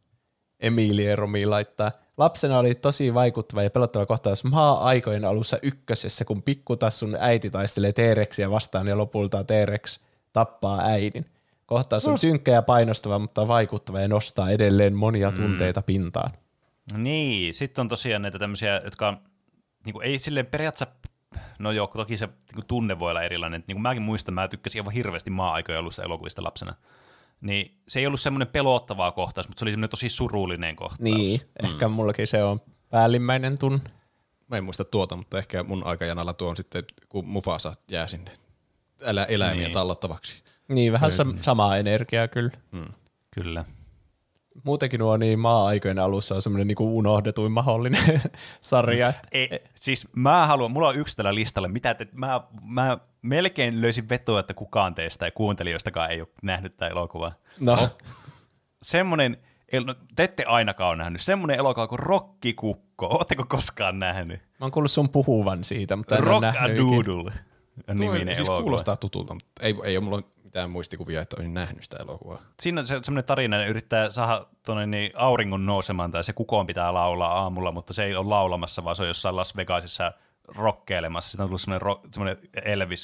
[SPEAKER 3] Emilie Romi laittaa. Lapsena oli tosi vaikuttava ja pelottava kohtaus maa-aikojen alussa ykkösessä, kun pikkutassun äiti taistelee T-rexiä vastaan ja lopulta T-rex tappaa äidin. Kohtaus on synkkä ja painostava, mutta vaikuttava ja nostaa edelleen monia tunteita mm. pintaan.
[SPEAKER 2] Niin, sitten on tosiaan näitä tämmöisiä, jotka niin kuin, ei silleen periaatteessa, no joo, toki se niin tunne voi olla erilainen. Niin kuin mäkin muistan, mä tykkäsin aivan hirveästi maa-aikojen alusta elokuvista lapsena. Niin se ei ollut semmoinen pelottava kohtaus, mutta se oli semmoinen tosi surullinen kohtaus.
[SPEAKER 3] Niin, mm. ehkä mullakin se on päällimmäinen tunne.
[SPEAKER 1] Mä en muista tuota, mutta ehkä mun aikajanalla tuo on sitten, kun Mufasa jää sinne älä eläimiä niin. tallottavaksi.
[SPEAKER 3] Niin, vähän se, samaa energiaa kyllä.
[SPEAKER 2] Mm. Kyllä.
[SPEAKER 3] Muutenkin nuo niin maa-aikojen alussa on semmoinen niinku unohdetuin mahdollinen sarja.
[SPEAKER 2] Ei, siis mä haluan, mulla on yksi tällä listalla, mitä te, mä, mä melkein löysin vetoa, että kukaan teistä ja kuuntelijoistakaan ei ole nähnyt tätä elokuvaa.
[SPEAKER 3] No.
[SPEAKER 2] no. Semmoinen, no, te ette ainakaan ole nähnyt, semmoinen elokuva kuin Rokkikukko. Ootteko koskaan nähnyt?
[SPEAKER 3] Mä oon kuullut sun puhuvan siitä, mutta en
[SPEAKER 2] Rock
[SPEAKER 3] ole nähnyt.
[SPEAKER 2] Rock-a-Doodle niminen
[SPEAKER 1] siis
[SPEAKER 2] elokuva.
[SPEAKER 1] Kuulostaa tutulta, mutta ei, ei ole mulla mitään muistikuvia, että olisin nähnyt sitä elokuvaa.
[SPEAKER 2] Siinä on se, semmoinen tarina, että yrittää saada tuonne niin auringon nousemaan, tai se kukoon pitää laulaa aamulla, mutta se ei ole laulamassa, vaan se on jossain Las Vegasissa rokkeilemassa. Sitten on tullut semmoinen, ro, semmoinen Elvis.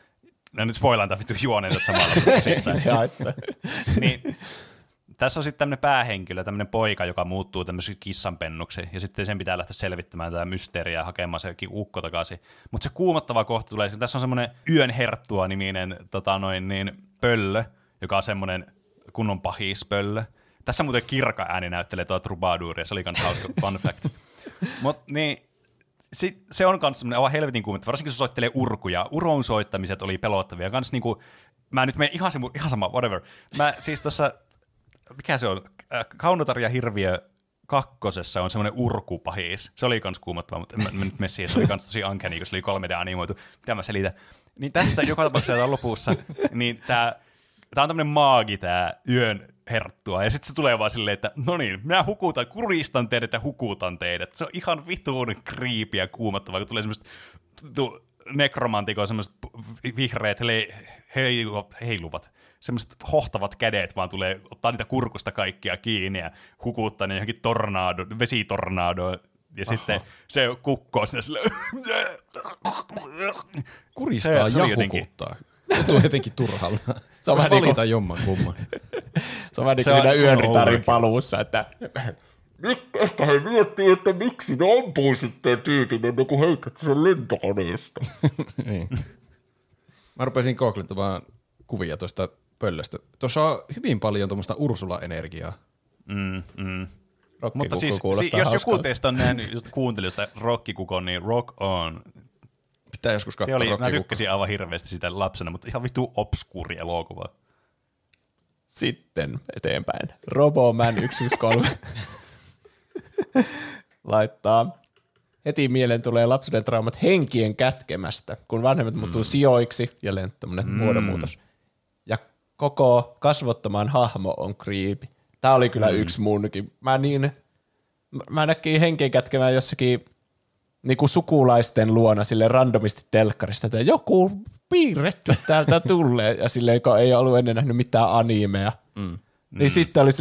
[SPEAKER 2] No nyt spoilaan tämän vittu juoneensa samalla.
[SPEAKER 3] Se haittaa.
[SPEAKER 2] Niin, tässä on sitten tämmöinen päähenkilö, tämmöinen poika, joka muuttuu tämmöiseksi kissanpennuksi, ja sitten sen pitää lähteä selvittämään tätä mysteeriä ja hakemaan se ukko takaisin. Mutta se kuumottava kohta tulee, että tässä on semmoinen Yön herttua-niminen tota noin, niin, pöllö, joka on semmoinen kunnon pahispöllö. Tässä muuten Kirka ääni näyttelee tuo Troubadour, ja se oli kans hauska fun fact. Mut niin, sit, se on kans semmoinen aivan helvetin kuumottava, varsinkin se soittelee urkuja. Uron soittamiset oli pelottavia. Kans niinku, mä nyt menen ihan, ihan sama, whatever. Mä siis tuossa mikä se on? Kaunotar ja hirviö kakkosessa on semmoinen urkupahis. Se oli kans kuumottava, mutta en mä nyt mene siihen. Se oli kans tosi uncanny, kun se oli kolme D-animoitu. Mitä mä selitän? Niin tässä joka tapauksessa lopussa, niin tää, tää on tämmönen maagi, tää Yön herttua. Ja sitten se tulee vaan silleen, että no niin, minä hukutan, kuristan teidät ja hukutan teidät. Se on ihan vituun creepy ja kuumottavaa, kun tulee semmoista nekromantikoa, semmoiset vihreät le- heiluvat, heiluvat. Semmoiset hohtavat kädet vaan tulee ottaa niitä kurkusta kaikkia kiinni ja hukuttaa ne johonkin tornado, vesitornadoon. Ja Aha. sitten se kukkoo sinne silleen.
[SPEAKER 1] Kuristaa se, ja hukuttaa. Tuntuu jotenkin turhalla. Se on vähän valita niin jomman kumman.
[SPEAKER 3] Se on vähän niin kuin siinä Yönritarin paluussa, että nyt ehkä he miettii, että miksi ne ampuisitte tyytin ennen kuin heitätte sen lentokoneesta.
[SPEAKER 1] Niin. Mä rupesin googlettamaan kuvia tuosta pöllöstä. Tuossa on hyvin paljon tuommoista Ursula-energiaa.
[SPEAKER 2] Mm, mm. Mutta siis, si- jos joku teistä on nähnyt, just kuuntelin sitä Rokkikukon, niin Rock On.
[SPEAKER 1] Pitää joskus katsoa Rokkikukon.
[SPEAKER 2] Mä tykkäsin aivan hirveästi sitä lapsena, mutta ihan vittu obskuuri elokuva.
[SPEAKER 3] Sitten eteenpäin. Roboman yksi yksi kolme laittaa. Heti mieleen tulee lapsuuden traumat henkien kätkemästä, kun vanhemmat mm. muuttuu sijoiksi, jälleen tämmöinen mm. muodonmuutos. Ja koko kasvottoman hahmo on creepy. Tää oli kyllä mm. yksi munkin. Mä niin, mä näkin henkien kätkemään jossakin niinku sukulaisten luona sille randomisti telkkarista, että joku piirretty täältä tulee, ja silleen, kun ei ollut ennen nähnyt mitään animea. Mm. Niin mm. sitten oli silleen,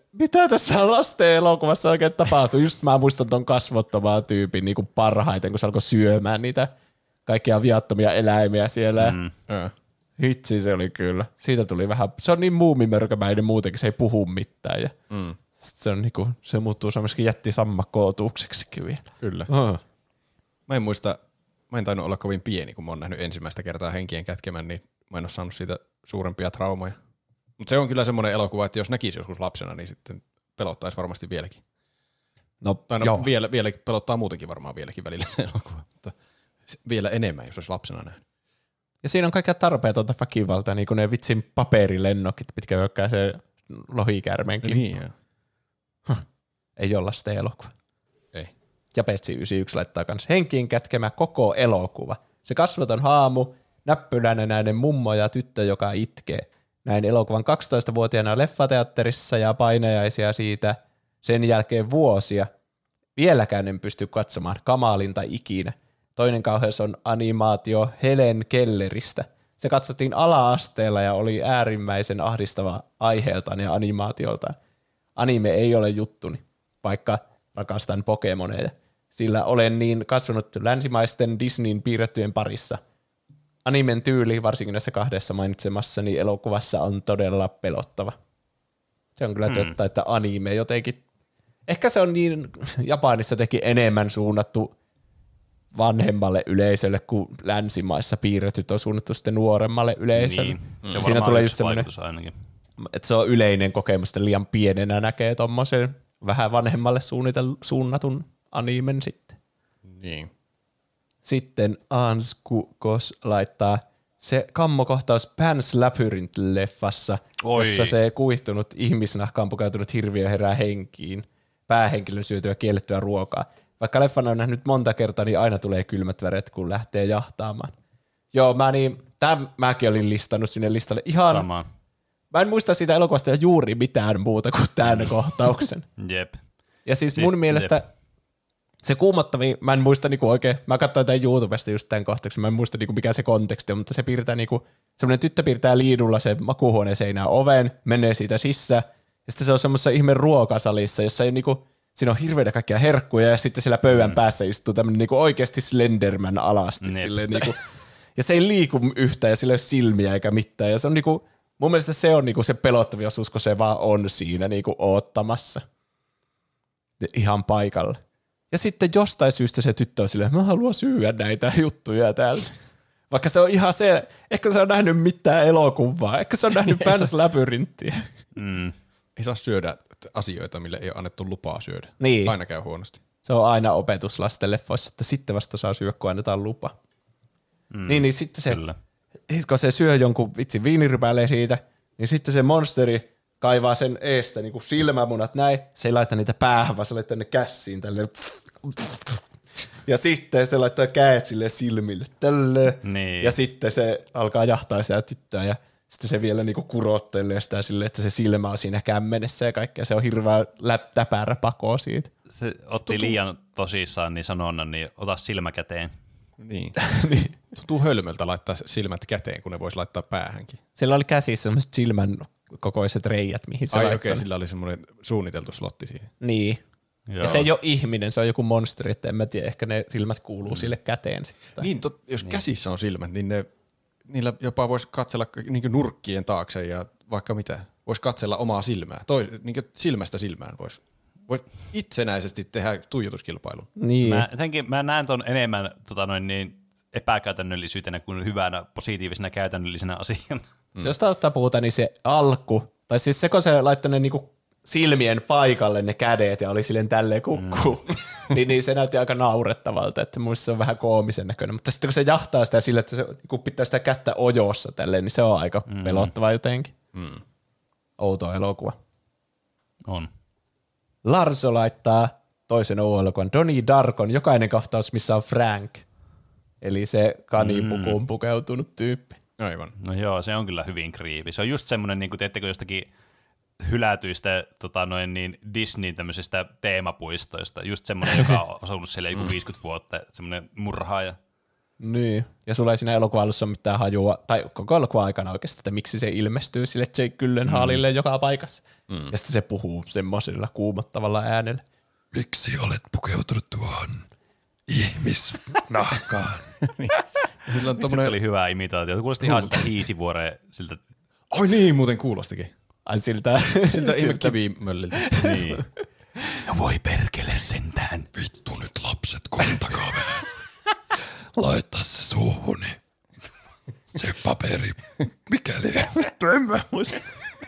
[SPEAKER 3] mitä tässä lasten elokuvassa oikein tapahtui? Just mä muistan ton kasvottomaa tyypin niin kuin parhaiten, kun se alkoi syömään niitä kaikkia viattomia eläimiä siellä. Mm. Hitsi se oli kyllä. Siitä tuli vähän, se on niin muumimörkömäinen muutenkin, se ei puhu mitään. Ja mm. se, on niinku, se muuttuu semmoisikin jättisammakkootuukseksikin vielä.
[SPEAKER 1] Kyllä. Oh. Mä en muista, mä en tainnut olla kovin pieni, kun mä oon nähnyt ensimmäistä kertaa Henkien kätkemän, niin mä en ole saanut siitä suurempia traumoja. Mutta se on kyllä semmoinen elokuva, että jos näkisi joskus lapsena, niin sitten pelottaisi varmasti vieläkin.
[SPEAKER 3] No,
[SPEAKER 1] tai no vielä, vieläkin, pelottaa muutenkin varmaan vieläkin välillä se elokuva, mutta vielä enemmän, jos olisi lapsena nähnyt.
[SPEAKER 3] Ja siinä on kaikkea tarpeetonta väkivaltaa, niin kuin ne vitsin paperilennokit, mitkä hyökkää se lohikärmeen kimppuun.
[SPEAKER 1] Niin,
[SPEAKER 3] huh. Ei ole lasten elokuva.
[SPEAKER 1] Ei.
[SPEAKER 3] Ja Petsi yhdeksänkymmentäyksi laittaa kanssa Henkiin kätkemä koko elokuva. Se kasvoton haamu, näppylänä näiden mummo ja tyttö, joka itkee. Näin elokuvan kaksitoistavuotiaana leffateatterissa ja painajaisia siitä sen jälkeen vuosia. Vieläkään en pysty katsomaan kamalinta ikinä. Toinen kauheus on animaatio Helen Kelleristä. Se katsottiin ala-asteella ja oli äärimmäisen ahdistava aiheeltaan ja animaatioltaan. Anime ei ole juttuni, vaikka rakastan Pokemoneja, sillä olen niin kasvanut länsimaisten Disneyn piirrettyjen parissa. Animen tyyli, varsinkin näissä kahdessa mainitsemassani elokuvassa, on todella pelottava. Se on kyllä totta, hmm. että anime jotenkin, ehkä se on niin, Japanissa teki enemmän suunnattu vanhemmalle yleisölle, kuin länsimaissa piirretyt on suunnattu sitten nuoremmalle yleisölle.
[SPEAKER 2] Niin. Se
[SPEAKER 3] siinä tulee just semmoinen,
[SPEAKER 2] ainakin.
[SPEAKER 3] että se on yleinen kokemus, että liian pienenä näkee tommosen vähän vanhemmalle suunnatun animen sitten.
[SPEAKER 1] Niin.
[SPEAKER 3] Sitten Anskukos laittaa se kammokohtaus Pan's Labyrinth-leffassa,
[SPEAKER 2] Oi.
[SPEAKER 3] jossa se kuihtunut ihmisnahkaan pukeutunut hirviö herää henkiin, päähenkilön syötyä kiellettyä ruokaa. Vaikka leffan on nähnyt monta kertaa, niin aina tulee kylmät väret, kun lähtee jahtaamaan. Joo, mä niin, tämän mäkin olin listannut sinne listalle ihan...
[SPEAKER 2] Sama.
[SPEAKER 3] Mä en muista siitä elokuvasta juuri mitään muuta kuin tämän kohtauksen.
[SPEAKER 2] Jep.
[SPEAKER 3] Ja siis,
[SPEAKER 2] siis
[SPEAKER 3] mun mielestä
[SPEAKER 2] jep.
[SPEAKER 3] se kuumottavin, mä en muista niinku oikein, mä katsoin tämän YouTubesta just tämän kohtauksen, mä en muista niinku mikä se konteksti on, mutta se piirtää niinku, semmoinen tyttö piirtää liidulla se makuuhuoneen seinään oven, menee siitä sisään, ja sitten se on semmoisessa ihme ruokasalissa, jossa ei niinku, siinä on hirveitä kaikkia herkkuja, ja sitten siellä pöydän mm. päässä istuu tämmöinen niinku oikeasti Slenderman alasti, silleen niinku, ja se ei liiku yhtään, ja sillä ei ole silmiä eikä mitään, ja se on niinku, mun mielestä se on niinku se pelottavia osuus, kun se vaan on siinä niinku oottamassa. Ihan paikalla. Ja sitten jostain syystä se tyttö on silleen, mä haluan syödä näitä juttuja täältä. Vaikka se on ihan se, ehkä se on nähnyt mitään elokuvaa, ehkä se on nähnyt Pan's Labyrinthiä.
[SPEAKER 2] Mm.
[SPEAKER 1] Ei saa syödä asioita, mille ei ole annettu lupaa syödä.
[SPEAKER 3] Niin.
[SPEAKER 1] Aina käy huonosti.
[SPEAKER 3] Se on aina opetus lastenleffoissa, että sitten vasta saa syödä, kun annetaan lupa. Mm. Niin, niin sitten se, Kyllä. kun se syö jonkun vitsin viinirypäleen siitä, niin sitten se monsteri kaivaa sen eestä niin kuin silmämunat näin, se ei laita niitä päähän, vaan se laittaa ne kässiin tälleen. Ja sitten se laittaa käet sille silmille tälle. Niin. Ja sitten se alkaa jahtaa sitä tyttöä ja sitten se vielä niinku kurottelee sitä silleen, että se silmä on siinä kämmenessä ja kaikkea. Se on hirveän täpärä pakoo siitä.
[SPEAKER 2] Se otti Tutu. liian tosissaan niin sanonnan, niin ota silmä käteen.
[SPEAKER 1] Niin. niin. Tuntuu hölmöltä laittaa silmät käteen, kun ne voisi laittaa päähänkin.
[SPEAKER 3] Sillä oli käsissä sellaiset silmän kokoiset reijät, mihin se
[SPEAKER 1] Ai
[SPEAKER 3] laittaa.
[SPEAKER 1] okei, okay, sillä oli semmoinen suunniteltu slotti siihen.
[SPEAKER 3] Niin. Joo. Ja se ei ole ihminen, se on joku monsteri, että en mä tiedä, ehkä ne silmät kuuluu mm. sille käteen sitten.
[SPEAKER 1] Niin, tot, jos niin. käsissä on silmät, niin ne, niillä jopa voisi katsella niin nurkkien taakse ja vaikka mitä. Voisi katsella omaa silmää. Toi, niin silmästä silmään voisi. Voisi itsenäisesti tehdä tuijotuskilpailun.
[SPEAKER 3] Niin.
[SPEAKER 2] Mä, jotenkin, mä näen ton enemmän tota noin, niin epäkäytännöllisyytenä kuin hyvänä positiivisena käytännöllisenä asiana.
[SPEAKER 3] Mm. Se jos ottaa puhuta, niin se alku, tai siis se kun se laittoi ne niinku silmien paikalle ne kädet ja oli silleen tälleen kukkuu, mm. niin, niin se näytti aika naurettavalta, että muista se on vähän koomisen näköinen. Mutta sitten kun se jahtaa sitä sille, että se kun pitää sitä kättä ojossa tälleen, niin se on aika mm. pelottava jotenkin. Mm. Outo elokuva.
[SPEAKER 2] On.
[SPEAKER 3] Larso laittaa toisen O-elokuvan Donnie Darkon, jokainen kohtaus, missä on Frank. Eli se kanipukuun mm. pukeutunut tyyppi.
[SPEAKER 1] Aivan.
[SPEAKER 2] No joo, se on kyllä hyvin kriipi. Se on just semmoinen, niin kuin teettekö jostakin hylätyistä tota noin, niin Disneyn tämmöisistä teemapuistoista. Just semmoinen, joka on asunut siellä joku viisikymmentä vuotta, semmoinen murhaaja.
[SPEAKER 3] Niin. Ja sulla ei siinä elokuvan alussa ole mitään hajua, tai koko elokuvan aikana oikeasti, että miksi se ilmestyy sille Jake Gyllenhaalille mm. joka paikassa. Mm. Ja sitten se puhuu semmoisella kuumottavalla äänellä.
[SPEAKER 5] Miksi olet pukeutunut tuohon ihmisnahkaan?
[SPEAKER 2] Niin. Tommonen... Se oli hyvä imitaatio. Kuulosti ihan siltä hiisivuoreen. Siltä...
[SPEAKER 1] Oi niin, muuten kuulostikin.
[SPEAKER 3] Ai siltä...
[SPEAKER 1] siltä ihme kivimölliltä.
[SPEAKER 2] Niin.
[SPEAKER 5] No voi perkele sentään. Vittu nyt lapset, kontakaa vähän. Laita se suuhuni. Se paperi. Mikäli. Vittu en mä muista.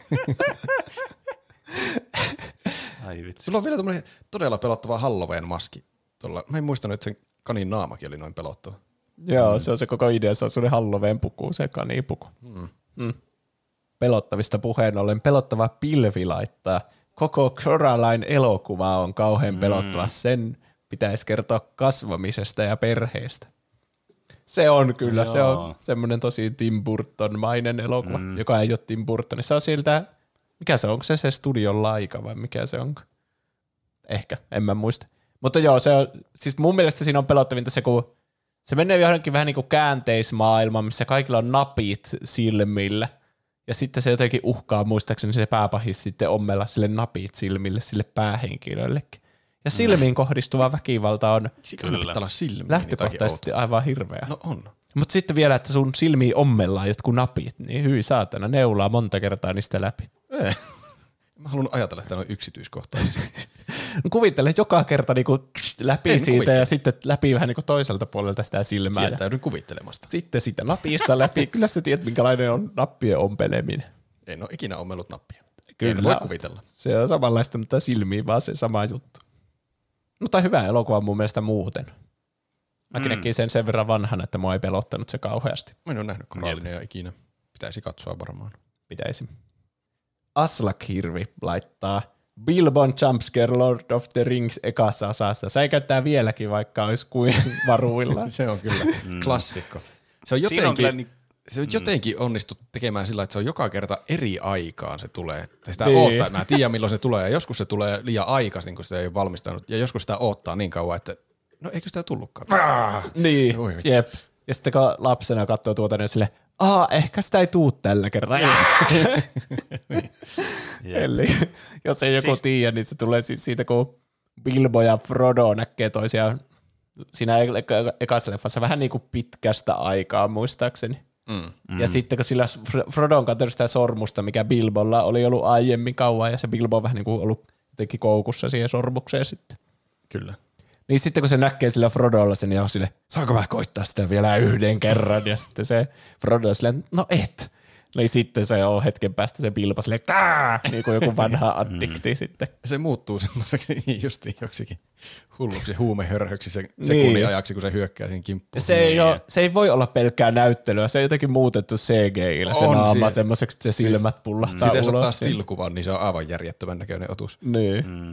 [SPEAKER 2] Ai vitsi.
[SPEAKER 1] Sulla on vielä tommoinen todella pelottava Halloween-maski. Tuolla. Mä en muistanut, että sen kanin naamakin oli noin pelottava.
[SPEAKER 3] Joo, se on se koko idea. Se on sellainen Halloween-puku, se kanipuku. Mm. Mm. Pelottavista puheen ollen pelottava pilvi laittaa. Koko Coraline-elokuva on kauhean mm. pelottava. Sen pitäisi kertoa kasvamisesta ja perheestä. Se on kyllä. Joo. Se on semmoinen tosi Tim Burton-mainen elokuva, mm. joka ei ole Tim Burton. Se on siltä, mikä se on? Onko se se Studion Laika vai mikä se on? Ehkä, en mä muista. Mutta joo, se on, siis mun mielestä siinä on pelottavinta se, kun se menee johonkin vähän niin kuin käänteismaailmaan, missä kaikilla on napit silmillä. Ja sitten se jotenkin uhkaa, muistaakseni se pääpahis sitten ommella sille napit silmille, sille päähenkilöllekin. Ja silmiin kohdistuva väkivalta on lähtökohtaisesti aivan hirveä.
[SPEAKER 1] No on.
[SPEAKER 3] Mutta sitten vielä, että sun silmiin ommellaan jotkut napit, niin hyi saatana, neulaa monta kertaa niistä läpi.
[SPEAKER 1] Ei. Mä haluan ajatella, että ne on yksityiskohtaisesti.
[SPEAKER 3] No kuvittele joka kerta niinku läpi en siitä kuvittele. Ja sitten läpi vähän niinku toiselta puolelta sitä silmää.
[SPEAKER 1] Kieltäydyn kuvittelemasta.
[SPEAKER 3] Sitten sitä napista läpi. Kyllä sä tiedät, minkälainen on nappien ompeleminen.
[SPEAKER 1] En ole ikinä ommellut nappia.
[SPEAKER 3] Kyllä.
[SPEAKER 1] En voi kuvitella.
[SPEAKER 3] Se on samanlaista, mutta silmiin vaan se sama juttu. Mutta hyvä elokuva mun mielestä muuten. Mäkin mm. näkin sen sen verran vanhana, että mua ei pelottanut se kauheasti.
[SPEAKER 1] Mä en ole nähnyt Coralineja ikinä. Pitäisi katsoa varmaan.
[SPEAKER 3] Pitäisi. Aslak Hirvi laittaa Bilbon Jumpscare Lord of the Rings ekassa osassa. Se käyttää vieläkin, vaikka olisi kuin varuilla.
[SPEAKER 1] Se on kyllä mm. klassikko. Se on jotenkin, on niin, se on jotenkin onnistu tekemään sillä, että se on joka kerta eri aikaan se tulee. Sitä niin. Oottaa, mä tiedän milloin se tulee, ja joskus se tulee liian aikaisin, kun sitä ei ole valmistanut, ja joskus sitä odottaa niin kauan, että no eikö sitä tullutkaan? Ah!
[SPEAKER 3] Niin, jep. Ja sitten kun lapsena katsoo tuota, niin silleen, aa, ehkä sitä ei tuu tällä kertaa. Eli jos ei joku siis... tiedä, niin se tulee siis siitä, kun Bilbo ja Frodo näkee toisiaan siinä ekassa leffassa vähän niin kuin pitkästä aikaa muistaakseni. Mm. Mm. Ja sitten kun sillä Frodo on katsonut sitä sormusta, mikä Bilbolla oli ollut aiemmin kauan, ja se Bilbo on vähän niin kuin ollut jotenkin koukussa siihen sormukseen sitten.
[SPEAKER 1] Kyllä.
[SPEAKER 3] Niin sitten kun se näkee sillä Frodolla sen, ja on sille, saanko mä koittaa sitä vielä yhden kerran, ja sitten se Frodo on silleen, no et. Niin sitten se on hetken päästä se Bilbo silleen, tää, niin kuin joku vanha addikti mm. sitten.
[SPEAKER 1] Se muuttuu semmoiseksi justiin joksikin hulluksi huumehörhöksi se sekunnin niin. ajaksi, kun se hyökkää siihen kimppuun.
[SPEAKER 3] Se ei, ole, se ei voi olla pelkkää näyttelyä, se on jotenkin muutettu C G I-llä se naama semmoiseksi, että se silmät siis, pullahtaa ulos.
[SPEAKER 1] Sitä jos ottaa stillkuvan, niin se on aivan järjettömän näköinen otus.
[SPEAKER 3] Niin. Mm.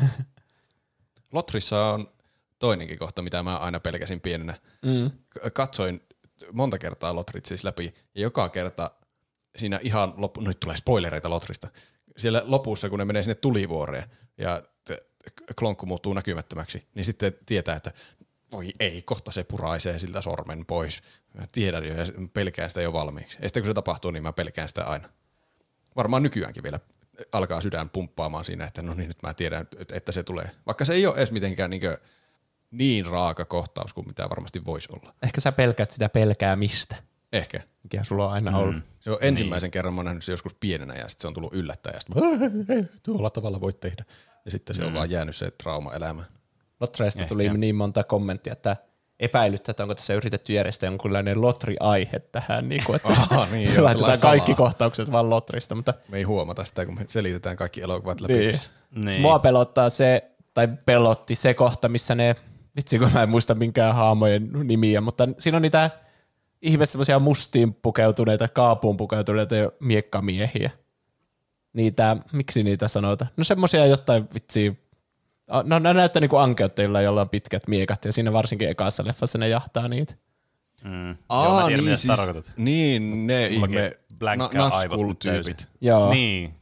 [SPEAKER 1] Lotrissa on toinenkin kohta, mitä mä aina pelkäsin pienenä. Mm. Katsoin monta kertaa Lotrit siis läpi, ja joka kerta siinä ihan loppu, nyt tulee spoilereita Lotrista, siellä lopussa, kun ne menee sinne tulivuoreen, ja klonkku muuttuu näkymättömäksi, niin sitten tietää, että voi ei, kohta se puraisee siltä sormen pois. Mä tiedän jo, ja pelkään sitä jo valmiiksi. Ja sitten kun se tapahtuu, niin mä pelkään sitä aina. Varmaan nykyäänkin vielä alkaa sydän pumppaamaan siinä, että no niin, nyt mä tiedän, että se tulee. Vaikka se ei ole edes mitenkään niin, niin raaka kohtaus kuin mitä varmasti voisi olla.
[SPEAKER 3] Ehkä sä pelkäät sitä pelkäämistä.
[SPEAKER 1] Ehkä.
[SPEAKER 3] Mikä sulla on aina mm. ollut.
[SPEAKER 1] Se on ensimmäisen niin. kerran, mä oon nähnyt se joskus pienenä, ja sitten se on tullut yllättäen, ja sitten tuolla tavalla voit tehdä. Ja sitten se mm. on vaan jäänyt se trauma elämään.
[SPEAKER 3] Lotreista tuli niin monta kommenttia, että epäilyttää, että onko tässä yritetty järjestää jonkunlainen Lotri-aihe tähän, niin kuin, että Aha, niin, laitetaan kaikki samaa. kohtaukset vaan Lotrista. Mutta
[SPEAKER 1] me ei huomata sitä, kun me selitetään kaikki elokuvat läpi. Niin.
[SPEAKER 3] Niin. Mua pelottaa se, tai pelotti se kohta, missä ne, vitsi kun mä en muista minkään haamojen nimiä, mutta siinä on niitä ihme semmoisia mustiin pukeutuneita, kaapuun pukeutuneita miekkamiehiä. Niitä, miksi niitä sanotaan? No semmoisia jotain vitsiä. No ne näyttää niinku ankeuttajilla, joilla on pitkät miekat, ja siinä varsinkin ekassa leffassa ne jahtaa niitä.
[SPEAKER 2] Mm.
[SPEAKER 1] Aa,
[SPEAKER 2] Joo, mä tiedän,
[SPEAKER 1] niin, siis, niin, ne ihme Nazgul-tyypit.
[SPEAKER 3] Joo.
[SPEAKER 2] Niin.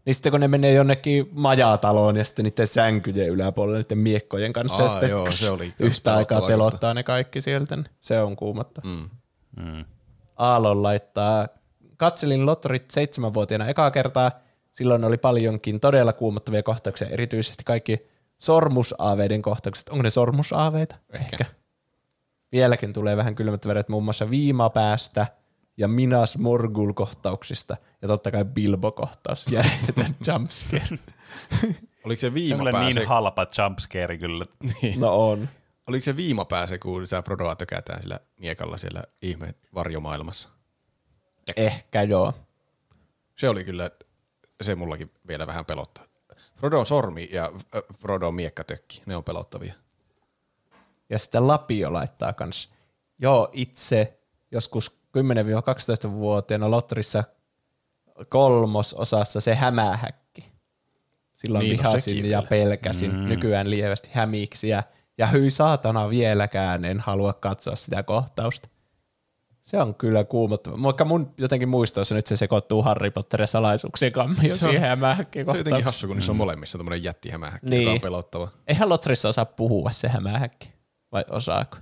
[SPEAKER 3] Niin sitten kun ne menee jonnekin majataloon ja sitten niiden sänkyjen yläpuolella niiden miekkojen kanssa
[SPEAKER 1] Aa,
[SPEAKER 3] ja sitten
[SPEAKER 1] joo, se oli
[SPEAKER 3] yhtä aikaa
[SPEAKER 1] pelottavaa
[SPEAKER 3] pelottaa
[SPEAKER 1] kohta.
[SPEAKER 3] ne kaikki sieltä. Niin se on kuumotta.
[SPEAKER 1] Mm.
[SPEAKER 2] Mm.
[SPEAKER 3] Aallon laittaa, katselin Lotterit seitsemänvuotiaana ekaa kertaa. Silloin oli paljonkin todella kuumottavia kohtauksia, erityisesti kaikki sormusaaveiden kohtaukset. Onko ne sormusaaveita?
[SPEAKER 1] Ehkä.
[SPEAKER 3] Ehkä. Vieläkin tulee vähän kylmät veret muun muassa Viimapäästä ja Minas Morgul-kohtauksista. Ja totta kai Bilbo-kohtaus. Järjetön jumpscare.
[SPEAKER 1] Oliko se
[SPEAKER 2] Se on
[SPEAKER 1] viimapää
[SPEAKER 2] kyllä
[SPEAKER 1] se,
[SPEAKER 2] niin halpa jumpscare kyllä.
[SPEAKER 3] No on.
[SPEAKER 1] oliko se viimapää se, kun sitä Frodoa tökätään sillä miekalla siellä ihme varjomaailmassa?
[SPEAKER 3] Ehkä joo.
[SPEAKER 1] Se oli kyllä, se mullakin vielä vähän pelottaa. Frodon sormi ja äh, Frodon miekkatökki, ne on pelottavia.
[SPEAKER 3] Ja sitten Lapio laittaa kans. Joo, itse joskus kymmenen kaksitoista-vuotiaana Lotterissa kolmososassa se hämähäkki. Silloin
[SPEAKER 1] Niin, no
[SPEAKER 3] vihasin
[SPEAKER 1] sekin
[SPEAKER 3] ja
[SPEAKER 1] vielä.
[SPEAKER 3] pelkäsin, mm. nykyään lievästi hämiksiä. Ja hyi saatana vieläkään en halua katsoa sitä kohtausta. Se on kyllä kuumottava. Vaikka mun jotenkin muistoissa nyt se sekoittuu Harry Potter ja salaisuuksien kammio
[SPEAKER 1] Se on-
[SPEAKER 3] siihen hämähäkkiin
[SPEAKER 1] Se on jotenkin
[SPEAKER 3] kohtaukseen.
[SPEAKER 1] hassu, kun niissä on molemmissa tommonen jättihämähäkki,
[SPEAKER 3] Niin.
[SPEAKER 1] joka on pelottava.
[SPEAKER 3] Eihän Lotterissa osaa puhua se hämähäkki. Vai osaako?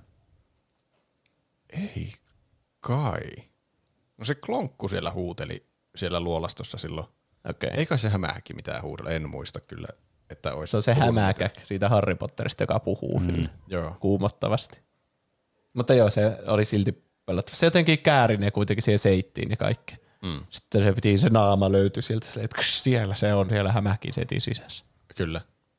[SPEAKER 1] Ei kai. No se klonkku siellä huuteli siellä luolastossa silloin.
[SPEAKER 3] Okei.
[SPEAKER 1] Ei kai se hämähäkki mitään huudella, en muista kyllä, että olisi.
[SPEAKER 3] Se on se
[SPEAKER 1] kuullut
[SPEAKER 3] hämäkä siitä Harry Potterista, joka puhuu mm.
[SPEAKER 1] mitään. Joo.
[SPEAKER 3] kuumottavasti. Mutta joo, se oli silti pelottava. Se jotenkin kääri ne kuitenkin siihen seittiin ja kaikki.
[SPEAKER 1] Mm.
[SPEAKER 3] Sitten se piti, se naama löytyi sieltä, silleen, että ksh, siellä se on, siellä hämähäkin setin sisässä.
[SPEAKER 1] Kyllä.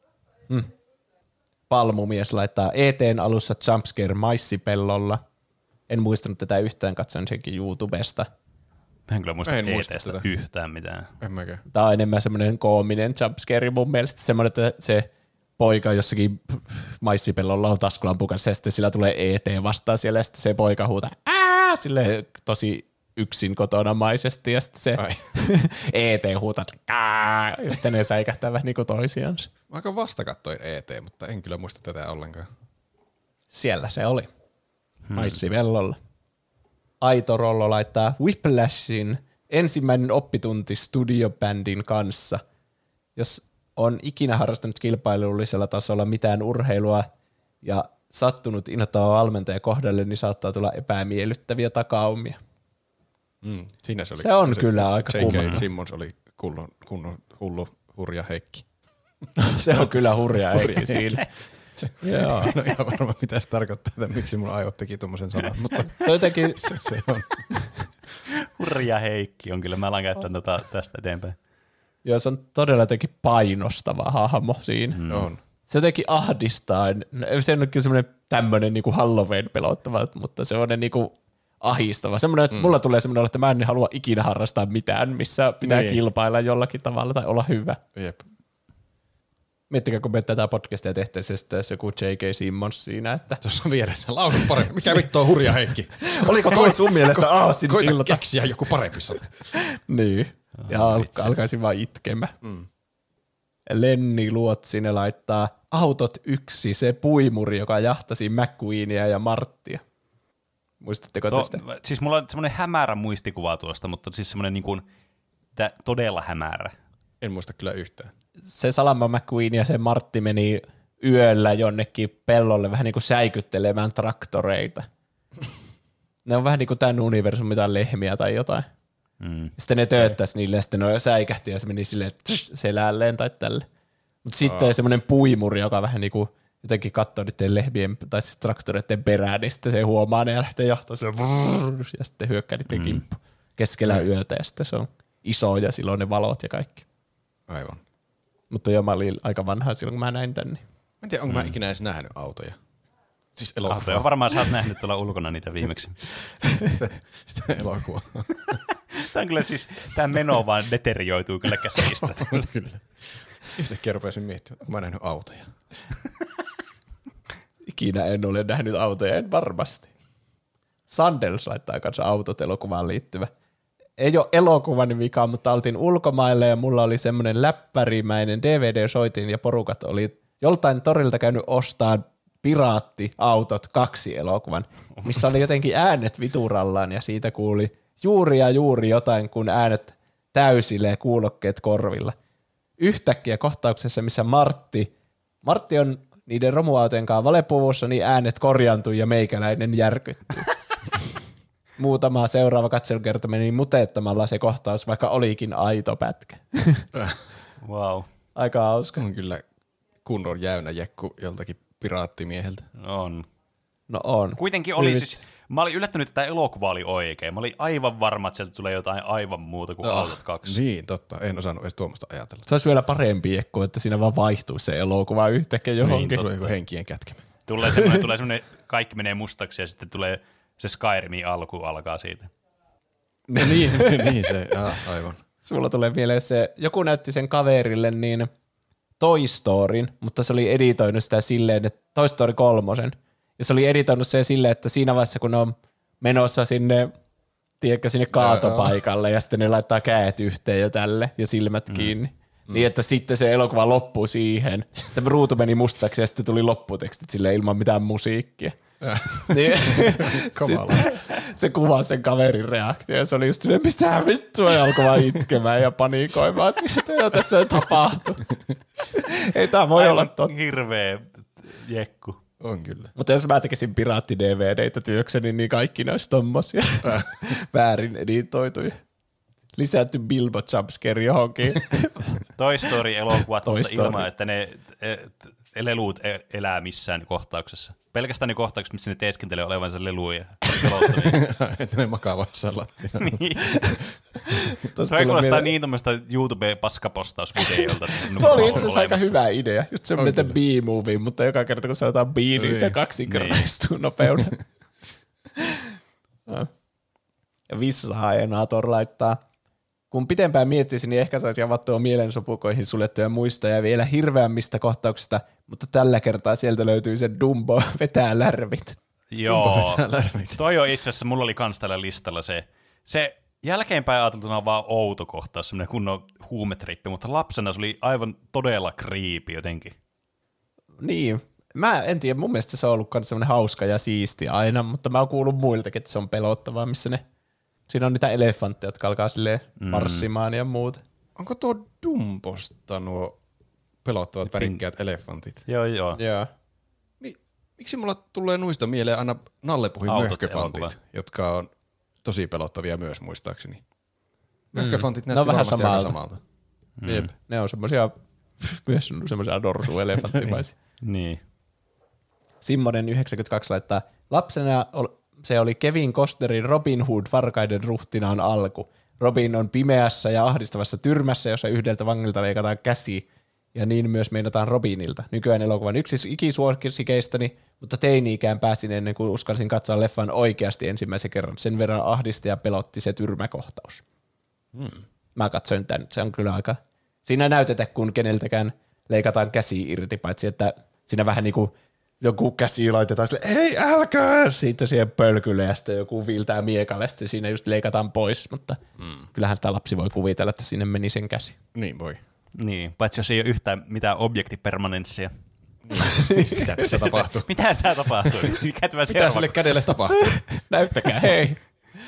[SPEAKER 3] Palmumies laittaa E T:n alussa jumpscare maissipellolla. En muistanut tätä yhtään, katsoin senkin YouTubesta.
[SPEAKER 2] Mä en kyllä muista
[SPEAKER 1] En muista
[SPEAKER 2] E T:stä
[SPEAKER 1] tätä.
[SPEAKER 2] yhtään mitään.
[SPEAKER 1] En mäkään.
[SPEAKER 3] Tämä on enemmän semmoinen koominen jumpscare mun mielestä. Semmoinen, että se poika jossakin maissipellolla on taskulampu kanssa ja sitten sillä tulee E T vastaan siellä ja sitten se poika huutaa ää, silleen tosi yksin kotonamaisesti ja sitten se
[SPEAKER 1] Ai.
[SPEAKER 3] E T huutaa ää, ja sitten ne säikähtää vähän niin kuin toisiansa.
[SPEAKER 1] Mä aika vasta kattoin E T, mutta en kyllä muista tätä ollenkaan.
[SPEAKER 3] Siellä se oli. Maissipellolla. Aito Rollo laittaa Whiplashin ensimmäinen oppitunti studiobändin kanssa. Jos on ikinä harrastanut kilpailullisella tasolla mitään urheilua ja sattunut innoittava valmentaja kohdalle, niin saattaa tulla epämiellyttäviä takaumia.
[SPEAKER 1] Mm. Siinä se oli.
[SPEAKER 3] Se on kyllä aika
[SPEAKER 1] J K.
[SPEAKER 3] kummallinen.
[SPEAKER 1] Simmons oli kunnon, kunnon hullu, hurja Heikki.
[SPEAKER 3] Se on kyllä hurja Heikki siinä. Joo.
[SPEAKER 1] En ole ihan varma, mitä se tarkoittaa, että miksi mun aivot teki tommosen sanan, mutta
[SPEAKER 3] Se on jotenkin,
[SPEAKER 1] se, se on.
[SPEAKER 2] Hurja Heikki on kyllä. Mä alan käyttää tota tästä eteenpäin.
[SPEAKER 3] joo, se on todella jotenkin painostava hahmo siinä.
[SPEAKER 1] Mm. On.
[SPEAKER 3] Se jotenkin ahdistaa. Se on kyllä semmoinen tämmöinen niinku Halloween pelottava, mutta se on niinku ahistava. Semmoinen, että mm. mulla tulee semmoinen, että mä en halua ikinä harrastaa mitään, missä pitää
[SPEAKER 1] Niin.
[SPEAKER 3] kilpailla jollakin tavalla tai olla hyvä.
[SPEAKER 1] Jep.
[SPEAKER 3] Miettikää, kun me tätä podcastia tehtäisiin, sitten olisi joku J K. Simmons siinä, että
[SPEAKER 1] Tuossa on vieressä. Lausu paremmin. Mikä vittu on hurja Heikki?
[SPEAKER 3] oliko toi sun mielestä aasin
[SPEAKER 1] Koita
[SPEAKER 3] silta?
[SPEAKER 1] keksiä joku parempi sana.
[SPEAKER 3] Niin. Ja al- alkaisin vaan itkemään. Mm. Lenni Luotsinen laittaa Autot yksi, se puimuri, joka jahtasi McQueenia ja Marttia. Muistatteko
[SPEAKER 2] To,
[SPEAKER 3] tästä?
[SPEAKER 2] siis mulla on semmoinen hämärä muistikuva tuosta, mutta siis semmoinen niin kuin, tä, todella hämärä.
[SPEAKER 1] En muista kyllä yhtään.
[SPEAKER 3] Se Salama McQueen ja se Martti meni yöllä jonnekin pellolle vähän niin kuin säikyttelemään traktoreita. Ne on vähän niin kuin tämän universumin mitään lehmiä tai jotain.
[SPEAKER 2] Mm.
[SPEAKER 3] Sitten ne tööttäisi niille ja sitten ne säikähti ja se meni silleen tsh, selälleen tai tälle. Mutta sitten semmoinen puimuri, joka vähän niin kuin jotenkin katsoo niiden lehmien tai siis traktoreiden perään, niin sitten se huomaa ne ja lähtee jahtaa se ja sitten hyökkää niiden mm. kimppu keskellä mm. yötä ja sitten se on iso ja silloin ne valot ja kaikki.
[SPEAKER 1] Aivan.
[SPEAKER 3] Mutta joo, mä olin aika vanha silloin, kun mä näin tän. Niin.
[SPEAKER 1] Mä en tiedä, onko mm. mä ikinä edes nähnyt autoja. Siis elokuvaa.
[SPEAKER 2] Autoja varmaan sä oot nähnyt tuolla ulkona niitä viimeksi.
[SPEAKER 1] sitä, sitä elokuvaa.
[SPEAKER 2] Tämä on kyllä siis, tämä meno vaan deterioituu kyllä käsistä.
[SPEAKER 1] Kyllä. Yhtäkkiä rupesin miettimään, onko mä nähnyt autoja.
[SPEAKER 3] Ikinä en ole nähnyt autoja, en varmasti. Sandels laittaa kanssa autot elokuvaan liittyvä. Ei ole elokuvan vika, mutta oltiin ulkomaille ja mulla oli semmoinen läppärimäinen D V D-soitin ja porukat oli joltain torilta käynyt ostaa Piraattiautot kaksi elokuvan, missä oli jotenkin äänet viturallaan ja siitä kuuli juuri ja juuri jotain, kun äänet täysille ja kuulokkeet korvilla. yhtäkkiä kohtauksessa, missä Martti, Martti on niiden romuautojen kanssa valepuvussa, niin äänet korjaantui ja meikäläinen järkyttyi. Muutama seuraava katselukerta meni muteettamalla se kohtaus, vaikka olikin aito pätkä.
[SPEAKER 2] Wow.
[SPEAKER 3] Aika hauska.
[SPEAKER 1] On kyllä kunnon jäynä jekku joltakin piraattimieheltä.
[SPEAKER 2] On.
[SPEAKER 3] No on.
[SPEAKER 2] Kuitenkin oli
[SPEAKER 3] Nyt.
[SPEAKER 2] siis, mä olin yllättynyt, että tämä elokuva oli oikein. Mä olin aivan varma, että sieltä tulee jotain aivan muuta kuin
[SPEAKER 1] Oh,
[SPEAKER 2] Autot kaksi.
[SPEAKER 1] Niin, totta. En osannut edes tuommoista ajatella.
[SPEAKER 3] Se olisi vielä parempi jekku, että siinä vaan vaihtuu se elokuva yhtäkkiä johonkin.
[SPEAKER 1] Niin, tulee joku henkien kätkemä.
[SPEAKER 2] Tulee semmoinen, tulee semmoinen, kaikki menee mustaksi ja sitten tulee se Skyrimin alku alkaa siitä.
[SPEAKER 1] No niin, niin se, ja, aivan.
[SPEAKER 3] Sulla tulee mieleen se, joku näytti sen kaverille niin Toy Storyn, mutta se oli editoinut sitä silleen, että Toy Story kolmosen. Ja se oli editoinut se silleen, että siinä vaiheessa, kun ne on menossa sinne, tiedätkö, sinne kaatopaikalle, ja sitten ne laittaa käet yhteen ja tälle, ja silmät kiinni. Mm. Niin, että sitten se elokuva loppui siihen. Tämä ruutu meni mustaksi, ja sitten tuli lopputekstit silleen ilman mitään musiikkia. Niin, se, se kuvasi sen kaverin reaktio, ja se oli just silleen, mitä vittua, ja alkoi vaan itkemään ja panikoimaan siitä, että jo tässä ei tapahtu. Ei tämä voi
[SPEAKER 2] aivan
[SPEAKER 3] olla totta.
[SPEAKER 2] Hirveä jekku.
[SPEAKER 1] On kyllä.
[SPEAKER 3] Mutta jos mä tekisin piraatti-D V D:itä työkseni, niin kaikki ne olisi tommosia väärin editoituja. Lisätty Bilbo jumpscare johonkin.
[SPEAKER 2] Toy Story-elokuvat,
[SPEAKER 3] Toy
[SPEAKER 2] mutta
[SPEAKER 3] Story.
[SPEAKER 2] ilman, että ne e, leluut e, elää missään kohtauksessa. Pelkästään ne kohtaukset, missä ne teeskentelee olevansa leluja.
[SPEAKER 1] Että ne makavassa lattialla.
[SPEAKER 2] Niin.
[SPEAKER 3] Tuosta
[SPEAKER 2] Se
[SPEAKER 3] tulee
[SPEAKER 2] kuulostaa
[SPEAKER 3] mieleen-
[SPEAKER 2] niin tuommoista YouTube-paskapostausvideolta.
[SPEAKER 3] Tuo oli itse asiassa aika hyvä idea. Just semmoinen että B-movie, mutta joka kerta kun sanotaan B, niin se
[SPEAKER 1] Niin.
[SPEAKER 3] kaksinkertaistuu nopeuden. No. Ja Vissaenator laittaa, kun pitempään miettisi, niin ehkä saisi avattua mielensopukoihin suljettuja muistoja ja vielä hirveämmistä kohtauksista, mutta tällä kertaa sieltä löytyy se Dumbo vetää lärvit.
[SPEAKER 2] Joo, toi on itse asiassa, mulla oli kans tällä listalla se, se jälkeenpäin ajateltuna on vaan outo kohtaus, semmoinen kunnon huumetrippi, mutta lapsena se oli aivan todella creepy jotenkin.
[SPEAKER 3] Niin, mä en tiedä, mun mielestä se on ollut myös semmoinen hauska ja siisti aina, mutta mä oon kuullut muiltakin, että se on pelottavaa, missä ne, siinä on niitä elefantteja, jotka alkaa silleen marssimaan ja muuta.
[SPEAKER 1] Onko tuo Dumbosta nuo pelottavat värikkäät elefantit?
[SPEAKER 2] Joo, joo.
[SPEAKER 3] Joo.
[SPEAKER 1] Mi- miksi mulla tulee nuista mieleen aina Nallepuhin
[SPEAKER 2] Autot
[SPEAKER 1] möhköfantit,
[SPEAKER 2] elokuva.
[SPEAKER 1] jotka on tosi pelottavia myös muistaakseni. Möhköfantit
[SPEAKER 3] Ne on
[SPEAKER 1] näytti
[SPEAKER 3] vähän
[SPEAKER 1] varmasti aika
[SPEAKER 3] samalta.
[SPEAKER 1] samalta.
[SPEAKER 3] Mm. Jep. Ne on semmosia, myös semmosia dorsu-elefanttimaisia.
[SPEAKER 2] Niin.
[SPEAKER 3] Simmonen yhdeksänkymmentäkaksi laittaa, lapsena ol, se oli Kevin Costnerin Robin Hood varkaiden ruhtinaan alku. Robin on pimeässä ja ahdistavassa tyrmässä, jossa yhdeltä vangilta leikataan käsi, ja niin myös meinataan Robinilta. Nykyään elokuvan yksi ikisuosikeistäni, mutta teini-ikään pääsin ennen kuin uskalsin katsoa leffan oikeasti ensimmäisen kerran. Sen verran ahdisti ja pelotti se tyrmäkohtaus. Hmm. Mä katsoin tämän, se on kyllä aika... Siinä ei näytetä, kun keneltäkään leikataan käsi irti, paitsi että siinä vähän niin kuin joku käsi laitetaan sille, ei älkää, siitä siihen pölkylle ja sitten joku viiltää miekalle, sitten siinä just leikataan pois, mutta mm. kyllähän sitä lapsi voi kuvitella, että sinne meni sen käsi.
[SPEAKER 1] Niin voi.
[SPEAKER 2] Niin, paitsi jos ei ole yhtään mitään objektipermanenssia.
[SPEAKER 1] Mitä tässä tapahtuu?
[SPEAKER 2] Mitä tää tapahtuu? Mikä tämä
[SPEAKER 1] Mitä
[SPEAKER 2] seuraava?
[SPEAKER 1] sille kädelle tapahtuu?
[SPEAKER 3] Näyttäkää, hei.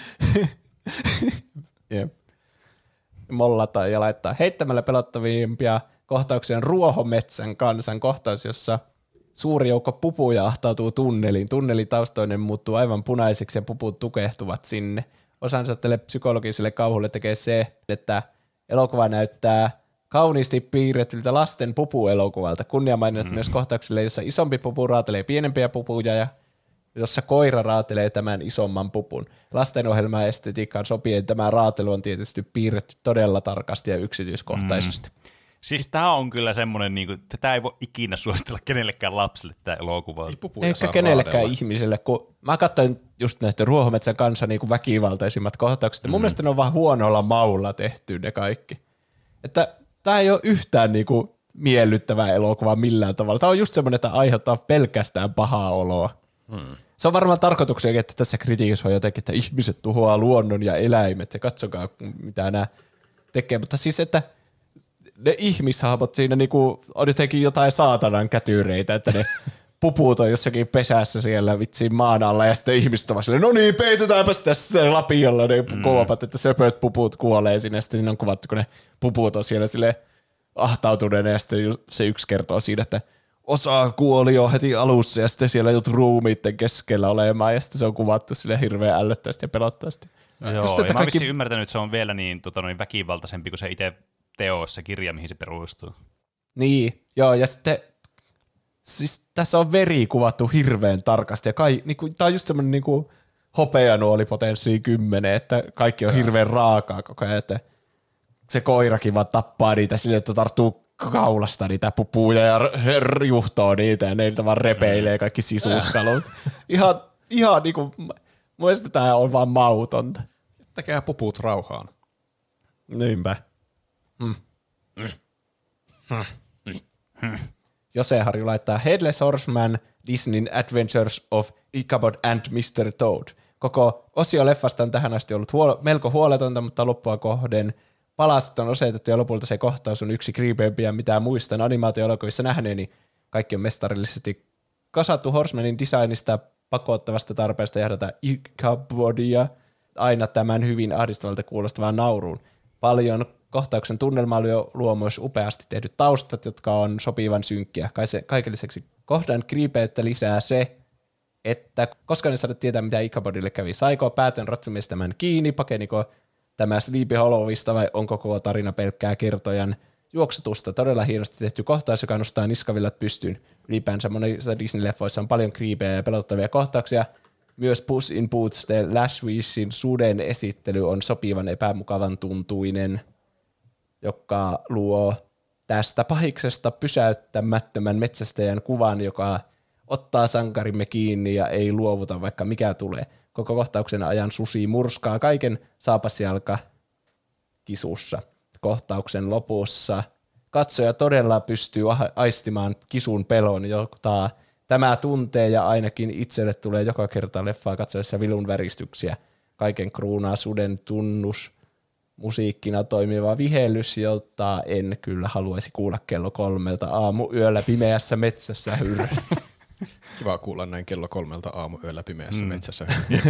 [SPEAKER 3] Jep. Mollataan ja laittaa heittämällä pelottavimpia kohtauksia on Ruohometsän kansan kohtaus, jossa suuri joukko pupuja ahtautuu tunneliin. Tunnelin taustoinen muuttuu aivan punaiseksi ja puput tukehtuvat sinne. Osansa tälle psykologiselle kauhulle tekee se, että elokuva näyttää kauniisti piirrettyltä lasten pupuelokuvalta. Kunniamainet mm. myös kohtauksille, jossa isompi pupu raatelee pienempiä pupuja ja jossa koira raatelee tämän isomman pupun. Lastenohjelman estetiikkaan sopien tämä raatelu on tietysti piirretty todella tarkasti ja yksityiskohtaisesti. Mm.
[SPEAKER 2] Siis tää on kyllä semmonen, niinku, että tää ei voi ikinä suositella kenellekään lapselle tää elokuva.
[SPEAKER 3] Eikä kenellekään ihmiselle, kun mä katsoin just näitä Ruohometsän kanssa niinku väkivaltaisimmat kohtaukset, mm. mun mielestä ne on vaan huonolla maulla tehty ne kaikki. Että tää ei ole yhtään niinku miellyttävää elokuvaa millään tavalla. Tää on just semmoinen, että aiheuttaa pelkästään pahaa oloa. Hmm. Se on varmaan tarkoituksena, että tässä kritiikissä on jotenkin, että ihmiset tuhoaa luonnon ja eläimet ja katsokaa, mitä nämä tekee. Mutta siis, että ne ihmishahmot siinä niinku on jotenkin jotain saatanan kätyreitä, että ne puput on jossakin pesässä siellä vitsiin maan alla ja sitten ihmiset ovat silleen, no niin, peitetäänpäs tässä lapiolla ne mm. kuopat, että söpöt puput kuolee sinne. Sitten siinä on kuvattu, kun ne puput on siellä silleen, ahtautuneena ja sitten se yksi kertoo siinä, että osa kuoli jo heti alussa ja sitten siellä joutui ruumiitten keskellä olemaan ja sitten se on kuvattu sille hirveän ällöttävästi ja pelottavasti.
[SPEAKER 2] Joo, ja kaikki... mä oon vissiin ymmärtänyt, että se on vielä niin, tota, niin väkivaltaisempi kuin se itse teos, se kirja, mihin se perustuu.
[SPEAKER 3] Niin, joo, ja sitten siis tässä on veri kuvattu hirveän tarkasti ja kai, niinku, tää on just semmoinen niinku hopeanuolipotenssi kymmenen, että kaikki on hirveän raakaa koko ajan, että se koirakin vaan tappaa niitä sille, että tarttuu kaulasta niitä pupuja ja juhtoo niitä ja neiltä vaan repeilee kaikki sisuskalut. Ihan, ihan niinku, mielestäni tää on vaan mautonta.
[SPEAKER 1] Jättäkää puput rauhaan.
[SPEAKER 3] Niinpä. Hmm. Hmm. Hmm. Hmm. Jose Harju laittaa Headless Horseman, Disneyn Adventures of Ichabod and mister Toad. Koko osio leffasta on tähän asti ollut huolo- melko huoletonta, mutta loppua kohden palaset on osoitettu ja lopulta se kohtaus on yksi kriipeimpiä, mitä muistan animaatio-elokuvissa nähneeni. Kaikki on mestarillisesti kasattu Horsemanin designista pakottavasta tarpeesta jahdata Ichabodia aina tämän hyvin ahdistavalta kuulostavaan nauruun. Paljon kohtauksen tunnelmaa luo myös upeasti tehdyt taustat, jotka on sopivan synkkiä. Kaiken lisäksi kohdan kriipeyttä lisää se, että koska ne saada tietää, mitä Ichabodille kävi. Saiko päätön ratsamies tämän kiinni, pakeniko tämä Sleepy Hollowista vai onko koko tarina pelkkää kertojan juoksutusta? Todella hienosti tehty kohtaus, joka nostaa niskavillat pystyyn. Ylipäänsä monissa Disney-leffoissa on paljon kriipejä ja pelottavia kohtauksia. Myös Puss in Boots The Last Wishin suden esittely on sopivan epämukavan tuntuinen, joka luo tästä pahiksesta pysäyttämättömän metsästäjän kuvan, joka ottaa sankarimme kiinni ja ei luovuta, vaikka mikä tulee. Koko kohtauksen ajan susi murskaa kaiken saapasjalka kisussa. Kohtauksen lopussa katsoja todella pystyy aistimaan kisun pelon, jota tämä tuntee ja ainakin itselle tulee joka kerta leffaa katsoessa vilun väristyksiä. Kaiken kruunaa suden tunnus, musiikkina toimiva vihellys, jota en kyllä haluaisi kuulla kello kolmelta aamuyöllä pimeässä metsässä hyrrä.
[SPEAKER 1] Kiva kuulla näin kello kolmelta aamuyöllä pimeässä mm. metsässä.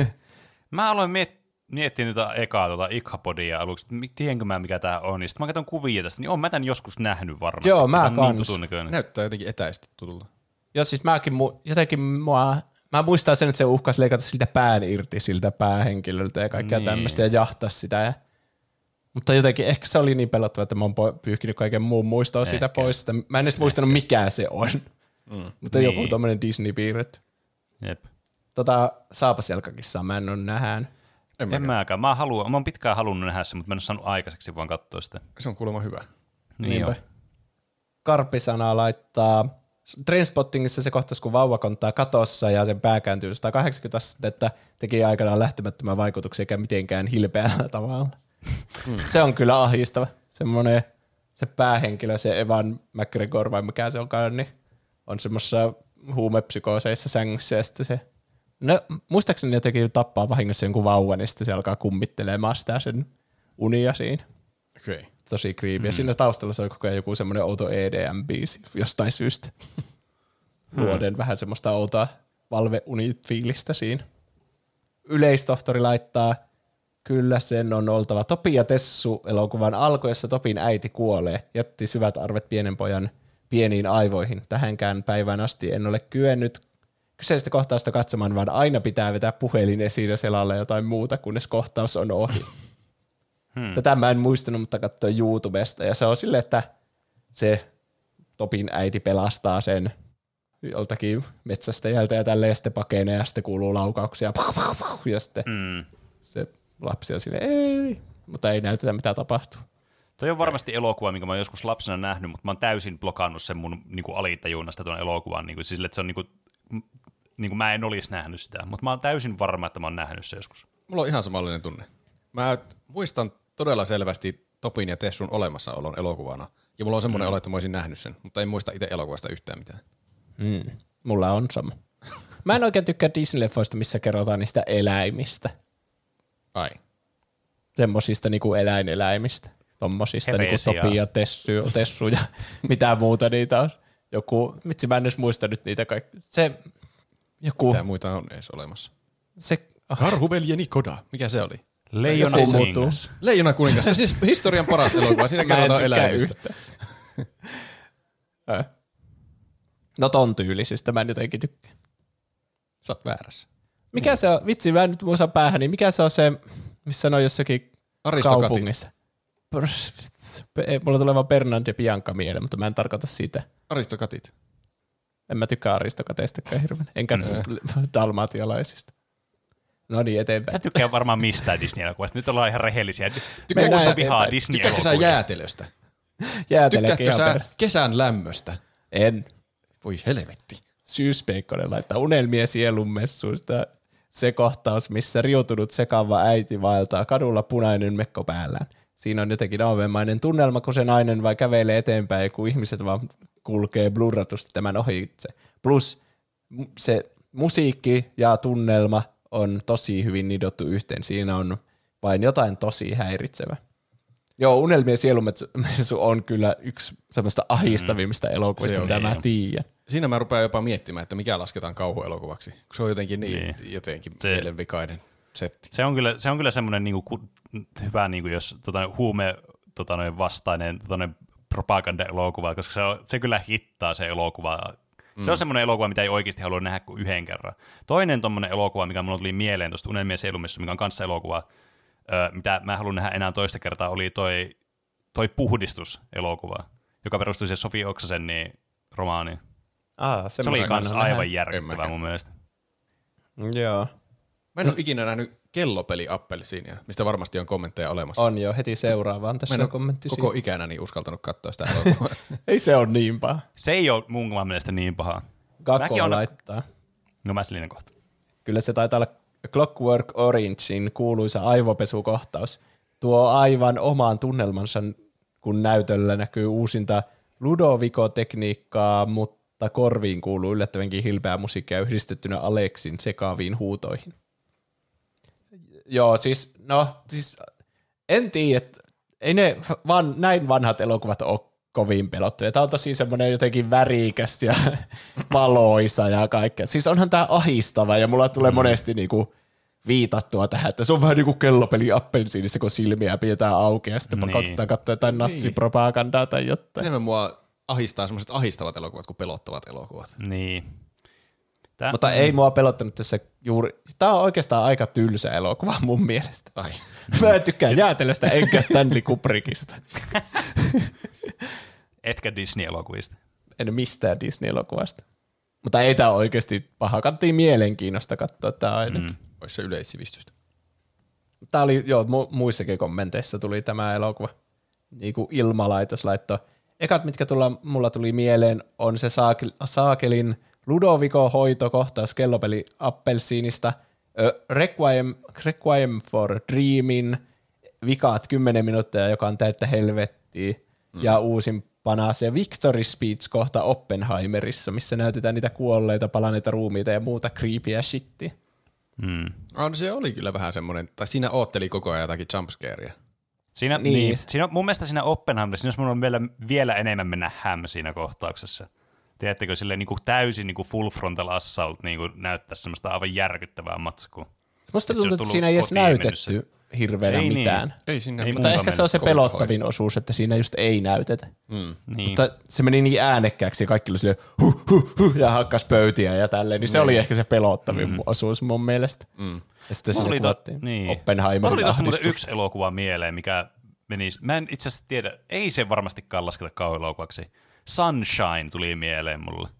[SPEAKER 2] Mä aloin miet- miettiä tätä ekaa tuota Ichabodia aluksi, että tiedänkö mä mikä tää on, niin sitten mä katson kuvia tästä, niin oon mä tän joskus nähnyt varmasti.
[SPEAKER 3] Joo, mä
[SPEAKER 2] kans.
[SPEAKER 3] Niin
[SPEAKER 1] näyttää jotenkin etäisesti tutulta.
[SPEAKER 3] Joo, siis mäkin mu- jotenkin mua, mä muistan sen, että se uhkasi leikata siltä pään irti siltä päähenkilöltä ja kaikkea niin. tämmöistä ja jahtaa sitä. Ja... Mutta jotenkin ehkä se oli niin pelottava, että mä oon pyyhkinyt kaiken muun muistoa ehkä. siitä pois. Että mä en edes muistanut mikä se on. Mm. Mutta niin. joku tommonen Disney-piirret.
[SPEAKER 2] Jep.
[SPEAKER 3] Tota Saapasjalkakissaa mä en ole nähään.
[SPEAKER 2] En, en mäkään. Mä, haluan, mä oon pitkään halunnut nähdä se, mutta mä en ole saanut aikaiseksi vaan katsoa sitä.
[SPEAKER 1] Se on kuulemma hyvä.
[SPEAKER 2] Niin on.
[SPEAKER 3] Karppisanaa laittaa Trainspottingissa se kohtaus, kun vauva konttaa katossa ja sen pää kääntyy sata kahdeksankymmentä astetta, teki aikanaan lähtemättömän vaikutuksia eikä mitenkään hilpeällä tavalla. Mm. Se on kyllä ahistava. Semmoinen se päähenkilö, se Evan McGregor vai mikä se onkaan, niin on semmoisessa huumepsykooseissa sängyssä ja sitten se, no muistaakseni jotenkin tappaa vahingossa jonkun vauvan ja sitten se alkaa kummittelemaan sitä sen unia siinä.
[SPEAKER 1] Okay.
[SPEAKER 3] Tosi creepy.
[SPEAKER 2] Mm.
[SPEAKER 3] Ja siinä taustalla se on koko ajan joku semmoinen outo E D M-biisi jostain syystä. Luoden mm. vähän semmoista outoa valveuni-fiilistä siinä. Yleistohtori laittaa, kyllä sen on oltava Topi ja Tessu elokuvan alku, jossa Topin äiti kuolee. Jätti syvät arvet pienen pojan pieniin aivoihin. Tähänkään päivään asti en ole kyennyt kyseistä kohtausta katsomaan, vaan aina pitää vetää puhelin esiin ja selalla jotain muuta, kunnes kohtaus on ohi. Hmm. Tätä mä en muistanut, mutta katsoin YouTubesta, ja se on silleen, että se Topin äiti pelastaa sen joltakin metsästäjältä ja tälleen, ja sitten pakenee, ja sitten kuuluu laukauksia, ja sitten hmm. se lapsi on silleen, ei, mutta ei näytetä, mitä tapahtuu.
[SPEAKER 2] Toi on varmasti elokuva, minkä mä oon joskus lapsena nähnyt, mutta mä oon täysin blokannut sen mun niin alitajunnasta tuon elokuvan, niin kuin, siis, että se on niin kuin, niin kuin mä en olisi nähnyt sitä, mutta mä oon täysin varma, että mä oon nähnyt se joskus.
[SPEAKER 1] Mulla on ihan samanlainen tunne. Mä muistan todella selvästi Topin ja Tessun olemassaolon elokuvana. Ja mulla on semmoinen mm. olo, että mä olisin nähnyt sen, mutta en muista itse elokuvasta yhtään mitään.
[SPEAKER 3] Mm. Mulla on sama. Mä en oikein tykkää Disney-leffoista, missä kerrotaan niistä eläimistä.
[SPEAKER 1] Ai.
[SPEAKER 3] Semmosista niinku eläineläimistä. Tommosista niinku Topi ja Tessu, Tessu ja mitään muuta niitä on. Joku, mitsi mä en edes muista nyt niitä kaikki. Se, joku.
[SPEAKER 1] Mitä muita on edes olemassa?
[SPEAKER 3] Se,
[SPEAKER 1] oh. Karhuveljeni Koda. Mikä se oli?
[SPEAKER 2] Leijona kuningas.
[SPEAKER 1] Leijona kuningas. Se on siis historian paras elokuva. Siinä kerrotaan eläimistä.
[SPEAKER 3] No ton tyylisistä mä en jotenkin tykkään.
[SPEAKER 1] Sä oot väärässä.
[SPEAKER 3] Mikä se on, vitsi mä nyt muistan päähän, niin mikä se on se, missä on jossakin
[SPEAKER 1] Aristokatit.
[SPEAKER 3] kaupungissa? Mulla tulee vaan Bernard ja Bianca mieleen, mutta mä en tarkoita sitä.
[SPEAKER 1] Aristokatit.
[SPEAKER 3] En mä tykkää aristokateistakaan hirveän, enkä mm. dalmatialaisista. No niin, eteenpäin.
[SPEAKER 2] Sä tykkää varmaan mistään Disney-elokuvasta. Nyt ollaan ihan rehellisiä.
[SPEAKER 3] Mennään
[SPEAKER 2] Kuussa vihaa
[SPEAKER 3] eteenpäin.
[SPEAKER 1] Tykkäätkö sä
[SPEAKER 2] Disney-elokuvia.
[SPEAKER 1] jäätelöstä?
[SPEAKER 3] Jääteleekin
[SPEAKER 1] Tykkäätkö
[SPEAKER 3] ihan
[SPEAKER 1] sä
[SPEAKER 3] perässä.
[SPEAKER 1] kesän lämmöstä?
[SPEAKER 3] En.
[SPEAKER 1] Voi helvetti.
[SPEAKER 3] Syyspeikkonen laittaa unelmia sielun messuista. Se kohtaus, missä riutunut sekaava äiti vaeltaa kadulla punainen mekko päällään. Siinä on jotenkin aavemainen tunnelma, kun se nainen vai kävelee eteenpäin, kun ihmiset vaan kulkee blurratusti tämän ohitse. Plus se musiikki ja tunnelma on tosi hyvin nidottu yhteen. Siinä on vain jotain tosi häiritsevää. Joo, Unelmien sielumessu on kyllä yksi semmoista ahistavimmista elokuvista,
[SPEAKER 1] Se on,
[SPEAKER 3] mitä mä
[SPEAKER 2] niin.
[SPEAKER 3] tiedän.
[SPEAKER 1] Siinä mä rupean jopa miettimään, että mikä lasketaan kauhuelokuvaksi. Kun se on jotenkin niin,
[SPEAKER 2] Niin.
[SPEAKER 1] jotenkin
[SPEAKER 2] Se-
[SPEAKER 1] mielenvikainen setti.
[SPEAKER 2] Se on kyllä, se on kyllä semmoinen niinku, ku- hyvä, niinku, jos tota, huume tota, noin vastainen tota, noin propaganda-elokuva, koska se, on, se kyllä hittaa se elokuva. Mm. Se on semmoinen elokuva, mitä ei oikeasti halua nähdä kuin yhden kerran. Toinen tommoinen elokuva, mikä mulla tuli mieleen tuosta Unelmien sielumessu, mikä on kanssa elokuva, ö, mitä mä haluan nähdä enää toista kertaa, oli toi, toi Puhdistus-elokuva, joka perustui siihen Sofi Oksasen niin, romaaniin.
[SPEAKER 3] Ah,
[SPEAKER 2] Se oli kans aivan järkyttävää mun mielestä.
[SPEAKER 3] Joo.
[SPEAKER 1] Mä en ole ikinä nähnyt kellopeli Appelsiinia, mistä varmasti on kommentteja olemassa.
[SPEAKER 3] On jo heti seuraavaan. Tässä
[SPEAKER 1] Mä en
[SPEAKER 3] on
[SPEAKER 1] ole
[SPEAKER 3] kommentti
[SPEAKER 1] koko
[SPEAKER 3] siitä.
[SPEAKER 1] ikänäni uskaltanut katsoa sitä elokuvaa.
[SPEAKER 3] Ei se ole niin paha.
[SPEAKER 2] Se ei ole mun mielestä niin paha. Mäkin
[SPEAKER 3] Gakko
[SPEAKER 2] on-
[SPEAKER 3] laittaa.
[SPEAKER 2] No mä selitän kohta.
[SPEAKER 3] Kyllä se taitaa olla Clockwork Orangein kuuluisa aivopesukohtaus. Tuo aivan omaan tunnelmansa, kun näytöllä näkyy uusinta Ludovico-tekniikkaa, mutta korviin kuuluu yllättävänkin hilpeää musiikkia yhdistettynä Alexin sekaaviin huutoihin. Joo, siis, no, siis en tiedä, että ei ne vaan näin vanhat elokuvat ole kovin pelottavia. Tämä on tosi semmoinen jotenkin värikäs ja valoisa ja kaikkea. Siis onhan tämä ahistava ja mulla tulee mm. monesti niinku viitattua tähän, että se on vähän niin kuin kellopeli Appelsiinissa, kun silmiä pidetään auki ja sitten
[SPEAKER 2] Niin.
[SPEAKER 3] pakotetaan katsoa jotain natsipropagandaa tai jotain.
[SPEAKER 1] Enemmän mua ahistaa semmoiset ahistavat elokuvat kuin pelottavat elokuvat.
[SPEAKER 2] Niin. Tää,
[SPEAKER 3] Mutta ei mua pelottanut tässä juuri. Tämä on oikeastaan aika tylsä elokuva mun mielestä.
[SPEAKER 1] Ai.
[SPEAKER 3] Mä en tykkää jäätelöstä enkä Stanley Kubrickista.
[SPEAKER 2] Etkä Disney-elokuvista.
[SPEAKER 3] En mistään Disney-elokuvasta. Mutta ei tämä oikeasti paha. Kattiin mielenkiinnosta katsoa tämä ainakin. Mm.
[SPEAKER 1] Olisi se yleissivistystä.
[SPEAKER 3] Tämä oli, joo, mu- muissakin kommenteissa tuli tämä elokuva. Niin kuin Ilmalaitos laittoi. Ekat, mitkä tulla, mulla tuli mieleen, on se saak- Saakelin Ludovico-hoitokohtaus kellopeli Appelsiinista, ö, Requiem, Requiem for Dreamin, vikaat kymmenen minuuttia, joka on täyttä helvettiä, mm. ja uusimpana se Victory Speech kohta Oppenheimerissa, missä näytetään niitä kuolleita, palaneita ruumiita ja muuta creepyä shittiä.
[SPEAKER 2] Mm.
[SPEAKER 1] Ah, no se oli kyllä vähän semmoinen, tai siinä ootteli koko ajan jotakin jumpscarea.
[SPEAKER 2] Siinä,
[SPEAKER 3] Niin.
[SPEAKER 2] niin. Niin, siinä, mun mielestä siinä Oppenheimerissa, siinä olisi mun vielä, vielä enemmän mennä häm siinä kohtauksessa. Tiedättekö, silleen niin kuin täysin niin kuin full frontal assault niin kuin näyttää semmoista aivan järkyttävää matskua.
[SPEAKER 3] Musta
[SPEAKER 2] Et se
[SPEAKER 3] tuntuu,
[SPEAKER 2] olisi
[SPEAKER 3] että
[SPEAKER 2] tullut
[SPEAKER 3] siinä ei edes
[SPEAKER 2] kotiin mennyt
[SPEAKER 3] näytetty hirveänä
[SPEAKER 2] Ei niin.
[SPEAKER 3] mitään.
[SPEAKER 1] Ei siinä
[SPEAKER 2] Ei
[SPEAKER 3] Mutta
[SPEAKER 2] munkaan
[SPEAKER 3] ehkä se on se
[SPEAKER 1] kovin
[SPEAKER 3] pelottavin osuus, että siinä just ei näytetä.
[SPEAKER 1] Mm.
[SPEAKER 2] Niin.
[SPEAKER 3] Mutta se meni niin äänekkääksi ja kaikki oli silleen huh, huh, huh, ja hakkas pöytiä ja tälleen, niin se oli ehkä se pelottavin mm. osuus mun mielestä.
[SPEAKER 1] Mm.
[SPEAKER 3] Ja sitten
[SPEAKER 2] Mulla
[SPEAKER 3] siinä
[SPEAKER 2] oli to-
[SPEAKER 3] kuvattiin
[SPEAKER 2] niin.
[SPEAKER 3] Oppenheimerin
[SPEAKER 2] Mulla tuli tosta muuten
[SPEAKER 3] ahdistus.
[SPEAKER 2] yksi elokuva mieleen, mikä menisi, mä en itse asiassa tiedä, ei se varmastikaan lasketa kauhuelokuvaksi. Sunshine tuli mieleen mulle.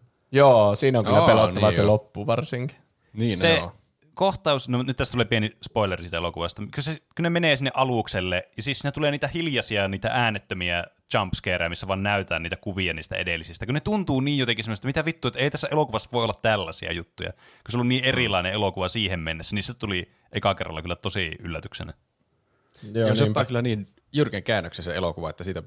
[SPEAKER 3] Joo, siinä on kyllä
[SPEAKER 1] Aa,
[SPEAKER 3] pelottava
[SPEAKER 1] niin
[SPEAKER 3] se
[SPEAKER 1] joo.
[SPEAKER 3] loppu varsinkin.
[SPEAKER 1] Niin
[SPEAKER 2] Se
[SPEAKER 1] ne on.
[SPEAKER 2] kohtaus, no nyt tästä tulee pieni spoileri siitä elokuvasta, kun, se, kun ne menee sinne alukselle, ja siis siinä tulee niitä hiljaisia, niitä äänettömiä jumpscareja, missä vaan näytetään niitä kuvia niistä edellisistä, kun ne tuntuu niin jotenkin semmoista, mitä vittu, että ei tässä elokuvassa voi olla tällaisia juttuja, kun se on niin erilainen elokuva siihen mennessä, niin se tuli eka kerralla kyllä tosi yllätyksenä.
[SPEAKER 3] Joo,
[SPEAKER 1] Ja se
[SPEAKER 3] niinpä.
[SPEAKER 1] ottaa kyllä niin jyrkän käännöksen se elokuva, että siitä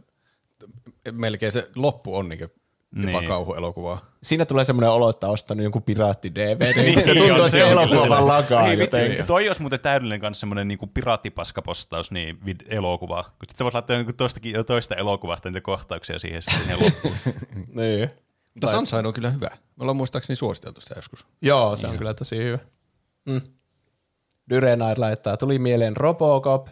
[SPEAKER 1] melkein se loppu on niin jopa
[SPEAKER 2] Niin.
[SPEAKER 1] kauhuelokuvaa.
[SPEAKER 3] Siinä tulee semmoinen olo, että on ostanut jonkun piraatti-D V D.
[SPEAKER 2] Niin,
[SPEAKER 3] se tuntuu,
[SPEAKER 2] on,
[SPEAKER 3] että se
[SPEAKER 2] on
[SPEAKER 3] elokuva
[SPEAKER 2] kyllä
[SPEAKER 3] vaan lagaa
[SPEAKER 2] Ei vitsi,
[SPEAKER 3] jotenkin.
[SPEAKER 2] toi olisi muuten täydellinen kanssa semmoinen niinku piraattipaskapostaus niin vid- elokuvaa. Kun sitten sä voit laittaa niinku toistakin, toista elokuvasta niitä kohtauksia siihen sitten siihen loppuun.
[SPEAKER 3] Niin.
[SPEAKER 1] Mutta Sunshine on kyllä hyvä. Me ollaan muistaakseni suositeltu sitä joskus.
[SPEAKER 3] Joo, se on kyllä tosi hyvä. Mm. Dyrenai laittaa, tuli mieleen Robocop,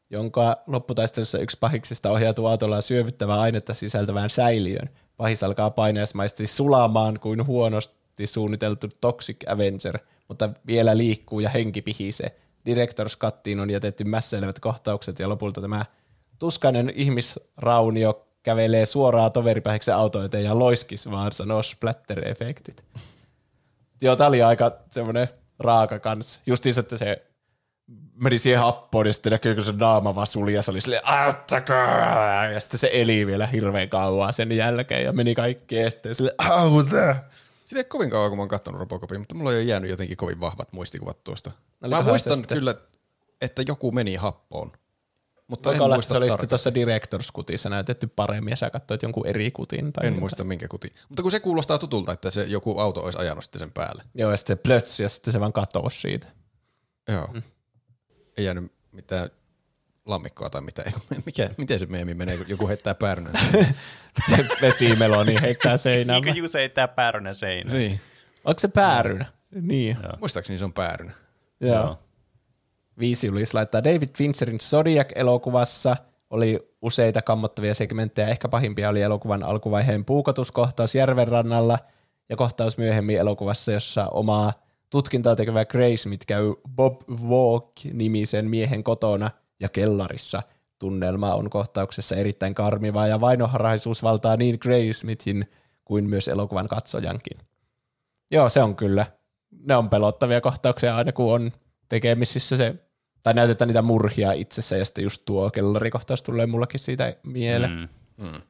[SPEAKER 3] jonka lopputaistelussa yksi pahiksista ohjautuu autolla syövyttävää ainetta sisältävään säiliöön. Pahis alkaa paineismaisesti sulamaan kuin huonosti suunniteltu Toxic Avenger, mutta vielä liikkuu ja henki pihisee. Director's Cuttiin on jätetty mässäilevät kohtaukset ja lopulta tämä tuskainen ihmisraunio kävelee suoraan toveripahiksen auto eteen ja loiskis vaan sanoo splatter-efektit. Joo, tää oli aika semmoinen raaka kans. Justiinsa, että se meni siihen happoon ja sitten näkyy, kun se naama vaan suli ja se oli silleen auttakaa! Ja sitten se eli vielä hirveän kauan sen jälkeen ja meni kaikki eteen silleen auta!
[SPEAKER 1] Sitä ei kovin kauan, kun mä oon katsonut Robocopia, mutta mulla on jo jäänyt jotenkin kovin vahvat muistikuvat tuosta.
[SPEAKER 3] No,
[SPEAKER 1] mä muistan kyllä, että joku meni happoon. Mutta
[SPEAKER 3] voiko
[SPEAKER 1] en
[SPEAKER 3] olla,
[SPEAKER 1] muista
[SPEAKER 3] että se oli
[SPEAKER 1] tarkasti.
[SPEAKER 3] sitten tuossa Director's Cutissa näytetty paremmin ja sä katsoit jonkun eri kutin. Tai
[SPEAKER 1] En
[SPEAKER 3] jotain.
[SPEAKER 1] muista minkä kuti. Mutta kun se kuulostaa tutulta, että se joku auto olisi ajanut sitten sen päälle.
[SPEAKER 3] Joo, ja sitten plötsi ja sitten se vaan katosi siitä.
[SPEAKER 1] Joo. Mm. Ei jäänyt mitään lammikkoa tai mitään. Mikä, miten se meemi menee, kun joku heittää päärynän?
[SPEAKER 3] Se vesimeloni heittää seinään.
[SPEAKER 2] Niin kuin joku se heittää päärynän seinään.
[SPEAKER 1] Niin.
[SPEAKER 3] Onko se päärynä? Niin.
[SPEAKER 2] Joo.
[SPEAKER 1] Muistaakseni se on päärynä.
[SPEAKER 3] Joo.
[SPEAKER 2] Joo.
[SPEAKER 3] Viisi Ulis laittaa David Fincherin Zodiac-elokuvassa oli useita kammottavia segmenttejä. Ehkä pahimpia oli elokuvan alkuvaiheen puukotuskohtaus järvenrannalla ja kohtaus myöhemmin elokuvassa, jossa omaa tutkintaa tekevä Graysmith käy Bob Walk-nimisen miehen kotona ja kellarissa. Tunnelma on kohtauksessa erittäin karmivaa ja vainoharhaisuus valtaa niin Graysmithin kuin myös elokuvan katsojankin. Joo, se on kyllä. Ne on pelottavia kohtauksia aina, kun on tekemisissä se, tai näytetään niitä murhia itsessä, ja sitten just tuo kellarikohtaus tulee mullakin siitä mieleen.
[SPEAKER 2] Mm.
[SPEAKER 1] Mm.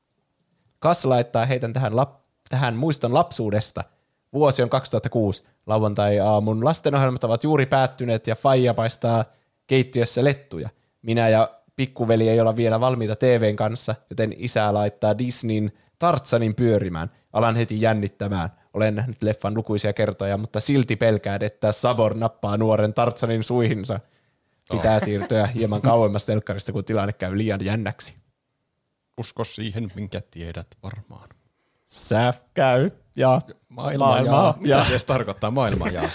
[SPEAKER 3] Kas laittaa heitän tähän, lap- tähän muiston lapsuudesta. Vuosi on kaksituhattakuusi. Lauantai-aamun lastenohjelmat ovat juuri päättyneet, ja faija paistaa keittiössä lettuja. Minä ja pikkuveli ei olla vielä valmiita T V:n kanssa, joten isä laittaa Disneyn Tartsanin pyörimään. Alan heti jännittämään. Olen nähnyt leffan lukuisia kertoja, mutta silti pelkään, että Sabor nappaa nuoren Tartsanin suihinsa. Pitää siirtyä hieman kauemmas telkkarista, kun tilanne käy liian jännäksi.
[SPEAKER 1] Usko siihen, minkä tiedät varmaan.
[SPEAKER 3] Sä käy ja
[SPEAKER 1] Maailma,
[SPEAKER 3] Maailma
[SPEAKER 1] jaa. Mitä
[SPEAKER 3] jaa.
[SPEAKER 1] se edes tarkoittaa maailma jaa?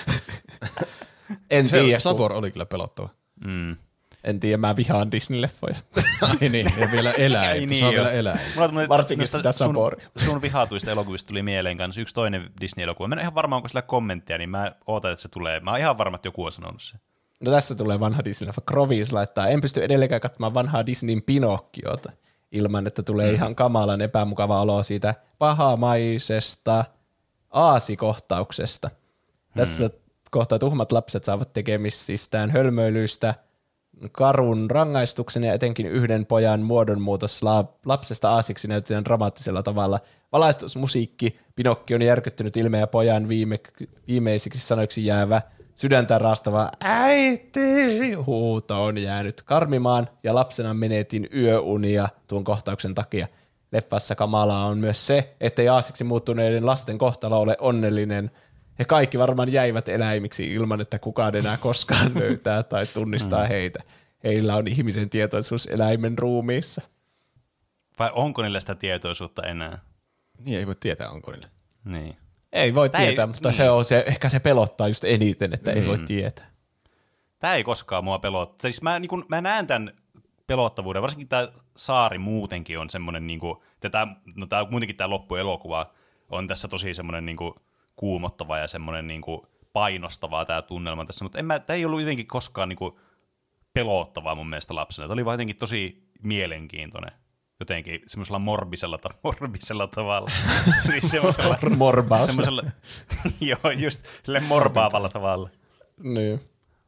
[SPEAKER 3] en
[SPEAKER 1] Se,
[SPEAKER 3] tiedä.
[SPEAKER 1] Sabor oli kyllä pelottava.
[SPEAKER 2] Mm.
[SPEAKER 3] En tiedä, mä vihaan Disney-leffoja.
[SPEAKER 1] Ai niin, ja vielä eläin.
[SPEAKER 2] Ei
[SPEAKER 1] Ei
[SPEAKER 2] niin
[SPEAKER 1] se on
[SPEAKER 2] joo.
[SPEAKER 1] vielä eläin.
[SPEAKER 2] Mulla tuli
[SPEAKER 3] Varsinkin
[SPEAKER 2] noista
[SPEAKER 3] sitä
[SPEAKER 2] sun,
[SPEAKER 3] Saboria.
[SPEAKER 2] sun vihatuista elokuvista tuli mieleen kanssa yksi toinen Disney-elokuva. Mä en ole ihan varma, onko sillä kommenttia, niin mä ootan, että se tulee. Mä oon ihan varma, että joku on sanonut se.
[SPEAKER 3] No tässä tulee vanha Disney-leffa. Krovis laittaa, en pysty edelleenkään katsomaan vanhaa Disneyn Pinokkiota ilman, että tulee mm. ihan kamalan epämukava olo siitä pahamaisesta aasikohtauksesta. Mm. Tässä kohtaa tuhmat lapset saavat tekemisistään hölmöilyistä karun rangaistuksen ja etenkin yhden pojan muodonmuutos lapsesta aasiksi näytetään dramaattisella tavalla. Valaistusmusiikki, Pinokki on järkyttynyt ilme ja pojan viime, viimeisiksi sanoiksi jäävä sydäntä raastava äiti huuto on jäänyt karmimaan ja lapsena menetin yöunia tuon kohtauksen takia. Leffassa kamalaa on myös se, ettei aasiksi muuttuneiden lasten kohtalo ole onnellinen. He kaikki varmaan jäivät eläimiksi ilman, että kukaan enää koskaan löytää tai tunnistaa heitä. Heillä on ihmisen tietoisuus eläimen ruumiissa.
[SPEAKER 2] Vai onko niillä sitä tietoisuutta enää?
[SPEAKER 1] Niin ei voi tietää, onko niille.
[SPEAKER 2] Niin.
[SPEAKER 3] Ei voi
[SPEAKER 2] Tää ei-
[SPEAKER 3] tietää, mutta
[SPEAKER 2] niin.
[SPEAKER 3] se on se, ehkä se pelottaa just eniten, että ei voi tietää.
[SPEAKER 2] Tää ei koskaan mua pelottaa. Siis mä, niin kun, mä näen tämän pelottavuuden, varsinkin tämä saari muutenkin on semmoinen, niin kuin, tää, no tää, muutenkin tämä loppuelokuva on tässä tosi semmoinen niin kuin, kuumottava ja semmoinen niin kuin, painostavaa tämä tunnelma tässä, mutta en mä, tää ei ollut jotenkin koskaan niin kuin, pelottavaa mun mielestä lapsena. Tämä oli vaan jotenkin tosi mielenkiintoinen. Jotenkin semmoisella morbisella, ta- morbisella tavalla. siis semmoisella,
[SPEAKER 3] Morbaus.
[SPEAKER 2] semmoisella, joo, just sille morbaavalla tavalla.
[SPEAKER 3] Niin.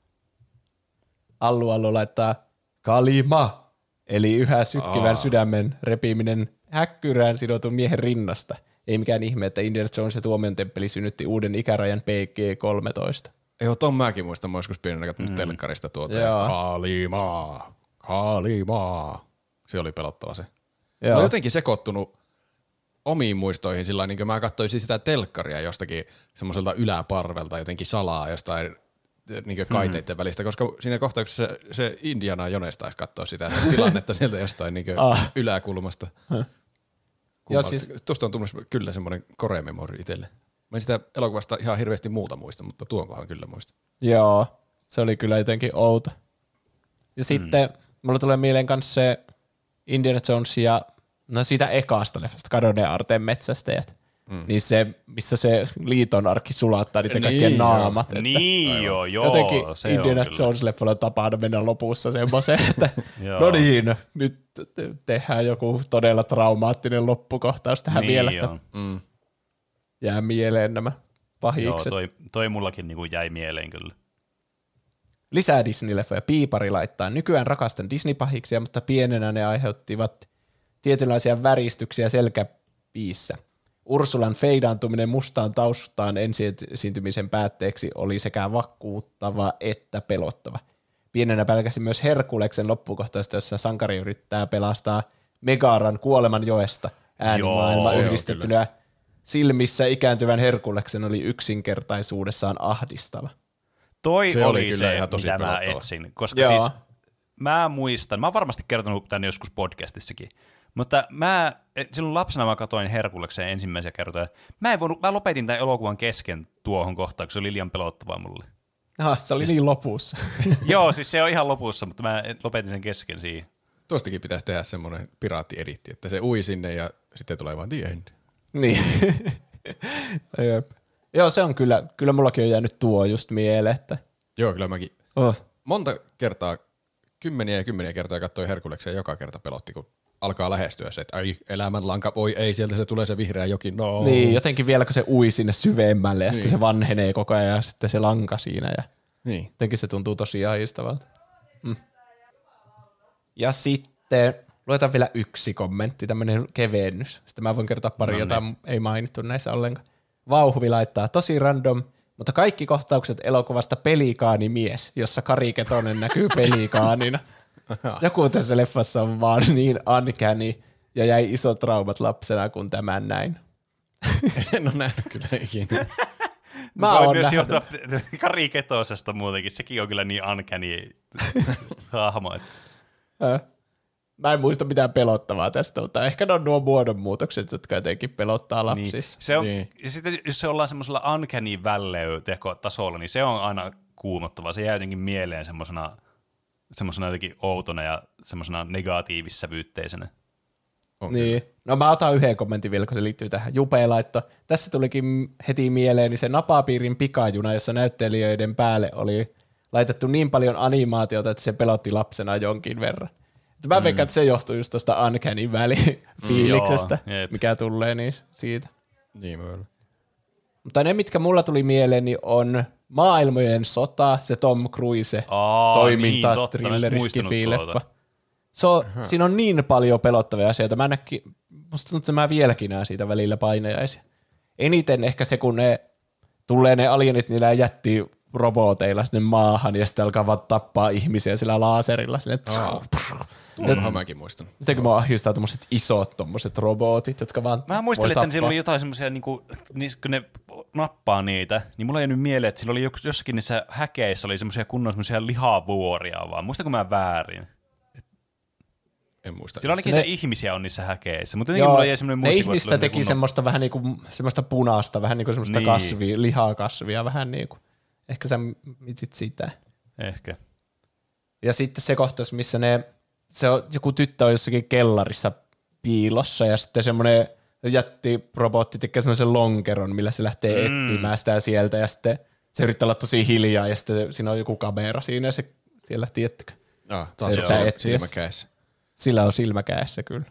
[SPEAKER 3] Allu Allu laittaa kalima, eli yhä sykkivän
[SPEAKER 1] Aa.
[SPEAKER 3] sydämen repiminen häkkyrään sidotun miehen rinnasta. Ei mikään ihme, että Indiana Jones ja Tuomion temppeli synnytti uuden ikärajan P G kolmetoista.
[SPEAKER 1] Joo, ton mäkin muistan, mä joskus pienenä katsonut mm. telkkarista tuota.
[SPEAKER 3] Joo.
[SPEAKER 1] Ja Kalimaa, Kalimaa. Se oli pelottava se. Mä
[SPEAKER 3] Joo.
[SPEAKER 1] oon jotenkin sekoittunut omiin muistoihin sillä niin kuin mä katsoin siis sitä telkkaria jostakin semmoiselta yläparvelta jotenkin salaa jostain niin kaiteiden välistä, koska siinä kohtauksessa se, se Indiana Jones taisi katsoa sitä tilannetta sieltä jostain niin
[SPEAKER 3] Ah.
[SPEAKER 1] yläkulmasta.
[SPEAKER 3] Joo,
[SPEAKER 1] Siis,
[SPEAKER 3] siis-
[SPEAKER 1] tuosta on tullut kyllä semmoinen core-memori itselle. Mä en sitä elokuvasta ihan hirveästi muuta muista, mutta tuon kohan kyllä muista.
[SPEAKER 3] Joo, se oli kyllä jotenkin outo. Ja sitten mulla tulee mieleen myös se Indiana Jones ja no siitä ekasta leffasta, Kadoneen aarteen metsästäjät. Mm. Niin se, missä se liiton arkki sulattaa niitä kaikkia niin, naamat. Että
[SPEAKER 2] niin joo, joo.
[SPEAKER 3] Jotenkin
[SPEAKER 2] se
[SPEAKER 3] Indiana Jones-leffalla on tapana mennä lopussa semmoiseen, että no niin, nyt tehdään joku todella traumaattinen loppukohtaus tähän niin vielä, että mm. jää mieleen nämä pahikset.
[SPEAKER 2] Joo, toi, toi mullakin niinku jäi mieleen kyllä.
[SPEAKER 3] Lisää Disney-leffoja. Piipari laittaa. Nykyään rakastan Disney-pahiksia, mutta pienenä ne aiheuttivat tietynlaisia väristyksiä selkäpiissä. Ursulan feidaantuminen mustaan taustaan ensi-esiintymisen päätteeksi oli sekä vakuuttava että pelottava. Pienenä pelkäsin myös Herkuleksen loppukohtaista, jossa sankari yrittää pelastaa Megaran kuoleman joesta. Äänimaailma yhdistettynä silmissä ikääntyvän Herkuleksen oli yksinkertaisuudessaan ahdistava.
[SPEAKER 2] Toi se oli, oli se, mitä mä etsin, koska Joo. siis mä muistan, mä oon varmasti kertonut tänne joskus podcastissakin, mutta mä, silloin lapsena mä katsoin Herkulekseen ensimmäisiä kertoja. Mä, en voinut, mä lopetin tämän elokuvan kesken tuohon kohtaan, kun se oli liian pelottavaa mulle.
[SPEAKER 3] Aha, se oli niin lopussa.
[SPEAKER 2] Joo, siis se on ihan lopussa, mutta mä lopetin sen kesken siihen.
[SPEAKER 1] Tuostakin pitäisi tehdä semmoinen piraatti-editti, että se ui sinne ja sitten tulee vaan the end.
[SPEAKER 3] Niin. Joo, se on kyllä, kyllä mullakin on jäänyt tuo just mieleen, että
[SPEAKER 1] joo, kyllä mäkin. Oh. Monta kertaa, kymmeniä ja kymmeniä kertaa katsoin Herkuleksen ja joka kerta pelotti, kun alkaa lähestyä se, että ai elämänlanka, voi ei, sieltä se tulee se vihreä joki, no.
[SPEAKER 3] Niin, jotenkin vielä kun se ui sinne syvemmälle ja niin. Sitten se vanhenee koko ajan ja sitten se lanka siinä ja niin. Jotenkin se tuntuu tosi ahdistavalta. Mm. Ja sitten luetaan vielä yksi kommentti, tämmöinen kevennys. Sitten mä voin kertoa pari, no, jota niin. ei mainittu näissä ollenkaan. Vauhvi laittaa tosi random, mutta kaikki kohtaukset elokuvasta Pelikaanimies, jossa Kari Ketonen näkyy pelikaanina. Joku tässä leffassa on vaan niin uncanny ja jäi isot traumat lapsena, kun tämän näin.
[SPEAKER 1] En ole nähnyt kyllä ikinä.
[SPEAKER 2] Mä oon myös johtua Kari Ketosesta muutenkin, sekin on kyllä niin uncanny hahmo.
[SPEAKER 3] Mä en muista mitään pelottavaa tästä, mutta ehkä ne on nuo muodonmuutokset, jotka jotenkin pelottaa lapsissa.
[SPEAKER 2] Niin. Se on,
[SPEAKER 1] niin.
[SPEAKER 2] Ja sitten jos se ollaan semmoisella uncanny valley-tasolla, niin se on aina kuumottavaa. Se jää jotenkin mieleen semmoisena semmoisena jotenkin outona ja semmoisena negatiivissävyytteisenä.
[SPEAKER 3] Okay. Niin. No mä otan yhden kommentin vielä, kun se liittyy tähän. Jupe laitto. Tässä tulikin heti mieleeni se Napapiirin pikajuna, jossa näyttelijöiden päälle oli laitettu niin paljon animaatiota, että se pelotti lapsena jonkin verran. Mä mm. veikkaan, että se johtuu just tuosta uncanny valley-fiiliksestä, mm, mikä tulee niin siitä.
[SPEAKER 1] Niin mä olen.
[SPEAKER 3] Mutta ne, mitkä mulla tuli mieleeni, on Maailmojen sota, se Tom Cruise
[SPEAKER 2] Aa,
[SPEAKER 3] toiminta,
[SPEAKER 2] niin, totta,
[SPEAKER 3] thrilleriski-fiileffa. So, siinä on niin paljon pelottavia asioita. Mä näkin, musta tuntuu, että mä vieläkin näen siitä välillä painajaisia. Eniten ehkä se, kun ne tulee ne alienit niillä jätti roboteilla sinne maahan ja sitten alkaa vaan tappaa ihmisiä sillä laaserilla.
[SPEAKER 1] Tuollahan mäkin muistan.
[SPEAKER 3] Jotenkin mä ahdistaa tommoset isot tommoset robotit, jotka vaan
[SPEAKER 2] mä muistelin, että siellä oli jotain semmoisia, niin kuin, kun ne nappaa niitä, niin mulla ei nyt mieleen, että sillä oli jossakin niissä häkeissä oli semmoisia kunnon semmoisia lihavuoria vaan. Muistanko mä väärin?
[SPEAKER 1] En muista.
[SPEAKER 2] Siellä ainakin ne ihmisiä on niissä häkeissä, mutta jotenkin mulla jäi semmoinen muistikuva.
[SPEAKER 3] Ne ihmistä teki kunnon semmoista vähän niinku, semmoista punaista, vähän niinku semmoista niin. kasvia, lihakasvia, vähän niinku. Ehkä sä mitit sitä.
[SPEAKER 2] Ehkä.
[SPEAKER 3] Ja sitten se kohtaus, missä ne, se on, joku tyttö on jossakin kellarissa piilossa ja sitten semmoinen jättirobotti tekee semmoisen lonkeron, millä se lähtee mm. etsimään sitä sieltä ja sitten se yrittää olla tosi hiljaa ja sitten siinä on joku kamera siinä ja se siellä, tiettikö?
[SPEAKER 1] Ah, taas on silmäkäessä.
[SPEAKER 3] Sillä on silmäkäessä kyllä.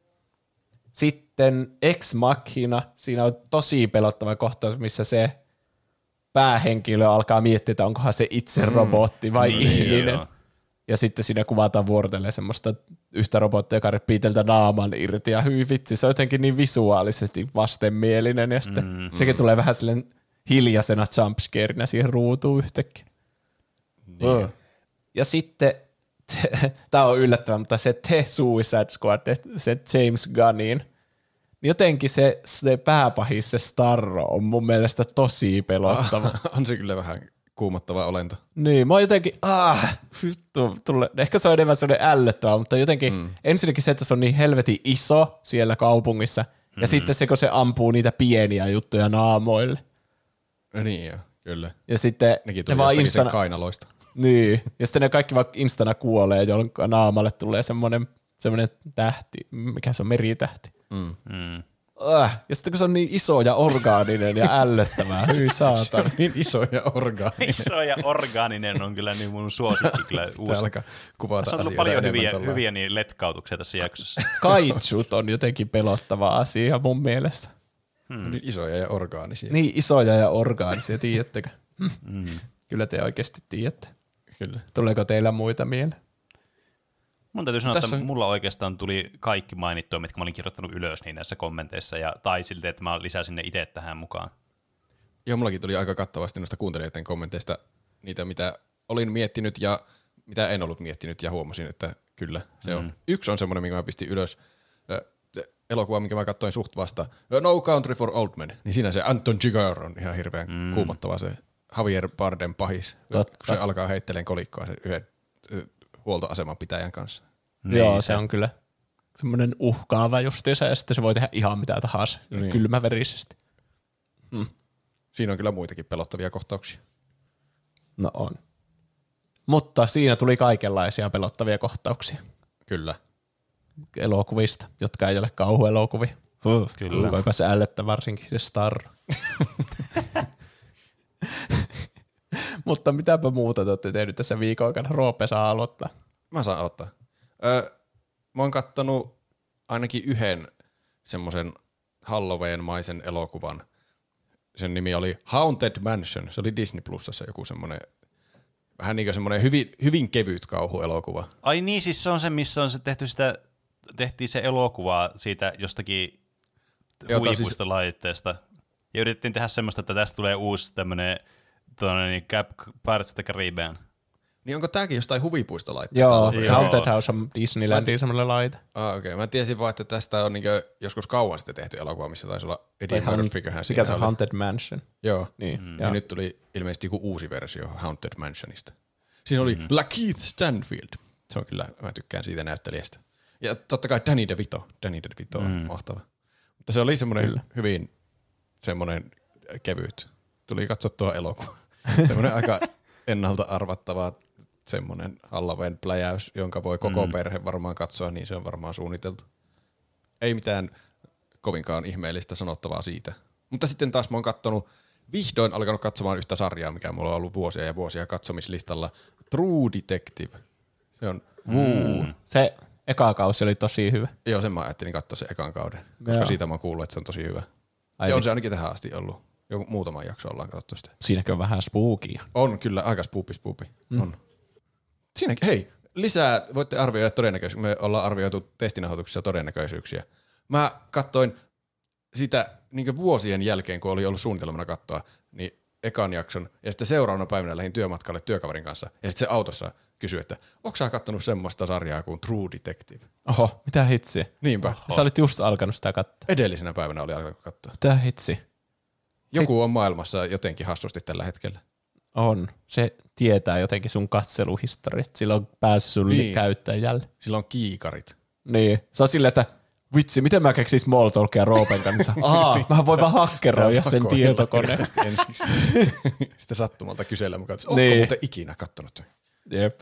[SPEAKER 3] Sitten Ex Machina, siinä on tosi pelottava kohtaus, missä se päähenkilö alkaa miettiä, että onkohan se itse robotti vai mm, ihminen. Joo. Ja sitten siinä kuvataan vuorotellen semmoista yhtä robottia, joka repii teiltä naaman irti. Ja hyi vitsi, se on jotenkin niin visuaalisesti vastenmielinen. Ja sitten mm, sekin mm. tulee vähän silleen hiljaisena jumpscarena siihen ruutuun yhtäkkiä. Niin. Oh. Ja sitten, tämä on yllättävää, mutta se The Suicide Squad, se James Gunnin, jotenkin se, se pääpahis, se Starro, on mun mielestä tosi pelottava.
[SPEAKER 1] On se kyllä vähän kuumottava olento.
[SPEAKER 3] Niin, mä oon jotenkin, ah, tulle, ehkä se on enemmän sellainen ällöttävä, mutta jotenkin mm. ensinnäkin se, että se on niin helvetin iso siellä kaupungissa, mm-hmm. ja sitten se, kun se ampuu niitä pieniä juttuja naamoille.
[SPEAKER 1] Ja niin joo, kyllä.
[SPEAKER 3] Ja sitten
[SPEAKER 1] nekin tuli ne jostakin instana- sen kainaloista.
[SPEAKER 3] Niin, ja sitten ne kaikki vaikka instana kuolee, jolloin naamalle tulee semmoinen, semmoinen tähti, mikä se on, meritähti.
[SPEAKER 1] Mm.
[SPEAKER 2] Mm.
[SPEAKER 3] Äh, ja sitten kun se on niin iso ja orgaaninen ja ällöttävää, hyi saatana.
[SPEAKER 1] Niin iso ja orgaaninen.
[SPEAKER 2] Iso ja orgaaninen on kyllä niin mun suosikki kyllä uusi.
[SPEAKER 1] alkaa kuvata
[SPEAKER 2] Tässä on tullut
[SPEAKER 1] asioita
[SPEAKER 2] paljon
[SPEAKER 1] enemmän
[SPEAKER 2] hyviä,
[SPEAKER 1] tuolla.
[SPEAKER 2] hyviä niin letkautuksia tässä jaksossa.
[SPEAKER 3] Kaitsut on jotenkin pelottava asia mun mielestä.
[SPEAKER 1] Hmm. Niin isoja ja orgaanisia.
[SPEAKER 3] Niin isoja ja orgaanisia, tiedättekö?
[SPEAKER 2] Mm.
[SPEAKER 3] Kyllä te oikeasti tiedätte.
[SPEAKER 1] Kyllä.
[SPEAKER 3] Tuleeko teillä muita mieleen?
[SPEAKER 2] Mun täytyy sanoa,
[SPEAKER 1] Tässä
[SPEAKER 2] että
[SPEAKER 1] on-
[SPEAKER 2] mulla oikeastaan tuli kaikki mainittua, mitkä mä olin kirjoittanut ylös niin näissä kommenteissa, ja, tai silti, että mä lisäsin ne itse tähän mukaan.
[SPEAKER 1] Joo, mullakin tuli aika kattavasti noista kuuntelijoiden kommenteista niitä, mitä olin miettinyt ja mitä en ollut miettinyt, ja huomasin, että kyllä se mm. on. Yksi on semmoinen, minkä mä pistin ylös. Ö, se elokuva, minkä mä katsoin suht vasta. No Country for Old Men. Niin siinä se Anton Chigurh on ihan hirveän mm. kuumottava se Javier Bardem pahis.
[SPEAKER 3] Totta.
[SPEAKER 1] Kun se alkaa heitteleen kolikkoa sen yhden ö, huoltoaseman pitäjän kanssa.
[SPEAKER 3] Niin, Joo, se, se on kyllä semmoinen uhkaava justiinsa, ja sitten se voi tehdä ihan mitä tahansa,
[SPEAKER 1] Niin.
[SPEAKER 3] kylmäverisesti.
[SPEAKER 1] Hmm. Siinä on kyllä muitakin pelottavia kohtauksia.
[SPEAKER 3] No on. Mutta siinä tuli kaikenlaisia pelottavia kohtauksia
[SPEAKER 1] Kyllä.
[SPEAKER 3] elokuvista, jotka ei ole kauhuelokuvia. Huh.
[SPEAKER 2] Kyllä.
[SPEAKER 3] Voipa se ällöttä varsinkin se Star. Mutta mitäpä muuta te olette tehnyt tässä viikon aikana? Roope saa aloittaa.
[SPEAKER 1] Mä saan aloittaa. Öö, mä oon kattonut ainakin yhden semmoisen Halloween-maisen elokuvan. Sen nimi oli Haunted Mansion. Se oli Disney Plusassa joku semmoinen, vähän niin kuin semmoinen hyvin, hyvin kevyt kauhuelokuva.
[SPEAKER 2] Ai niin, siis se on se, missä on se tehty sitä, tehtiin se elokuva siitä jostakin
[SPEAKER 1] Joo, tää
[SPEAKER 2] huipuista laitteesta. Ja yritettiin tehdä semmoista, että tästä tulee uusi tämmönen niin Cap Pirates of the Caribbean.
[SPEAKER 1] Niin onko tääkin jostain huvipuistolaitteesta?
[SPEAKER 3] Joo,
[SPEAKER 1] ollut?
[SPEAKER 3] se
[SPEAKER 2] Joo.
[SPEAKER 3] Haunted House on Disneylandin semmoinen laite.
[SPEAKER 1] Ah, okei. Okay. Mä tiesin vaan, että tästä on niinkö joskus kauan sitten tehty elokuva, missä taisi olla Eddie
[SPEAKER 3] Tai
[SPEAKER 1] Murphyköhän
[SPEAKER 3] Mikä
[SPEAKER 1] siinä
[SPEAKER 3] se on,
[SPEAKER 1] oli.
[SPEAKER 3] Haunted Mansion?
[SPEAKER 1] Joo.
[SPEAKER 3] Niin,
[SPEAKER 1] Mm.
[SPEAKER 3] joo.
[SPEAKER 1] Ja nyt tuli ilmeisesti joku uusi versio Haunted Mansionista. Siinä oli mm-hmm. Lakeith Stanfield. Se on kyllä, mä tykkään siitä näyttelijästä. Ja totta kai Danny DeVito. Danny DeVito on mm. mahtava. Mutta se oli semmoinen kyllä. hyvin semmoinen kevyt. Tuli katsottua elokuva. semmoinen aika ennalta arvattava semmoinen Halloween pläjäys, jonka voi koko mm. perhe varmaan katsoa, niin se on varmaan suunniteltu. Ei mitään kovinkaan ihmeellistä sanottavaa siitä. Mutta sitten taas mä oon kattonut, vihdoin alkanut katsomaan yhtä sarjaa, mikä mulla on ollut vuosia ja vuosia katsomislistalla. True Detective. Se on,
[SPEAKER 3] Mm. Se eka kausi oli tosi hyvä.
[SPEAKER 1] joo, sen mä ajattelin katsoa sen ekan kauden, koska
[SPEAKER 3] Joo.
[SPEAKER 1] siitä mä oon kuullut, että se on tosi hyvä.
[SPEAKER 3] Ai
[SPEAKER 1] ja on
[SPEAKER 3] vitsi.
[SPEAKER 1] se ainakin tähän asti ollut. Joku muutama jakso ollaan katsottu sitä.
[SPEAKER 3] Siinäkin on vähän spookia.
[SPEAKER 1] On kyllä, aika spoopi spoopi. Mm. On. Siinäkin, hei, lisää, voitte arvioida todennäköisyyksiä. Me ollaan arvioitu testinauhoituksissa todennäköisyyksiä. Mä katsoin sitä niin vuosien jälkeen, kun oli ollut suunnitelmana katsoa, niin ekan jakson, ja sitten seuraavana päivänä lähdin työmatkalle työkaverin kanssa, ja sitten se autossa kysyi, että onko sä kattonut semmoista sarjaa kuin True Detective?
[SPEAKER 3] Oho, mitä hitsiä?
[SPEAKER 1] Niinpä.
[SPEAKER 3] Oho. Sä olit just alkanut sitä katsoa.
[SPEAKER 1] Edellisenä päivänä oli alkanut katsoa.
[SPEAKER 3] Mitä hitsi?
[SPEAKER 1] Joku on maailmassa jotenkin hassusti tällä hetkellä.
[SPEAKER 3] On. Se tietää jotenkin sun katseluhistoriat. Sillä on päässyt sun
[SPEAKER 1] Niin.
[SPEAKER 3] niin. käyttäjälle.
[SPEAKER 1] Sillä on kiikarit.
[SPEAKER 3] Niin. Se on silleen, että vitsi, miten mä keksin small talkia Roopen kanssa? Ahaa, mä voin vaan hakkeroida sen
[SPEAKER 1] Pakoilla
[SPEAKER 3] tietokoneesta.
[SPEAKER 1] ensiksi. Sitten sattumalta kysellä mukaan, että onko
[SPEAKER 3] Niin.
[SPEAKER 1] muuten ikinä kattonut?
[SPEAKER 3] Jep.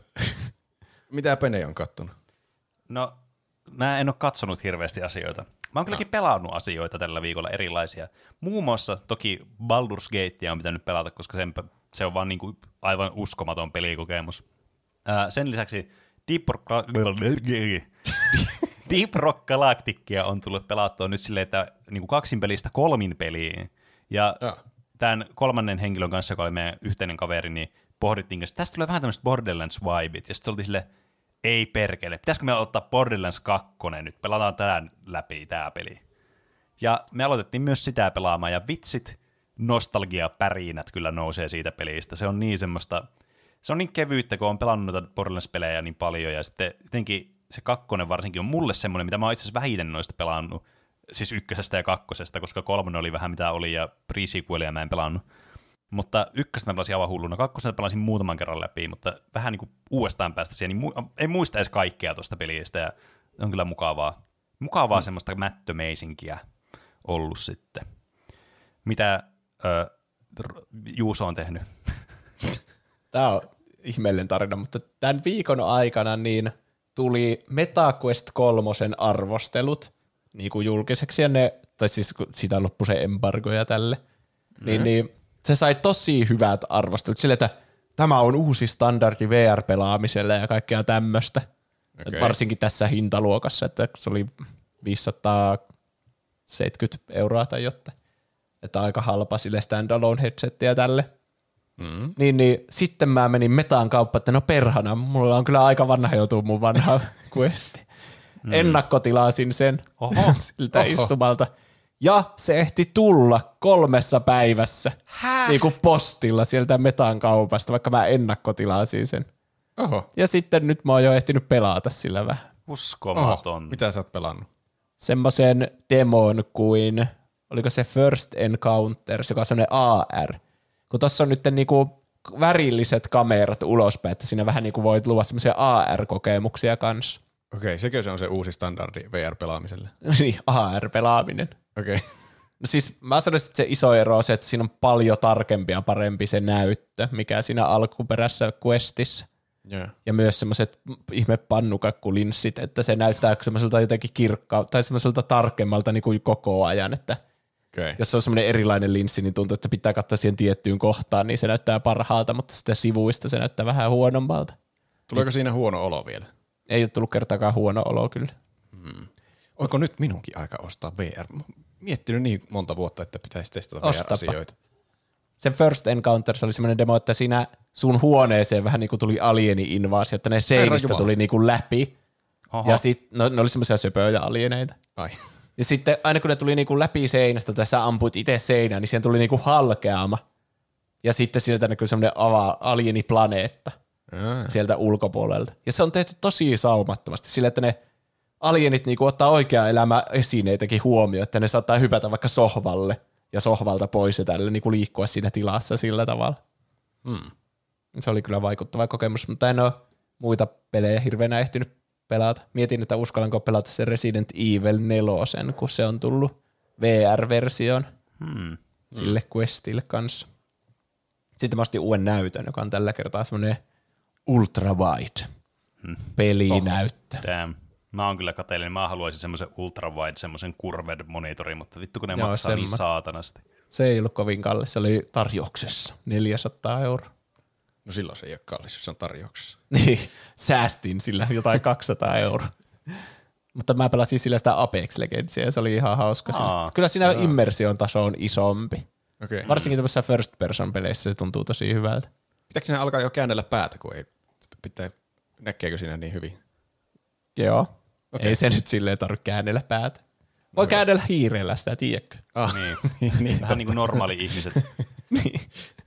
[SPEAKER 1] Mitä Pene on kattonut?
[SPEAKER 2] No, mä en ole katsonut hirveästi asioita. Mä oon kylläkin pelannut asioita tällä viikolla erilaisia. Muun muassa toki Baldur's Gatea on pitänyt pelata, koska sen, se on vaan niinku aivan uskomaton pelikokemus. Ää, sen lisäksi Deep Rock, Deep Rock Galacticia on tullut pelattua nyt silleen, että niinku kaksin pelistä kolmin peliin. Ja
[SPEAKER 1] Ja.
[SPEAKER 2] tämän kolmannen henkilön kanssa, joka oli meidän yhteinen kaveri, niin pohdittiin, että tästä tulee vähän tämmöiset Borderlands-vibit. Ja sitten oltiin silleen, ei perkele, pitäisikö me ottaa Borderlands kaksi nyt, pelataan tämän läpi, tämä peli. Ja me aloitettiin myös sitä pelaamaan, ja vitsit, nostalgia-pärinät kyllä nousee siitä pelistä. Se on niin semmoista, se on niin kevyyttä, kun on pelannut noita Borderlands-pelejä niin paljon, ja sitten jotenkin se kakkonen varsinkin on mulle semmoinen, mitä mä oon itse asiassa vähiten noista pelannut, siis ykkösestä ja kakkosesta, koska kolmonen oli vähän mitä oli, ja pre-sequelia mä en pelannut. Mutta ykköstä mä pelasin aivan hulluna, kakkosesta pelasin muutaman kerran läpi, mutta vähän niin kuin uudestaan päästä siihen, niin mu- ei muista edes kaikkea tuosta pelistä, ja on kyllä mukavaa. Mukavaa mm. semmoista mättömeisinkiä ollut sitten. Mitä ö, Juuso on tehnyt?
[SPEAKER 3] Tää on ihmeellinen tarina, mutta tämän viikon aikana niin tuli MetaQuest kolmosen arvostelut niin kuin julkiseksi, ja ne, tai siis sitä loppui se embargo ja tälle, mm. niin, niin se sai tosi hyvät arvostelut sille, että tämä on uusi standardi V R-pelaamiselle ja kaikkea tämmöistä. Okay. Varsinkin tässä hintaluokassa, että se oli viisisataaseitsemänkymmentä euroa tai jotain. Että aika halpa sille standalone headsettiä tälle. Mm. Niin, niin sitten mä menin Metaan kauppaan, että no perhana, mulla on kyllä aika vanha joutuu mun vanha questi. Mm. Ennakkotilasin sen Oho. siltä Oho. istumalta. Ja se ehti tulla kolmessa päivässä niin kuin postilla sieltä Metan kaupasta, vaikka mä ennakkotilasin sen. Oho. Ja sitten nyt mä oon jo ehtinyt pelata sillä vähän.
[SPEAKER 2] Uskomaton.
[SPEAKER 1] Oho. Mitä sä oot pelannut?
[SPEAKER 3] Semmoisen demon kuin, oliko se First Encounters, joka on semmoinen A R. Kun tossa on nyt niinku värilliset kamerat ulospäin, että siinä vähän niinku voit luvata semmoisia A R-kokemuksia kanssa.
[SPEAKER 1] Okei, sekö se on se uusi standardi V R-pelaamiselle?
[SPEAKER 3] Niin, A R-pelaaminen.
[SPEAKER 1] Okei.
[SPEAKER 3] No siis mä sanoisin, että se iso ero on se, että siinä on paljon tarkempi ja parempi se näyttö, mikä siinä alkuperäisessä questissä. Yeah. Ja myös semmoiset ihme pannukakkulinssit, että se näyttää semmoiselta jotenkin kirkkaa tai semmoiselta tarkemmalta niin kuin koko ajan, että okay. jos se on semmoinen erilainen linssi, niin tuntuu, että pitää katsoa siihen tiettyyn kohtaan, niin se näyttää parhaalta, mutta sitten sivuista se näyttää vähän huonommalta.
[SPEAKER 1] Tuleeko niin, siinä huono olo vielä?
[SPEAKER 3] Ei ole tullut kertaakaan huono olo kyllä.
[SPEAKER 1] Hmm. Onko nyt minunkin aika ostaa V R? Miettinyt niin monta vuotta, että pitäisi testata Ostapa. V R-asioita.
[SPEAKER 3] Se First Encounters oli semmoinen demo, että siinä sun huoneeseen vähän niin kuin tuli alieni-invaasio, että ne seinistä tuli niin kuin läpi. Oho. Ja sitten no, ne oli semmoisia söpöjä alieneita. Ai. Ja sitten aina kun ne tuli niin kuin läpi seinästä, tai sä ampuit itse seinään, niin siihen tuli niin kuin halkeama. Ja sitten sieltä näkyy semmoinen alieniplaneetta mm. sieltä ulkopuolelta. Ja se on tehty tosi saumattomasti sillä, että ne alienit niin kuin ottaa oikeaa elämää esineitäkin huomioon, että ne saattaa hypätä vaikka sohvalle ja sohvalta pois ja tälle niin kuin liikkua siinä tilassa sillä tavalla. Hmm. Se oli kyllä vaikuttava kokemus, mutta en ole muita pelejä hirveänä ehtinyt pelata. Mietin, että uskallanko pelata se Resident Evil nelosen, kun se on tullut V R-versioon hmm. sille questille kanssa. Sitten mä ostin uuden näytön, joka on tällä kertaa semmoinen ultra wide hmm. pelinäyttö.
[SPEAKER 2] Oh, damn. Mä oon kyllä kateellinen. Mä haluaisin semmoisen ultra-wide, semmoisen curved-monitorin, mutta vittu kun ne Joo, maksaa semmo. niin saatanasti.
[SPEAKER 3] Se ei ollut kovin kallis. Se oli tarjouksessa. neljäsataa euroa.
[SPEAKER 1] No silloin se ei ole kallis, jos se on tarjouksessa.
[SPEAKER 3] Niin, säästin sillä jotain kaksisataa euroa. Mutta mä pelasin sillä sitä Apex Legendsia ja se oli ihan hauska. Aa, kyllä siinä aa. immersion taso on isompi. Okay. Varsinkin tämmöisissä first person peleissä se tuntuu tosi hyvältä.
[SPEAKER 1] Pitääkö siinä alkaa jo käännellä päätä, kun ei pitää, näkeekö siinä niin hyvin?
[SPEAKER 3] Joo. Okay. Ei se nyt silleen tarvitse käännellä päätä. Voi no käännellä hiireellä sitä, tiedätkö?
[SPEAKER 2] Ah. Niin. niin, vähän niin kuin normaali ihmiset.
[SPEAKER 3] niin.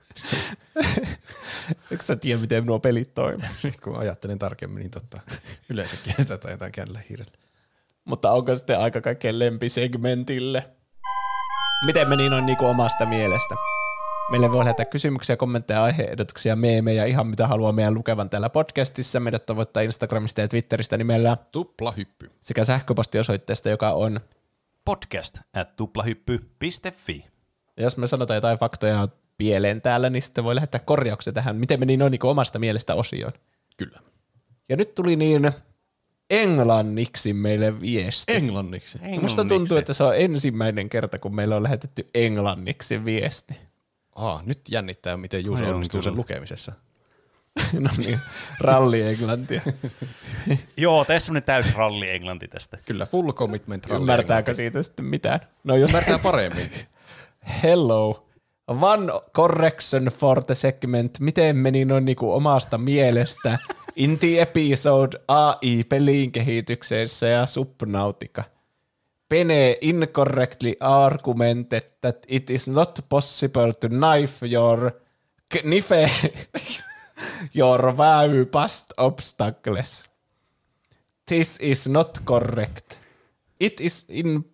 [SPEAKER 3] Eikö sä tiedä, miten nuo pelit toimii?
[SPEAKER 1] Nyt kun ajattelin tarkemmin, niin totta. Yleensäkin sitä taitaa käännellä hiirellä.
[SPEAKER 3] Mutta onko sitten aika kaikkein lempisegmentille? Miten meni noin niin kuin omasta mielestä? Meille voi lähettää kysymyksiä, kommentteja, aihe-ehdotuksia, meemejä, ihan mitä haluaa meidän lukevan täällä podcastissa. Meidät tavoittaa Instagramista ja Twitteristä nimellä
[SPEAKER 1] Tuplahyppy
[SPEAKER 3] sekä sähköpostiosoitteesta, joka on
[SPEAKER 2] podcast at tuplahyppy piste fi.
[SPEAKER 3] Ja jos me sanotaan jotain faktoja pieleen täällä, niin sitten voi lähettää korjauksia tähän, miten meni noin niin omasta mielestä osioon.
[SPEAKER 1] Kyllä.
[SPEAKER 3] Ja nyt tuli niin englanniksi meille viesti.
[SPEAKER 1] Englanniksi?
[SPEAKER 3] englanniksi. Musta tuntuu, että se on ensimmäinen kerta, kun meillä on lähetetty englanniksi viesti.
[SPEAKER 1] Aa, nyt jännittää, miten Juuso onnistuu sen lukemisessa.
[SPEAKER 3] No niin, ralli-englantia.
[SPEAKER 2] Joo, tee semmoinen täys ralli-englanti tästä.
[SPEAKER 1] Kyllä, full commitment ralli.
[SPEAKER 3] Ymmärtääkö siitä sitten mitään? No jos
[SPEAKER 1] ymmärtää paremmin.
[SPEAKER 3] Hello. One correction for the segment. Miten meni noin niinku omasta mielestä in the episode A I-pelin kehityksessä ja Subnautica? Pene incorrectly argumented that it is not possible to knife your knife your way past obstacles. This is not correct. It is in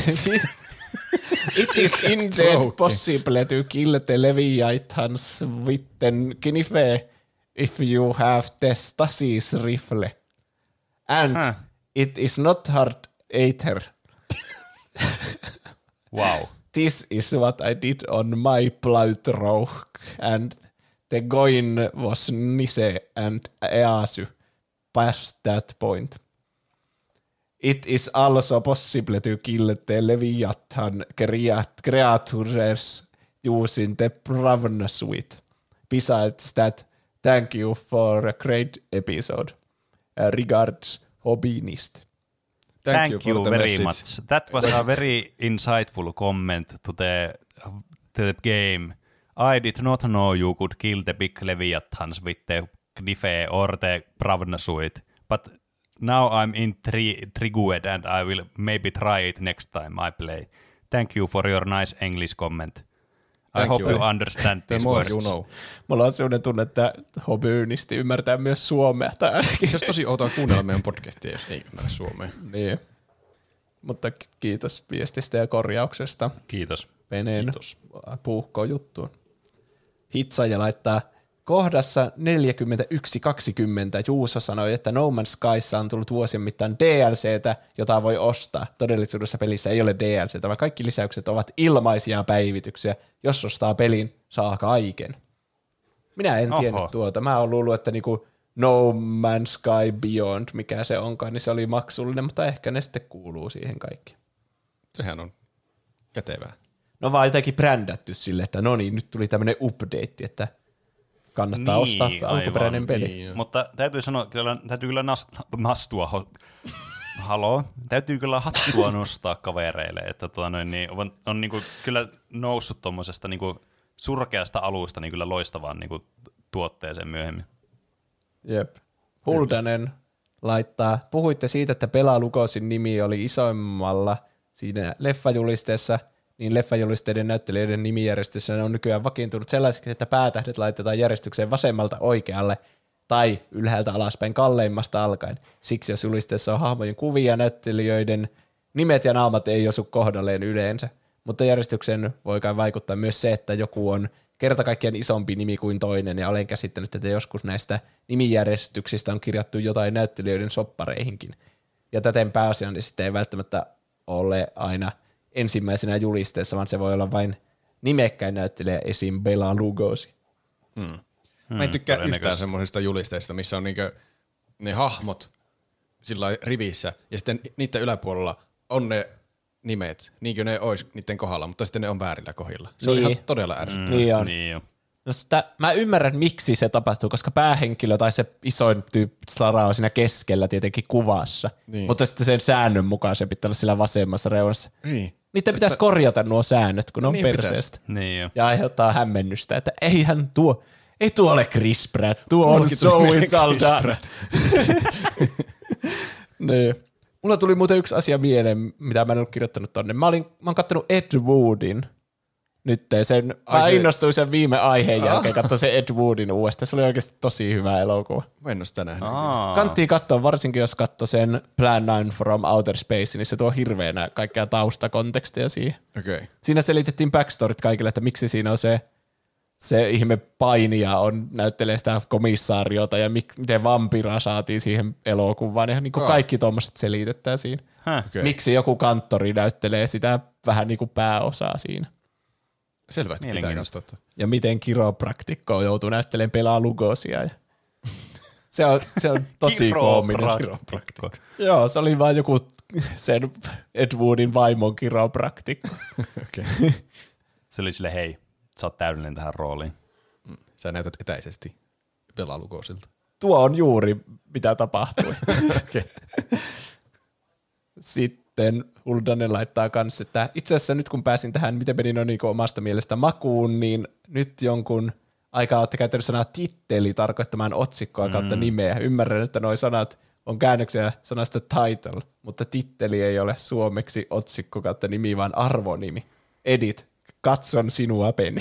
[SPEAKER 3] it is indeed possible to kill the Leviathans with the knife if you have the stasis rifle. And huh. it is not hard either.
[SPEAKER 2] Wow.
[SPEAKER 3] This is what I did on my playthrough, and The going was Nise and Easu past that point. It is also possible to kill the Leviathan creatures using the Pravna suite. Besides that, thank you for a great episode. Uh, regards, Hobbyist.
[SPEAKER 2] Thank, Thank you, you very message. much. That was a very insightful comment to the to the game. I did not know you could kill the big Leviathans with the Gnife or the Pravna suite, but now I'm intrigued and I will maybe try it next time I play. Thank you for your nice English comment. I Thank hope you, you understand this words. You know.
[SPEAKER 3] Mulla on sellainen tunne, että Hobyynisti ymmärtää myös suomea. Tai ainakin.
[SPEAKER 1] Se olisi tosi outoa kuunnella meidän podcastia, jos ei ymmärrä suomea.
[SPEAKER 3] Niin. Mutta kiitos viestistä ja korjauksesta.
[SPEAKER 2] Kiitos.
[SPEAKER 3] Veneen puuhkoon juttuun. Hitsaaja laittaa kohdassa neljäkymmentäyksi kaksikymmentä Juuso sanoi, että No Man's Skyssa on tullut vuosien mittaan D L C:tä, jota voi ostaa. Todellisuudessa pelissä ei ole D L C:tä, vaan kaikki lisäykset ovat ilmaisia päivityksiä. Jos ostaa pelin, saa kaiken. Minä en Oho. tiennyt tuota. Mä oon luullut, että niinku No Man's Sky Beyond, mikä se onkaan, niin se oli maksullinen, mutta ehkä ne sitten kuuluu siihen kaikki.
[SPEAKER 1] Sehän on kätevää.
[SPEAKER 3] No vaan jotenkin brändätty sille, että no niin, nyt tuli tämmöinen update, että kannattaa niin, ostaa alkuperäinen peli. Niin,
[SPEAKER 2] mutta täytyy sanoa, kyllä, täytyy kyllä nas, nastua, ho, haloo, täytyy kyllä hattua nostaa kavereille, että tuota noin, niin on, on niin kuin, kyllä noussut tuommoisesta niin kuin surkeasta alusta niin kyllä loistavaan niin kuin tuotteeseen myöhemmin.
[SPEAKER 3] Jep. Huldanen laittaa, puhuitte siitä, että Bela Lugosiin nimi oli isoimmalla siinä leffajulisteessa, niin leffajulisteiden näyttelijöiden nimijärjestyksessä on nykyään vakiintunut sellaiseksi, että päätähdet laitetaan järjestykseen vasemmalta oikealle tai ylhäältä alaspäin kalleimmasta alkaen. Siksi jos julisteessa on hahmojen kuvia, näyttelijöiden nimet ja naamat ei osu kohdalleen yleensä. Mutta järjestykseen voi kai vaikuttaa myös se, että joku on kerta kaikkiaan isompi nimi kuin toinen, ja olen käsittänyt, että joskus näistä nimijärjestyksistä on kirjattu jotain näyttelijöiden soppareihinkin. Ja täten pääasiaan sitten ei välttämättä ole aina ensimmäisenä julisteessa, vaan se voi olla vain nimekkäin näyttelijä, esim. Bela Lugosi.
[SPEAKER 1] Hmm. Mä en tykkää yhtään semmoisista julisteista, missä on niinku ne hahmot sillä rivissä, ja sitten niiden yläpuolella on ne nimet, niin kuin ne olisi niiden kohdalla, mutta sitten ne on väärillä kohdilla. Se niin. on ihan todella ärsyttävää.
[SPEAKER 3] Mm. Niin on. Niin no sitä, mä ymmärrän, miksi se tapahtuu, koska päähenkilö tai se isoin tyyppi Slara on siinä keskellä tietenkin kuvassa, niin. Mutta sitten sen säännön mukaan se pitää olla sillä vasemmassa reunassa.
[SPEAKER 1] Niin.
[SPEAKER 3] Niiden pitäisi että korjata nuo säännöt, kun ne on niin perseestä.
[SPEAKER 2] Niin
[SPEAKER 3] ja aiheuttaa hämmennystä, että eihän tuo, ei tuo ole Chris Pratt, tuo on Zoe Saldana. Niin. Mulla tuli muuten yksi asia mieleen, mitä mä en ollut kirjoittanut tonne. Mä, olin, mä oon kattonut Ed Woodin nyt. Sen, Ai mä se... innostuin sen viime aiheen ah. jälkeen, katsoin sen Ed Woodin uudestaan. Se oli oikeasti tosi hyvä elokuva.
[SPEAKER 1] Mä en ole sitä nähnyt.
[SPEAKER 3] Kanttiin katsoa, varsinkin jos katsoo sen Plan nine from Outer Space, niin se tuo hirveänä kaikkea taustakontekstia siihen.
[SPEAKER 1] Okay.
[SPEAKER 3] Siinä selitettiin backstoryt kaikille, että miksi siinä on se, se ihme painija on, näyttelee sitä komissaariota ja mik, miten vampira saatiin siihen elokuvaan. Ja niin kuin oh. kaikki tuommoiset selitetään siinä.
[SPEAKER 1] Okay.
[SPEAKER 3] Miksi joku kanttori näyttelee sitä vähän niin kuin pääosaa siinä.
[SPEAKER 1] Selvästi pitää katsoa.
[SPEAKER 3] Ja miten kiropraktikko joutuu näyttelemään Bela Lugosia. Ja se, on, se on tosi koominen.
[SPEAKER 2] Kiropraktikko.
[SPEAKER 3] Joo, se oli vaan joku sen Ed Woodin vaimon kiropraktikko.
[SPEAKER 1] Okay.
[SPEAKER 2] Se oli sille, hei, sä oot täydellinen tähän rooliin.
[SPEAKER 1] Sä näytät etäisesti Bela Lugosilta.
[SPEAKER 3] Tuo on juuri mitä tapahtui. Okay. Sitten Huldanen laittaa kanssa, että itse asiassa nyt kun pääsin tähän, miten menin on niin omasta mielestä makuun, niin nyt jonkun aikaa olette käyttänyt sanaa titteli tarkoittamaan otsikkoa kautta mm. nimeä. Ymmärrän, että nuo sanat on käännöksiä sanasta title, mutta titteli ei ole suomeksi otsikko kautta nimi, vaan arvonimi. Edit, katson sinua, Penny.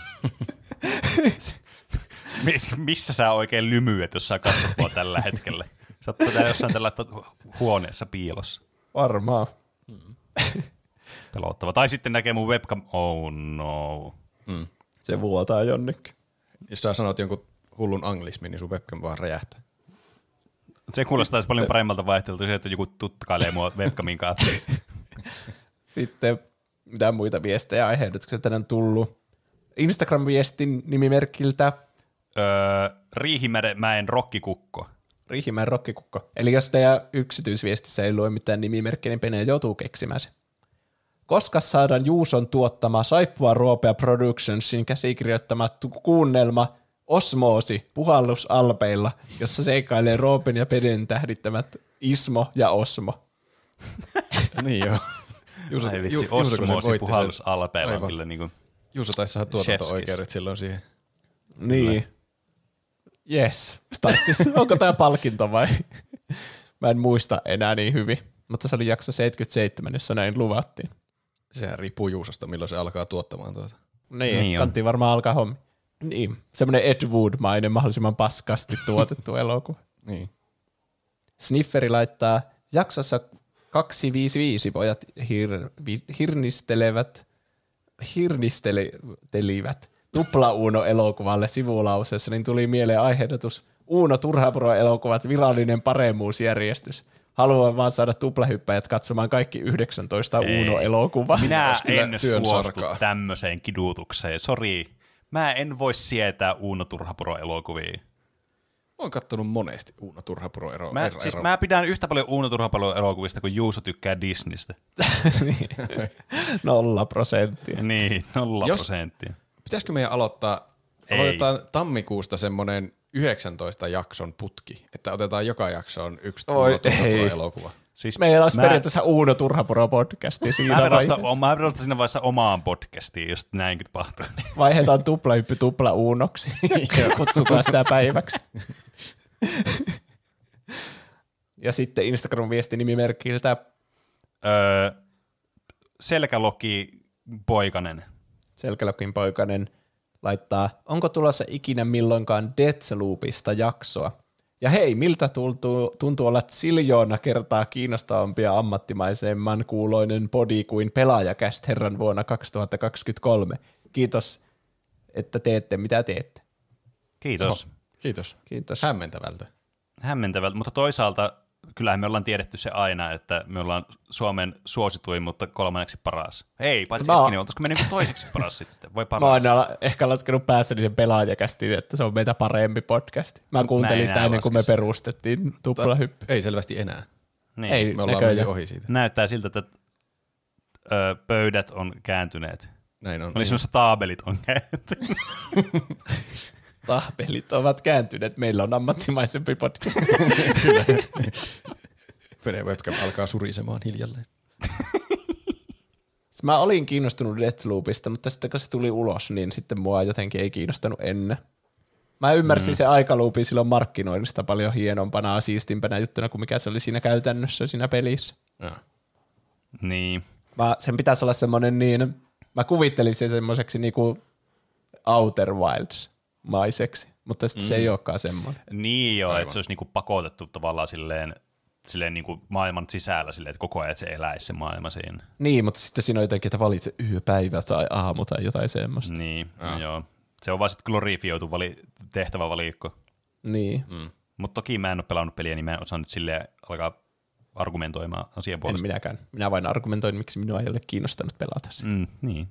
[SPEAKER 2] Missä sä oikein lymyet, jos sä katsot mua tällä hetkellä? Sä oot tätä jossain tällä huoneessa piilossa.
[SPEAKER 3] Varmaan.
[SPEAKER 2] Mm. Pelottava. Tai sitten näkee mun webcam. Oh no.
[SPEAKER 3] Mm. Se vuotaa jonnekin.
[SPEAKER 1] Jos sä sanot jonkun hullun anglismin, niin sun webcam vaan räjähtää.
[SPEAKER 2] Se kuulostaisi paljon paremmalta vaihtelulta, että joku tutkailee mua webcamin kanssa.
[SPEAKER 3] Sitten mitä muita viestejä ja aiheutuksia tänään tullut. Instagram-viestin nimimerkiltä
[SPEAKER 2] Öö, Riihimäen rokkikukko.
[SPEAKER 3] Riihimäen rokkikukko. Eli jos teidän yksityisviestissä ei lue mitään nimimerkkiä, niin Pene joutuu keksimään se. Koska saadaan Juuson tuottama Saippua Ruopea Productionsin käsikirjoittama kuunnelma Osmoosi puhallusalpeilla, jossa seikailee Roopen ja Peden tähdittämät Ismo ja Osmo.
[SPEAKER 1] Niin joo. Juuso,
[SPEAKER 2] Ai vitsi,
[SPEAKER 1] Ju, Juuso, kun se
[SPEAKER 2] Osmoosi
[SPEAKER 1] voitti sen-
[SPEAKER 2] puhallusalpeilla on
[SPEAKER 1] Aivan.
[SPEAKER 2] kyllä niinku
[SPEAKER 1] Juuso taisi saada tuotanto-oikeudet silloin siihen.
[SPEAKER 3] Niin. Yes. Tai siis, onko tämä palkinto vai? Mä en muista enää niin hyvin. Mutta se oli jakso seitsemänkymmentäseitsemän, jossa näin luvattiin.
[SPEAKER 1] Sehän riippuu Juusosta, milloin se alkaa tuottamaan tuota.
[SPEAKER 3] Niin,
[SPEAKER 2] Niin on.
[SPEAKER 3] kantiin varmaan alkaa hommi. Niin, semmoinen Ed Wood-mainen mahdollisimman paskasti tuotettu elokuva.
[SPEAKER 1] Niin.
[SPEAKER 3] Snifferi laittaa jaksossa kaksisataaviisikymmentäviisi pojat hir, vi, hirnistelevät, hirnistelivät tupla Uuno elokuvalle sivulauseessa, niin tuli mieleen aiheehdotus Uuno Turhapuro elokuvat virallinen paremmuusjärjestys. Haluan vaan saada tuplahyppäjät katsomaan kaikki yhdeksäntoista
[SPEAKER 2] Ei.
[SPEAKER 3] Uuno elokuvaa.
[SPEAKER 2] Minä
[SPEAKER 1] Olisi kyllä
[SPEAKER 2] en
[SPEAKER 1] työn
[SPEAKER 2] suostu
[SPEAKER 1] sarkaa.
[SPEAKER 2] tämmöiseen kidutukseen. Sori. Mä en voi sietää Uuno Turhapuro-elokuvia.
[SPEAKER 1] Mä oon kattonut monesti Uuno Turhapuro ero.
[SPEAKER 2] Mä,
[SPEAKER 1] ero,
[SPEAKER 2] siis
[SPEAKER 1] ero.
[SPEAKER 2] mä pidän yhtä paljon Uuno Turhapuro-elokuvista kuin Juuso tykkää Disneystä.
[SPEAKER 3] Nolla prosenttia.
[SPEAKER 2] Niin, nolla
[SPEAKER 1] Jos-
[SPEAKER 2] prosenttia.
[SPEAKER 1] Pitäisikö meidän aloittaa,
[SPEAKER 2] Ei.
[SPEAKER 1] aloitetaan tammikuusta semmoinen yhdeksäntoista jakson putki, että otetaan joka jaksoon yksi
[SPEAKER 3] Oi,
[SPEAKER 1] Uuno Turhapuro
[SPEAKER 3] ei.
[SPEAKER 1] elokuva.
[SPEAKER 2] Siis
[SPEAKER 3] Meillä olisi
[SPEAKER 2] mä-
[SPEAKER 3] periaatteessa Uuno Turhapuro podcasti
[SPEAKER 2] Mä
[SPEAKER 3] siinä
[SPEAKER 2] perustan,
[SPEAKER 3] vaiheessa.
[SPEAKER 2] mä perustan siinä vaiheessa omaan podcastiin, jos näinkin tapahtuu.
[SPEAKER 3] Vaihdetaan tuplahyppy tupla uunoksi ja kutsutaan sitä päiväksi. Ja sitten Instagram-viesti nimimerkiltä
[SPEAKER 2] öö, Selkäloki Poikanen.
[SPEAKER 3] Selkälokin poikainen laittaa, onko tulossa ikinä milloinkaan Deathloopista jaksoa? Ja hei, miltä tuntuu, tuntuu olla ziljoona kertaa kiinnostavampia ammattimaisemman kuuloinen podi kuin Pelaajakäst herran vuonna kaksituhattakaksikymmentäkolme. Kiitos, että teette mitä teette.
[SPEAKER 2] Kiitos.
[SPEAKER 1] Oho, kiitos.
[SPEAKER 3] Kiitos.
[SPEAKER 1] Hämmentävältä.
[SPEAKER 2] Hämmentävältä, mutta toisaalta kyllähän me ollaan tiedetty se aina, että me ollaan Suomen suosituin, mutta kolmanneksi paras. Ei, paitsi
[SPEAKER 3] Mä oon-
[SPEAKER 2] hetkinen, oltaisiko me niinku toiseksi paras sitten? Voi
[SPEAKER 3] Mä
[SPEAKER 2] paras.
[SPEAKER 3] oon aina ehkä laskenut päässäni sen Pelaajakästin, että se on meitä parempi podcasti. Mä kuuntelin
[SPEAKER 2] Mä
[SPEAKER 3] sitä
[SPEAKER 2] enää
[SPEAKER 3] ennen kuin me
[SPEAKER 2] laskisi.
[SPEAKER 3] perustettiin tuplahyppy.
[SPEAKER 1] Ei selvästi enää.
[SPEAKER 2] Niin.
[SPEAKER 3] Ei,
[SPEAKER 1] Me ollaan
[SPEAKER 3] näköjään.
[SPEAKER 1] menty ohi siitä.
[SPEAKER 2] Näyttää siltä, että ö, pöydät on kääntyneet.
[SPEAKER 1] Näin on.
[SPEAKER 2] Oli semmoista taabelit on kääntyneet.
[SPEAKER 3] Tahpelit ovat kääntyneet. Meillä on ammattimaisempi podcast.
[SPEAKER 1] Pene webcam alkaa surisemaan hiljalleen.
[SPEAKER 3] Mä olin kiinnostunut Deathloopista, mutta sitten kun se tuli ulos, niin sitten mua jotenkin ei kiinnostanut ennen. Mä ymmärsin mm. se aikaloopin silloin markkinoinnista paljon hienompana, siistimpänä juttuna kuin mikä se oli siinä käytännössä siinä pelissä.
[SPEAKER 1] Ja.
[SPEAKER 2] Niin.
[SPEAKER 3] Mä, sen pitäisi olla semmoinen niin, mä kuvittelin sen semmoiseksi niinku Outer Wilds-maiseksi, mutta sitten mm. se ei olekaan semmoinen.
[SPEAKER 2] Niin joo,
[SPEAKER 1] Aivan.
[SPEAKER 2] että se olisi niinku pakotettu tavallaan silleen, silleen niinku maailman sisällä silleen, että koko ajan se eläisi se maailma siinä.
[SPEAKER 3] Niin, mutta sitten siinä on jotenkin, että valitse yöpäivä tai aamu tai jotain semmoista.
[SPEAKER 2] Niin,
[SPEAKER 1] Ah.
[SPEAKER 2] no joo. Se on vaan sitten glorifioitu vali- tehtävä valikko.
[SPEAKER 3] Niin.
[SPEAKER 1] Mm.
[SPEAKER 2] Mutta toki mä en ole pelannut peliä, niin mä en osaa nyt silleen alkaa argumentoimaan asian
[SPEAKER 3] En
[SPEAKER 2] puolesta.
[SPEAKER 3] minäkään. Minä vain argumentoin, miksi minua ei ole kiinnostanut pelata sitä.
[SPEAKER 2] Mm, niin.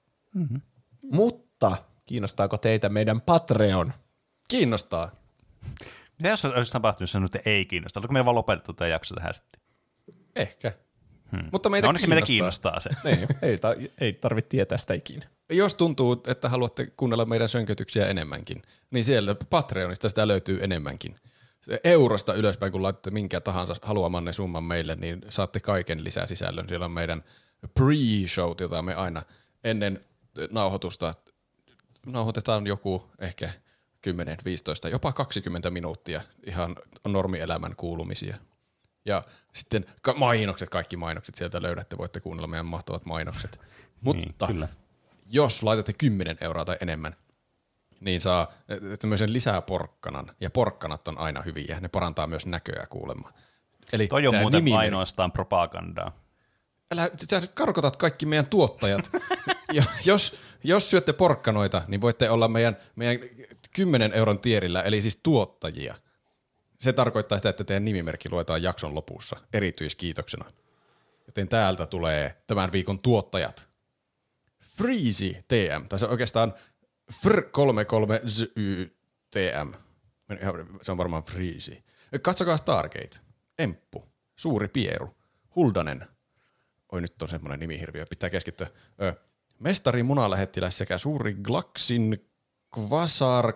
[SPEAKER 3] Mutta kiinnostaako teitä meidän Patreon?
[SPEAKER 1] Kiinnostaa.
[SPEAKER 2] Mitä jos olisi tapahtunut, jos sanoit, että ei kiinnosta? Oliko meidän vaan lopetettu tämä jakso tähän sitten?
[SPEAKER 1] Ehkä.
[SPEAKER 2] Hmm.
[SPEAKER 1] Mutta meitä
[SPEAKER 2] no onneksi meitä
[SPEAKER 1] kiinnostaa.
[SPEAKER 2] kiinnostaa se.
[SPEAKER 3] Ei, ei, ta- ei tarvitse tietää sitä ikinä.
[SPEAKER 1] Jos tuntuu, että haluatte kuunnella meidän sönkötyksiä enemmänkin, niin siellä Patreonista sitä löytyy enemmänkin. Se eurosta ylöspäin, kun laitatte minkä tahansa haluamanne summan meille, niin saatte kaiken lisää sisällön. Siellä on meidän pre-showt, jota me aina ennen nauhoitusta nauhoitetaan joku ehkä kymmenen, viisitoista, jopa kaksikymmentä minuuttia ihan normielämän kuulumisia. Ja sitten ka- mainokset, kaikki mainokset sieltä löydätte, voitte kuunnella meidän mahtavat mainokset. Mutta
[SPEAKER 2] Niin, kyllä.
[SPEAKER 1] jos laitatte kymmenen euroa tai enemmän, niin saa tämmöisen lisää porkkanan. Ja porkkanat on aina hyviä, ne parantaa myös näköä kuulemma. Eli
[SPEAKER 2] Toi on
[SPEAKER 1] tää
[SPEAKER 2] muuten
[SPEAKER 1] nimi-
[SPEAKER 2] ainoastaan propagandaa.
[SPEAKER 1] Älä, sä nyt karkotat kaikki meidän tuottajat. Ja jos, jos syötte porkkanoita, niin voitte olla meidän, meidän kymmenen euron tierillä, eli siis tuottajia. Se tarkoittaa sitä, että teidän nimimerkki luetaan jakson lopussa erityiskiitoksena. Joten täältä tulee tämän viikon tuottajat. Freezy T M, tai se on oikeastaan F R kolmekymmentäkolme Z Y T M. Se on varmaan Freezy. Katsokaa Stargate. Emppu. Suuri Pieru. Huldanen. Oi, nyt on semmoinen nimihirviö. Pitää keskittyä. Ö, Mestari munalähettiläs sekä suuri Glaxin Quasar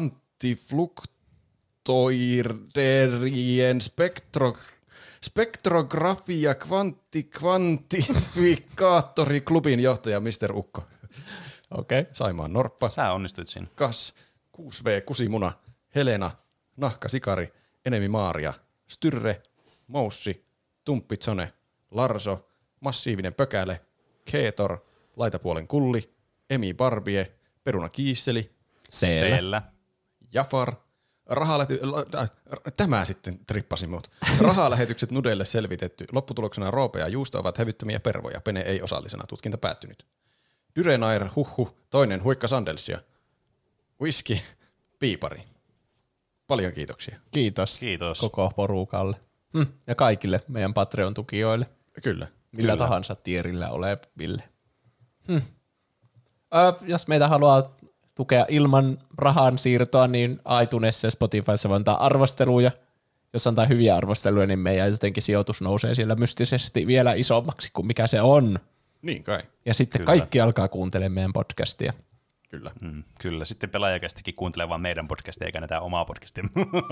[SPEAKER 1] Quantifluctoirderien spektro, spektrografia kvantti kvantifikaattori klubin johtaja mister Ukko.
[SPEAKER 3] Okei. Okay.
[SPEAKER 1] Saimaan Norppa.
[SPEAKER 2] Sä onnistuit siinä.
[SPEAKER 1] Kas, kuusi V, Kusimuna, Helena, Nahka Sikari, Enemi Maaria, Styrre, Moussi, Tumppitsone, Larso, Massiivinen Pökäle, Keetor, Laitapuolen Kulli, Emi Barbie, Peruna Kiisseli,
[SPEAKER 3] Seellä.
[SPEAKER 2] Seellä.
[SPEAKER 1] Jafar, rahalety... äh, tämä sitten trippasi mut. Rahalähetykset Nudelle selvitetty. Lopputuloksena Roope ja Juusto ovat hävyttömiä pervoja. Pene ei osallisena. Tutkinta päättynyt. Dyrenair, huhhuh, toinen Huikka Sandelsia. Whisky, Piipari. Paljon kiitoksia.
[SPEAKER 3] Kiitos.
[SPEAKER 2] Kiitos.
[SPEAKER 3] Koko porukalle. Hm. Ja kaikille meidän Patreon-tukijoille.
[SPEAKER 1] Kyllä.
[SPEAKER 3] Millä
[SPEAKER 1] kyllä.
[SPEAKER 3] tahansa tierillä oleville. Hm. Ö, jos meitä haluaa tukea ilman rahan siirtoa, niin iTunesissa ja Spotifyssa voi antaa arvosteluja. Jos antaa hyviä arvosteluja, niin meidän jotenkin sijoitus nousee siellä mystisesti vielä isommaksi kuin mikä se on.
[SPEAKER 1] Niin kai.
[SPEAKER 3] Ja sitten
[SPEAKER 2] Kyllä.
[SPEAKER 3] kaikki alkaa kuuntelemaan meidän podcastia.
[SPEAKER 1] Kyllä.
[SPEAKER 2] Mm, kyllä. Sitten pelaajakästikin kuuntelee vaan meidän podcastia eikä näitä omaa podcastia.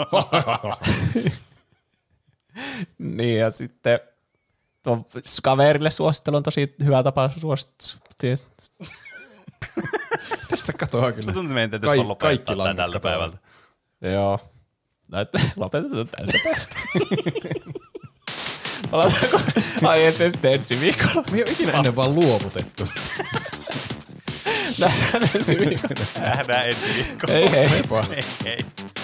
[SPEAKER 3] Niin ja sitten tuo kaverille suosittelu on tosi hyvä tapa suosittaa.
[SPEAKER 1] Tästä katoaa kyllä.
[SPEAKER 2] Se tuntuu, että meidän täytyisi
[SPEAKER 1] Kai-
[SPEAKER 2] vaan lopettaa
[SPEAKER 1] kaikki
[SPEAKER 2] tää
[SPEAKER 1] langat
[SPEAKER 2] tältä
[SPEAKER 1] katoaa.
[SPEAKER 2] päivältä.
[SPEAKER 3] Joo. Näyttä, lopetetaan tältä päivältä. Palataanko aiheeseen sitten ensi viikolla?
[SPEAKER 1] Me ei ole ikinä ennen vaan luovutettu.
[SPEAKER 3] Nähdään ensi viikolla.
[SPEAKER 2] Nähdään ensi viikolla.
[SPEAKER 3] Hei hei.
[SPEAKER 1] Heippa.
[SPEAKER 2] Hei hei.